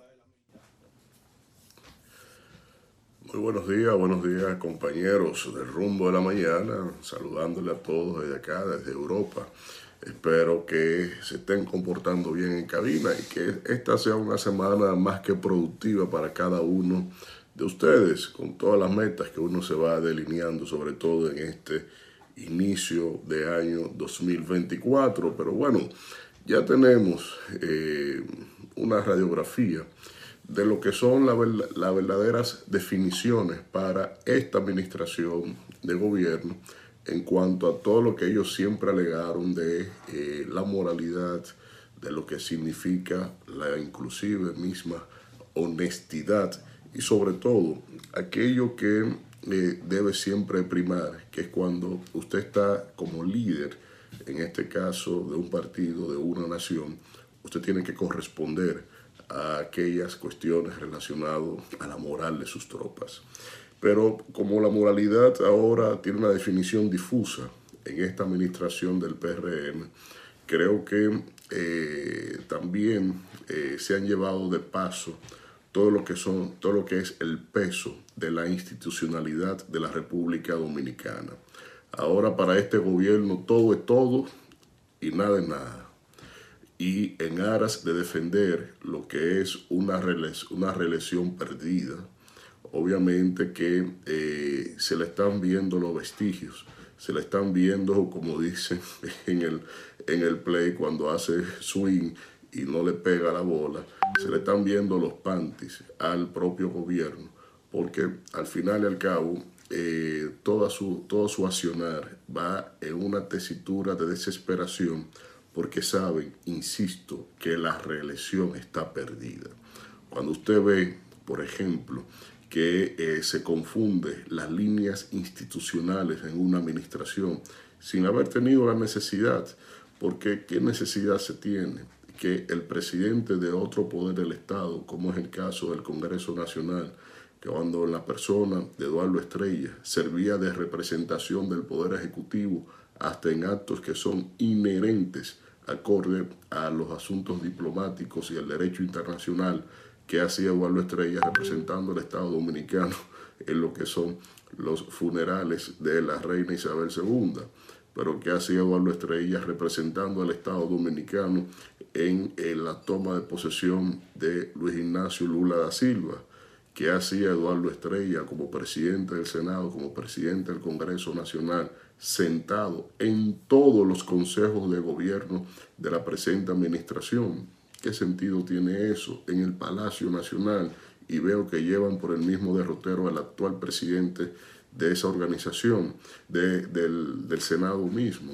Muy buenos días, buenos días compañeros del rumbo de la mañana, saludándole a todos desde acá, desde Europa. Espero que se estén comportando bien en cabina y que esta sea una semana más que productiva para cada uno de ustedes, con todas las metas que uno se va delineando, sobre todo en este inicio de año dos mil veinticuatro. Pero bueno, ya tenemos eh, una radiografía de lo que son la, las verdaderas definiciones para esta administración de gobierno en cuanto a todo lo que ellos siempre alegaron de eh, la moralidad, de lo que significa la inclusive misma honestidad y sobre todo aquello que eh, debe siempre primar, que es cuando usted está como líder, en este caso de un partido, de una nación, usted tiene que corresponder a aquellas cuestiones relacionadas a la moral de sus tropas. Pero como la moralidad ahora tiene una definición difusa en esta administración del P R M, creo que eh, también eh, se han llevado de paso todo lo que son, todo lo que es el peso de la institucionalidad de la República Dominicana. Ahora para este gobierno todo es todo y nada es nada. Y en aras de defender lo que es una, reelección, una reelección perdida, obviamente que eh, se le están viendo los vestigios, se le están viendo, como dicen en el, en el play, cuando hace swing y no le pega la bola, se le están viendo los panties al propio gobierno, porque al final y al cabo, eh, toda su, todo su accionar va en una tesitura de desesperación, porque saben, insisto, que la reelección está perdida. Cuando usted ve, por ejemplo, que eh, se confunde las líneas institucionales en una administración sin haber tenido la necesidad, porque ¿qué necesidad se tiene? Que el presidente de otro poder del Estado, como es el caso del Congreso Nacional, que cuando la persona de Eduardo Estrella servía de representación del Poder Ejecutivo hasta en actos que son inherentes acorde a los asuntos diplomáticos y el derecho internacional que hacía Eduardo Estrella representando al Estado Dominicano en lo que son los funerales de la reina Isabel segunda, pero que hacía Eduardo Estrella representando al Estado Dominicano en, en la toma de posesión de Luis Ignacio Lula da Silva, que hacía Eduardo Estrella como presidente del Senado, como presidente del Congreso Nacional, sentado en todos los consejos de gobierno de la presente administración. ¿Qué sentido tiene eso en el Palacio Nacional? Y veo que llevan por el mismo derrotero al actual presidente de esa organización, de, del, del Senado mismo.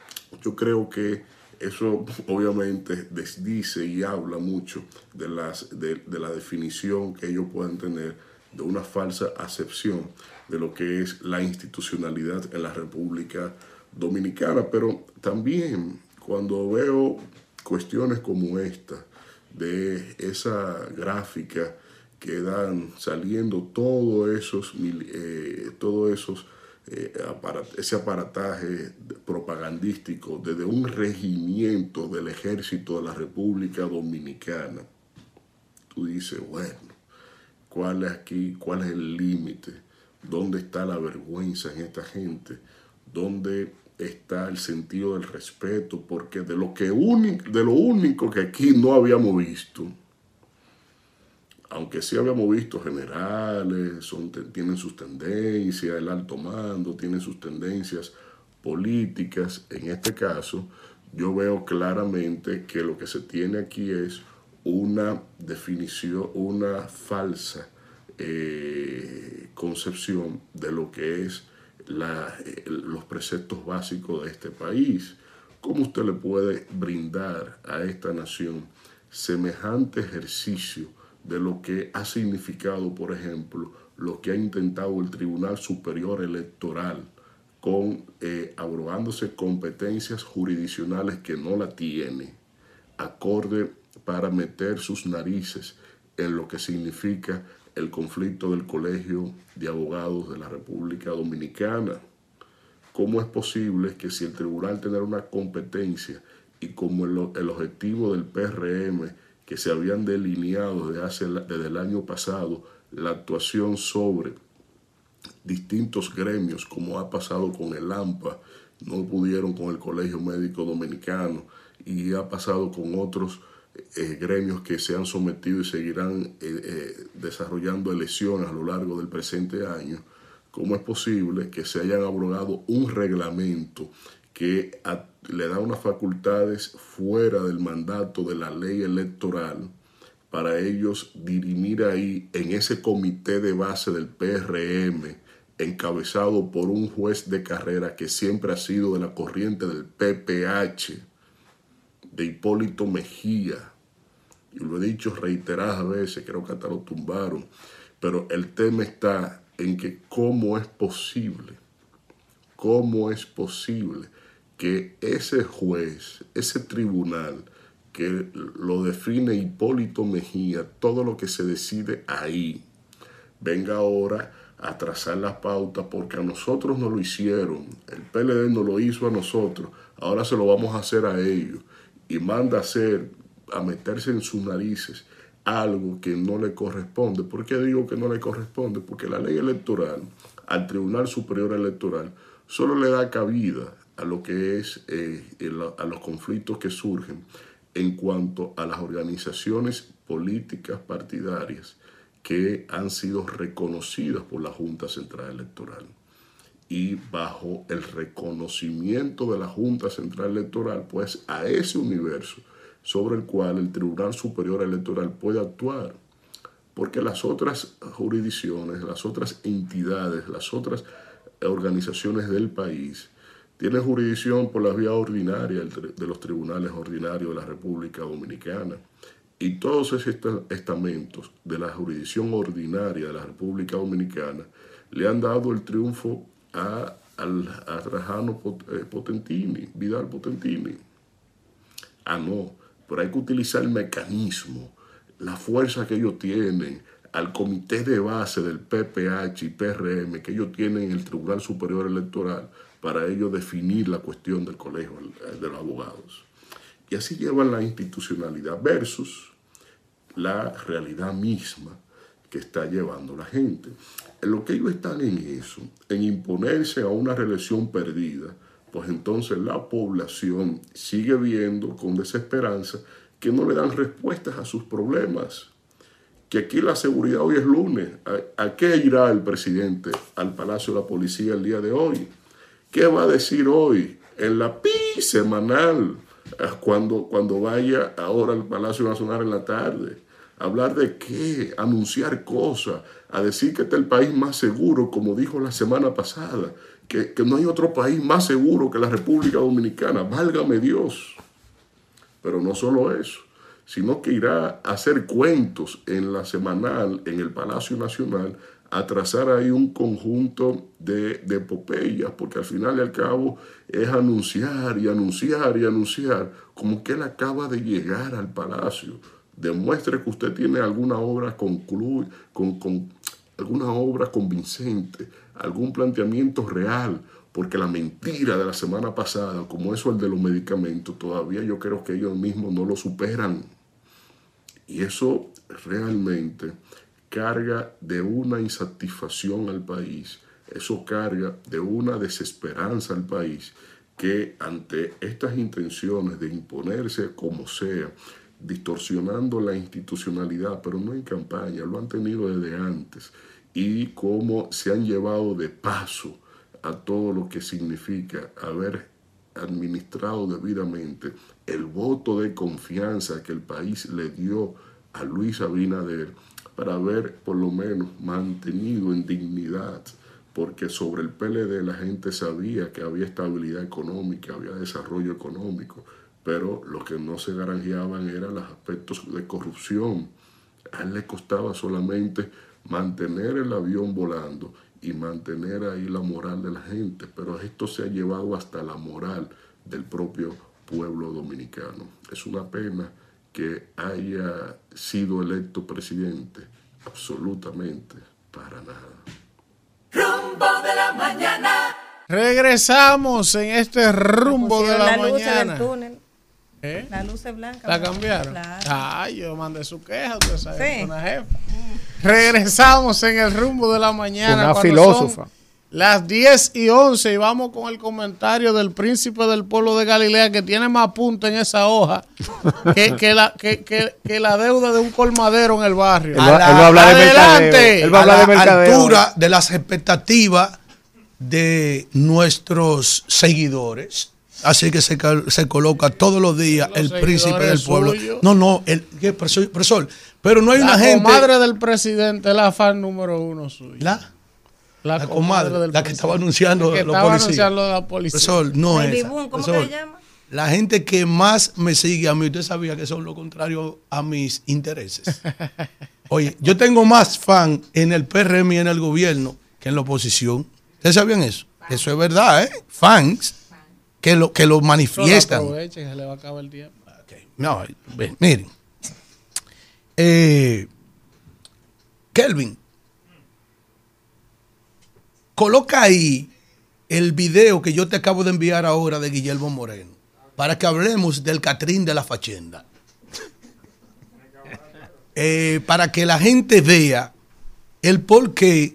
Yo creo que eso obviamente desdice y habla mucho de, las, de, de la definición que ellos puedan tener de una falsa acepción de lo que es la institucionalidad en la República Dominicana. Pero también cuando veo cuestiones como esta, de esa gráfica que dan saliendo todos esos, eh, todos esos eh, aparat ese aparataje propagandístico desde un regimiento del ejército de la República Dominicana, tú dices, bueno, ¿cuál es aquí, cuál es el límite? ¿Dónde está la vergüenza en esta gente? ¿Dónde está el sentido del respeto? Porque de lo, que de lo único que aquí no habíamos visto, aunque sí habíamos visto generales, son, tienen sus tendencias, el alto mando tiene sus tendencias políticas, en este caso yo veo claramente que lo que se tiene aquí es una definición, una falsa eh, concepción de lo que es la, eh, los preceptos básicos de este país. ¿Cómo usted le puede brindar a esta nación semejante ejercicio de lo que ha significado, por ejemplo, lo que ha intentado el Tribunal Superior Electoral con eh, abrogándose competencias jurisdiccionales que no la tiene, acorde para meter sus narices en lo que significa el conflicto del Colegio de Abogados de la República Dominicana? ¿Cómo es posible que si el tribunal tiene una competencia y como el, el objetivo del P R M que se habían delineado desde, hace, desde el año pasado, la actuación sobre distintos gremios, como ha pasado con el AMPA, no pudieron con el Colegio Médico Dominicano, y ha pasado con otros eh, gremios que se han sometido y seguirán eh, eh, desarrollando elecciones a lo largo del presente año? ¿Cómo es posible que se hayan abrogado un reglamento que a, le da unas facultades fuera del mandato de la ley electoral para ellos dirimir ahí en ese comité de base del P R M, encabezado por un juez de carrera que siempre ha sido de la corriente del P P H, de Hipólito Mejía? Y lo he dicho reiteradas veces, creo que hasta lo tumbaron, pero el tema está en que cómo es posible, cómo es posible que ese juez, ese tribunal que lo define Hipólito Mejía, todo lo que se decide ahí, venga ahora a trazar las pautas porque a nosotros no lo hicieron, el P L D no lo hizo a nosotros, ahora se lo vamos a hacer a ellos, y manda a hacer, a meterse en sus narices algo que no le corresponde. ¿Por qué digo que no le corresponde? Porque la ley electoral, al Tribunal Superior Electoral, solo le da cabida a lo que es eh, el, a los conflictos que surgen en cuanto a las organizaciones políticas partidarias que han sido reconocidas por la Junta Central Electoral. Y bajo el reconocimiento de la Junta Central Electoral, pues a ese universo sobre el cual el Tribunal Superior Electoral puede actuar, porque las otras jurisdicciones, las otras entidades, las otras organizaciones del país tienen jurisdicción por la vía ordinaria de los tribunales ordinarios de la República Dominicana, y todos esos estamentos de la jurisdicción ordinaria de la República Dominicana le han dado el triunfo a, a, a Trajano Potentini, Vidal Potentini. Ah, no. Pero hay que utilizar el mecanismo, la fuerza que ellos tienen, al comité de base del P P H y P R M que ellos tienen en el Tribunal Superior Electoral para ellos definir la cuestión del Colegio de los Abogados. Y así llevan la institucionalidad versus la realidad misma que está llevando la gente. En lo que ellos están en eso, en imponerse a una reelección perdida, pues entonces la población sigue viendo con desesperanza que no le dan respuestas a sus problemas. Que aquí la seguridad hoy es lunes. ¿A, a qué irá el presidente al Palacio de la Policía el día de hoy? ¿Qué va a decir hoy en la pi semanal cuando, cuando vaya ahora al Palacio Nacional en la tarde? ¿Hablar de qué? Anunciar cosas, a decir que este es el país más seguro, como dijo la semana pasada, que, que no hay otro país más seguro que la República Dominicana, válgame Dios. Pero no solo eso, sino que irá a hacer cuentos en la semanal, en el Palacio Nacional, a trazar ahí un conjunto de, de epopeyas, porque al final y al cabo es anunciar y anunciar y anunciar, como que él acaba de llegar al Palacio. Demuestre que usted tiene alguna obra conclu con, con alguna obra convincente, algún planteamiento real, porque la mentira de la semana pasada, como eso el de los medicamentos, todavía yo creo que ellos mismos no lo superan. Y eso realmente carga de una insatisfacción al país, eso carga de una desesperanza al país, que ante estas intenciones de imponerse como sea, distorsionando la institucionalidad, pero no en campaña, lo han tenido desde antes, y cómo se han llevado de paso a todo lo que significa haber administrado debidamente el voto de confianza que el país le dio a Luis Abinader para haber por lo menos mantenido en dignidad, porque sobre el P L D la gente sabía que había estabilidad económica, había desarrollo económico, pero lo que no se granjeaban eran los aspectos de corrupción. A él le costaba solamente mantener el avión volando y mantener ahí la moral de la gente, pero esto se ha llevado hasta la moral del propio pueblo dominicano. Es una pena que haya sido electo presidente, absolutamente para nada. Rumbo de la mañana. Regresamos en este rumbo de la, la luz mañana. del túnel. ¿Eh? La luz es blanca. ¿La cambiaron? Claro. Ay, yo mandé su queja, usted sabe, Sí. una jefa. Regresamos en el rumbo de la mañana. Una cuando filósofa. son las diez y once y vamos con el comentario del príncipe del pueblo de Galilea, que tiene más puntos en esa hoja que, que, la, que, que, que la deuda de un colmadero en el barrio. Él va, él va a hablar de mercadeo. Él va a hablar a de la mercadeo. altura de las expectativas de nuestros seguidores. Así que se, cal- se coloca todos los días Los el príncipe del seguidores pueblo. suyos. No, no, el ¿qué, profesor, profesor? Pero no hay La una gente. comadre del presidente es la fan número uno suya. La, la, la comadre, del la que estaba anunciando la que los estaba policías. anunciando la policía. Profesor, no Baby es. Boom, ¿cómo Profesor, que se llama? la gente que más me sigue a mí, usted sabía que son lo contrario a mis intereses. Oye, yo tengo más fan en el P R M y en el gobierno que en la oposición. ¿Ustedes sabían eso? Eso es verdad, ¿eh? Fans que lo, que lo manifiestan. Solo aprovechen, se le va a acabar el tiempo. Okay. No, ven, miren. Eh, Kelvin, coloca ahí el video que yo te acabo de enviar ahora de Guillermo Moreno para que hablemos del Catrín de la Fachenda. Eh, para que la gente vea el por qué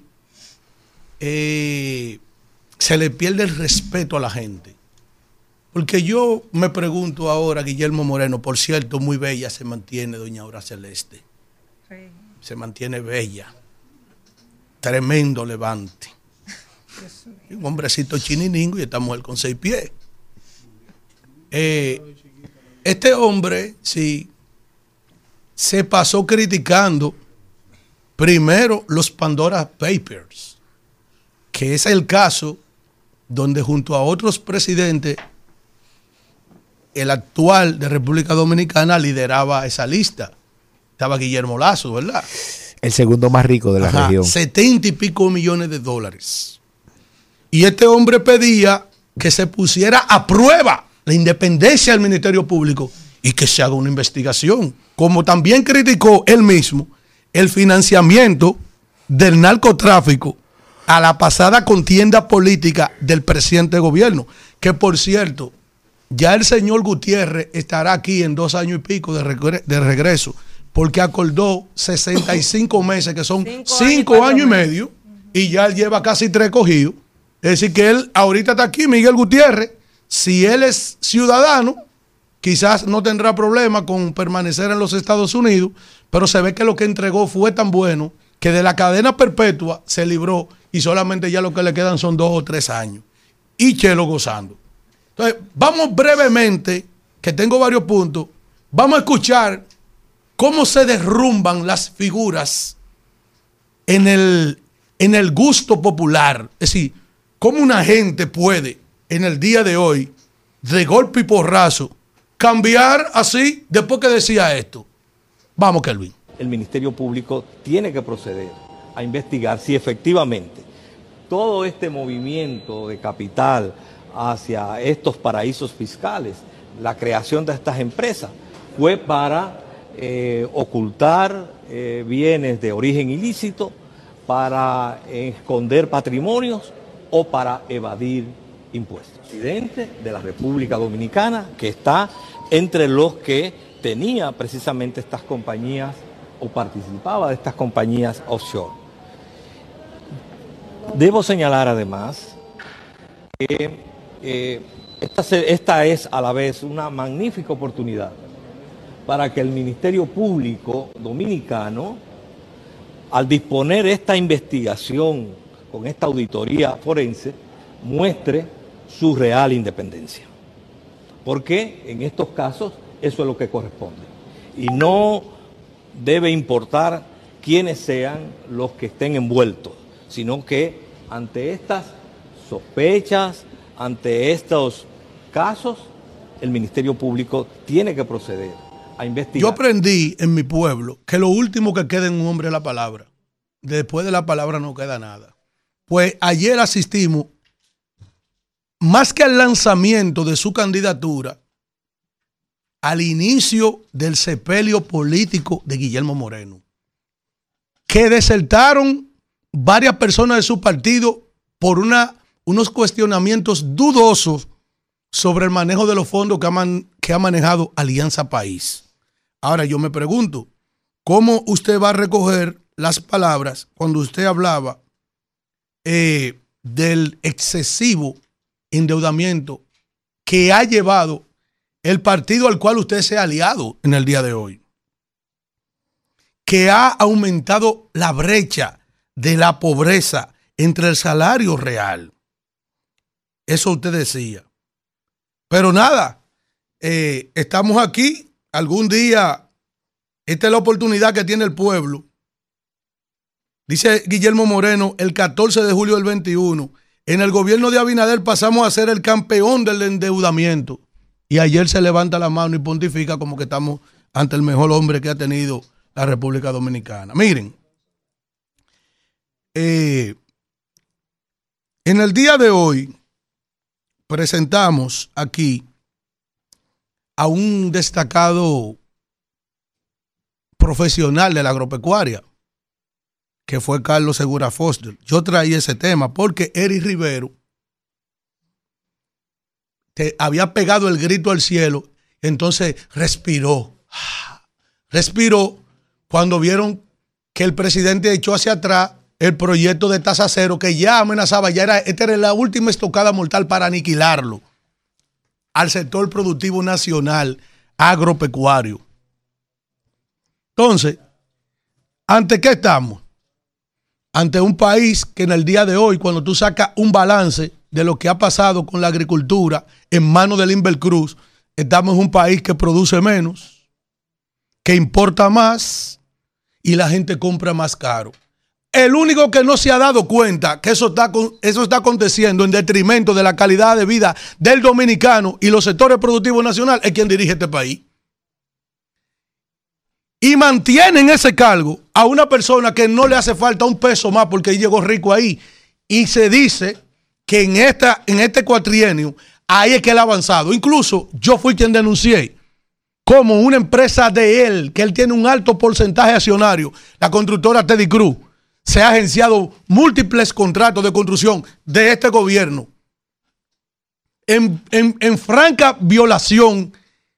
eh, se le pierde el respeto a la gente. Porque yo me pregunto ahora, Guillermo Moreno, por cierto, muy bella se mantiene doña Aura Celeste. Sí. Se mantiene bella. Tremendo levante. Un hombrecito chininingo y esta mujer con seis pies. Eh, este hombre, sí, se pasó criticando primero los Pandora Papers, que es el caso donde junto a otros presidentes el actual de República Dominicana lideraba esa lista. Estaba Guillermo Lazo, ¿verdad? El segundo más rico de la Ajá, región. setenta y pico millones de dólares. Y este hombre pedía que se pusiera a prueba la independencia del Ministerio Público y que se haga una investigación. Como también criticó él mismo el financiamiento del narcotráfico a la pasada contienda política del presidente de gobierno. Que por cierto, ya el señor Gutiérrez estará aquí en dos años y pico de, regre- de regreso, porque acordó sesenta y cinco meses, que son Cinco cinco años y años y cuatro medio, y ya él lleva casi tres cogidos. Es decir, que él ahorita está aquí, Miguel Gutiérrez. Si él es ciudadano, quizás no tendrá problema con permanecer en los Estados Unidos, pero se ve que lo que entregó fue tan bueno que de la cadena perpetua se libró y solamente ya lo que le quedan son dos o tres años. Y Chelo gozando. Entonces, vamos brevemente, que tengo varios puntos, vamos a escuchar cómo se derrumban las figuras en el, en el gusto popular. Es decir, cómo una gente puede, en el día de hoy, de golpe y porrazo, cambiar así después que decía esto. Vamos, Kelvin. El Ministerio Público tiene que proceder a investigar si efectivamente todo este movimiento de capital hacia estos paraísos fiscales, la creación de estas empresas, fue para eh, ocultar eh, bienes de origen ilícito para esconder patrimonios o para evadir impuestos. Presidente de la República Dominicana, que está entre los que tenía precisamente estas compañías o participaba de estas compañías offshore. Debo señalar además que eh, esta, se, esta es a la vez una magnífica oportunidad para que el Ministerio Público Dominicano, al disponer esta investigación con esta auditoría forense, muestre su real independencia. Porque en estos casos eso es lo que corresponde. Y no debe importar quiénes sean los que estén envueltos, sino que ante estas sospechas, ante estos casos, el Ministerio Público tiene que proceder a investigar. Yo aprendí en mi pueblo que lo último que queda en un hombre es la palabra. Después de la palabra no queda nada. Pues ayer asistimos, más que al lanzamiento de su candidatura, al inicio del sepelio político de Guillermo Moreno, que desertaron varias personas de su partido por una, unos cuestionamientos dudosos sobre el manejo de los fondos que ha, man, que ha manejado Alianza País. Ahora yo me pregunto, ¿cómo usted va a recoger las palabras cuando usted hablaba eh, del excesivo endeudamiento que ha llevado el partido al cual usted se ha aliado en el día de hoy? Que ha aumentado la brecha de la pobreza entre el salario real. Eso usted decía. Pero nada, eh, estamos aquí. Algún día, esta es la oportunidad que tiene el pueblo. Dice Guillermo Moreno, el catorce de julio del veintiuno, en el gobierno de Abinader pasamos a ser el campeón del endeudamiento. Y ayer se levanta la mano y pontifica como que estamos ante el mejor hombre que ha tenido la República Dominicana. Miren, eh, en el día de hoy presentamos aquí a un destacado profesional de la agropecuaria, que fue Carlos Segura Foster. Yo traía ese tema porque Eric Rivero te había pegado el grito al cielo, entonces respiró, respiró cuando vieron que el presidente echó hacia atrás el proyecto de tasa cero que ya amenazaba, ya era, esta era la última estocada mortal para aniquilarlo al sector productivo nacional agropecuario. Entonces, ¿ante qué estamos? Ante un país que en el día de hoy, cuando tú sacas un balance de lo que ha pasado con la agricultura en manos del Invercruz, estamos en un país que produce menos, que importa más y la gente compra más caro. El único que no se ha dado cuenta que eso está, eso está aconteciendo en detrimento de la calidad de vida del dominicano y los sectores productivos nacionales es quien dirige este país. Y mantiene en ese cargo a una persona que no le hace falta un peso más porque llegó rico ahí. Y se dice que en, esta, en este cuatrienio ahí es que él ha avanzado. Incluso yo fui quien denuncié como una empresa de él, que él tiene un alto porcentaje accionario, la constructora Teddy Cruz, se ha agenciado múltiples contratos de construcción de este gobierno en, en, en franca violación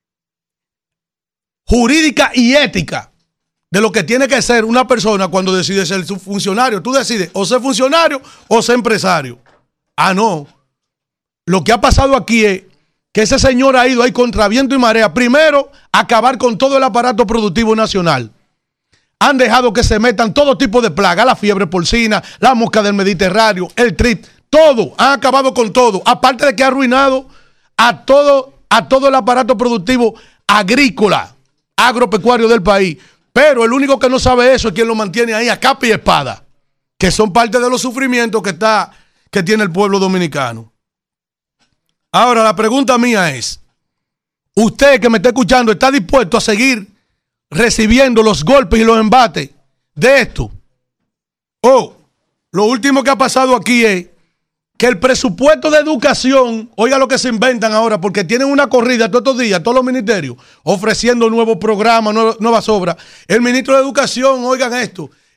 jurídica y ética de lo que tiene que ser una persona cuando decide ser su funcionario. Tú decides o ser funcionario o ser empresario. Ah, no. Lo que ha pasado aquí es que ese señor ha ido ahí contra viento y marea. Primero, acabar con todo el aparato productivo nacional. Han dejado que se metan todo tipo de plagas, la fiebre porcina, la mosca del Mediterráneo, el trip, todo. Han acabado con todo. Aparte de que ha arruinado a todo, a todo el aparato productivo agrícola, agropecuario del país. Pero el único que no sabe eso es quien lo mantiene ahí a capa y espada, que son parte de los sufrimientos que, está, que tiene el pueblo dominicano. Ahora, la pregunta mía es, usted que me está escuchando, ¿está dispuesto a seguir recibiendo los golpes y los embates de esto? Oh, lo último que ha pasado aquí es que el presupuesto de educación, oiga lo que se inventan ahora, porque tienen una corrida todos estos días, todos los ministerios, ofreciendo nuevos programas, nuevas, nuevas obras. El ministro de Educación, oigan esto,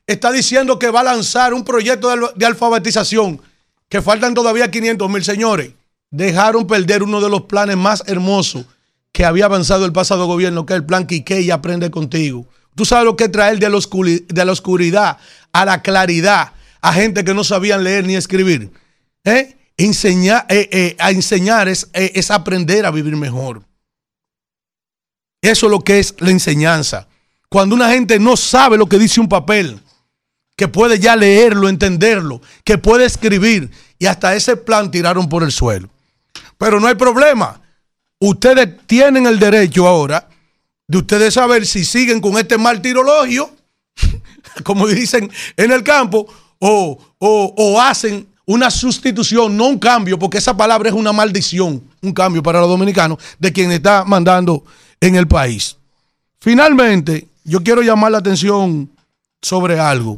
está diciendo que va a lanzar un proyecto de, de alfabetización, que faltan todavía quinientos mil. Señores, dejaron perder uno de los planes más hermosos que había avanzado el pasado gobierno, que es el plan Quique y Aprende Contigo. Tú sabes lo que es traer de la, oscuri- de la oscuridad a la claridad a gente que no sabían leer ni escribir. ¿Eh? Enseñar, eh, eh, a enseñar es, eh, es aprender a vivir mejor. Eso es lo que es la enseñanza. Cuando una gente no sabe lo que dice un papel, que puede ya leerlo, entenderlo, que puede escribir, y hasta ese plan tiraron por el suelo. Pero no hay problema. Ustedes tienen el derecho ahora de ustedes saber si siguen con este martirologio, como dicen en el campo, o, o, o hacen una sustitución, no un cambio, porque esa palabra es una maldición, un cambio para los dominicanos de quien está mandando en el país. Finalmente, yo quiero llamar la atención sobre algo.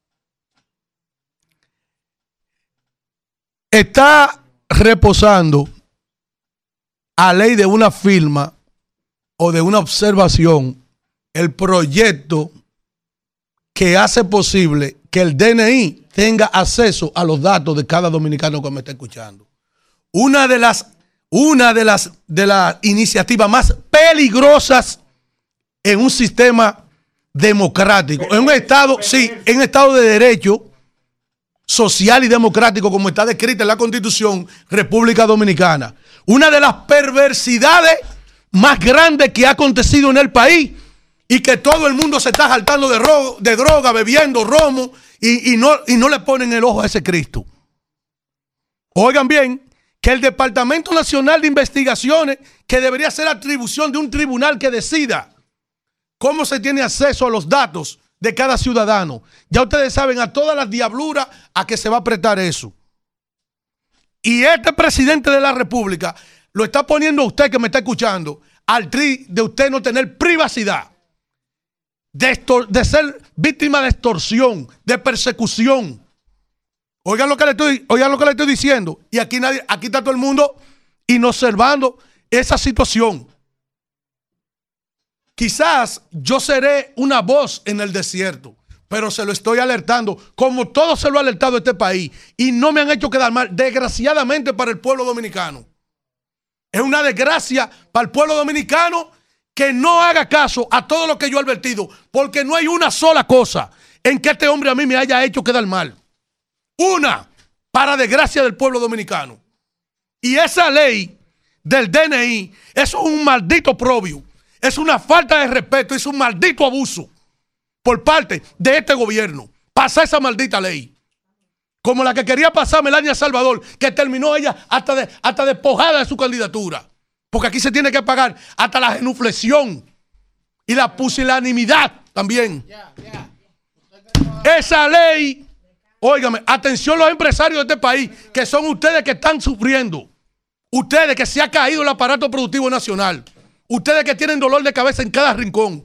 Está reposando a ley de una firma o de una observación el proyecto que hace posible que el D N I tenga acceso a los datos de cada dominicano que me está escuchando. Una de las, una de las, de las iniciativas más peligrosas en un sistema democrático, en un estado, sí, en un estado de derecho social y democrático como está descrita en la Constitución República Dominicana. Una de las perversidades más grandes que ha acontecido en el país y que todo el mundo se está saltando de, ro- de droga, bebiendo romo y, y, no, y no le ponen el ojo a ese Cristo. Oigan bien, que el Departamento Nacional de Investigaciones, que debería ser atribución de un tribunal que decida cómo se tiene acceso a los datos de cada ciudadano. Ya ustedes saben a todas las diabluras a que se va a apretar eso. Y este presidente de la República lo está poniendo a usted que me está escuchando al tri de usted no tener privacidad, de, estor- de ser víctima de extorsión, de persecución. Oigan lo que le estoy, oigan lo que le estoy diciendo. Y aquí nadie, aquí está todo el mundo inobservando esa situación. Quizás yo seré una voz en el desierto, pero se lo estoy alertando, como todo se lo ha alertado a este país, y no me han hecho quedar mal, desgraciadamente para el pueblo dominicano. Es una desgracia para el pueblo dominicano que no haga caso a todo lo que yo he advertido, porque no hay una sola cosa en que este hombre a mí me haya hecho quedar mal. Una, para desgracia del pueblo dominicano. Y esa ley del D N I, eso es un maldito probio. Es una falta de respeto, es un maldito abuso por parte de este gobierno. Pasar esa maldita ley. Como la que quería pasar Melania Salvador, que terminó ella hasta, de, hasta despojada de su candidatura. Porque aquí se tiene que pagar hasta la genuflexión y la pusilanimidad también. Yeah, yeah. Esa ley, óigame, atención los empresarios de este país, que son ustedes que están sufriendo. Ustedes que se ha caído el aparato productivo nacional. Ustedes que tienen dolor de cabeza en cada rincón.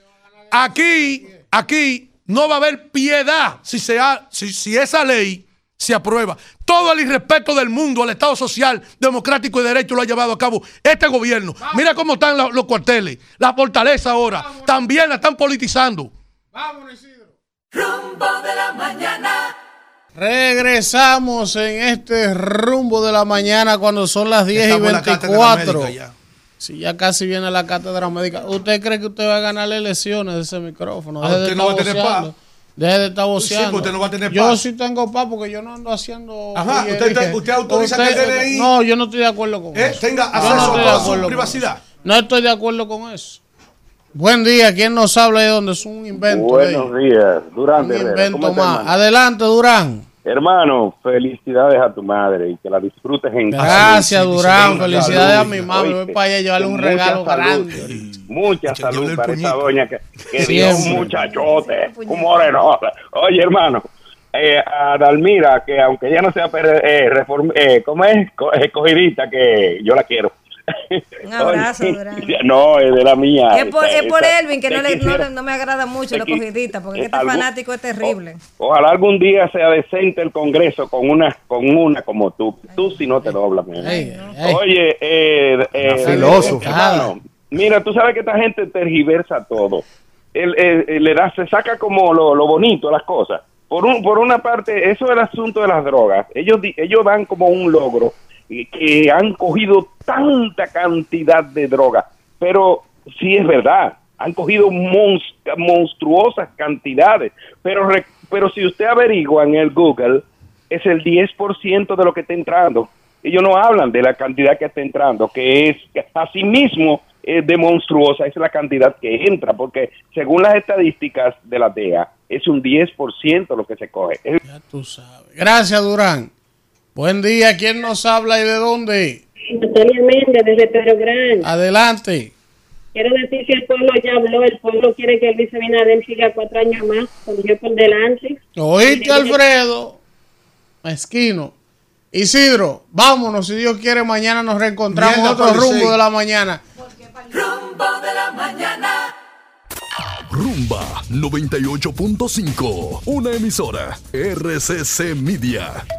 Aquí, aquí no va a haber piedad si, se ha, si, si esa ley se aprueba. Todo el irrespeto del mundo al Estado social, democrático y de derecho lo ha llevado a cabo este gobierno. Vamos. Mira cómo están los, los cuarteles, la fortaleza ahora. Vamos. También la están politizando. Vámonos, Isidro. Rumbo de la mañana. Regresamos en este rumbo de la mañana cuando son las diez y veinticuatro. Si ya casi viene la cátedra médica. ¿Usted cree que usted va a ganar las elecciones de ese micrófono? Deje de usted no va a tener paz. Deje de estar voceando. Sí, usted no va a tener yo paz. sí tengo paz porque yo no ando haciendo... Ajá, usted, usted, usted autoriza usted, que el D N I... No, yo no estoy de acuerdo con eh, eso. Tenga acceso no a toda su privacidad. No estoy de acuerdo con eso. Buen día, ¿quién nos habla de dónde? Es un invento. Buenos ahí. días, Durán. Un invento más. Adelante, Durán. Hermano, felicidades a tu madre y que la disfrutes en casa. Gracias, Durán. Sí, felicidades salud, a mi mamá. Voy para allá a llevarle un regalo salud, grande. Mucha salud para esa doña que, que dio un muchachote, un moreno. Oye, hermano, eh, a Dalmira, que aunque ella no sea eh, reform, eh, ¿cómo es? Escogidita, que yo la quiero. Un abrazo, Oye, Durán. No, es de la mía. Es por, esta, es por esta, Elvin, que no, le, no, no me agrada mucho la cogidita, porque este algún, fanático es terrible. O, ojalá algún día sea decente el Congreso con una con una como tú. Tú si no te doblas. Hey, hey. Oye, eh, eh, filósofo. Hermano, mira, tú sabes que esta gente tergiversa todo. el, el, el- le da, se saca como lo, lo bonito a las cosas. Por un, por una parte, eso es el asunto de las drogas. Ellos, di- ellos dan como un logro eh, que han cogido tanta cantidad de droga, pero sí es verdad, han cogido monst- monstruosas cantidades, pero re- pero si usted averigua en el Google, es el diez por ciento de lo que está entrando. Ellos no hablan de la cantidad que está entrando, que es que asimismo eh, de monstruosa es la cantidad que entra, porque según las estadísticas de la D E A, es un diez por ciento lo que se coge. Es- Ya tú sabes. Gracias, Durán. Buen día. ¿Quién nos habla y de dónde? Natalia Méndez, desde Pedro Grande. Adelante. Quiero decir que el pueblo ya habló, el pueblo quiere que Luis Abinader siga cuatro años más, con Dios por delante. ¿Oíste, Alfredo? Mezquino. Isidro, vámonos. Si Dios quiere, mañana nos reencontramos en Mierda, otro Policía. rumbo de la mañana. Rumbo de la mañana. Rumba noventa y ocho punto cinco, una emisora R C C Media.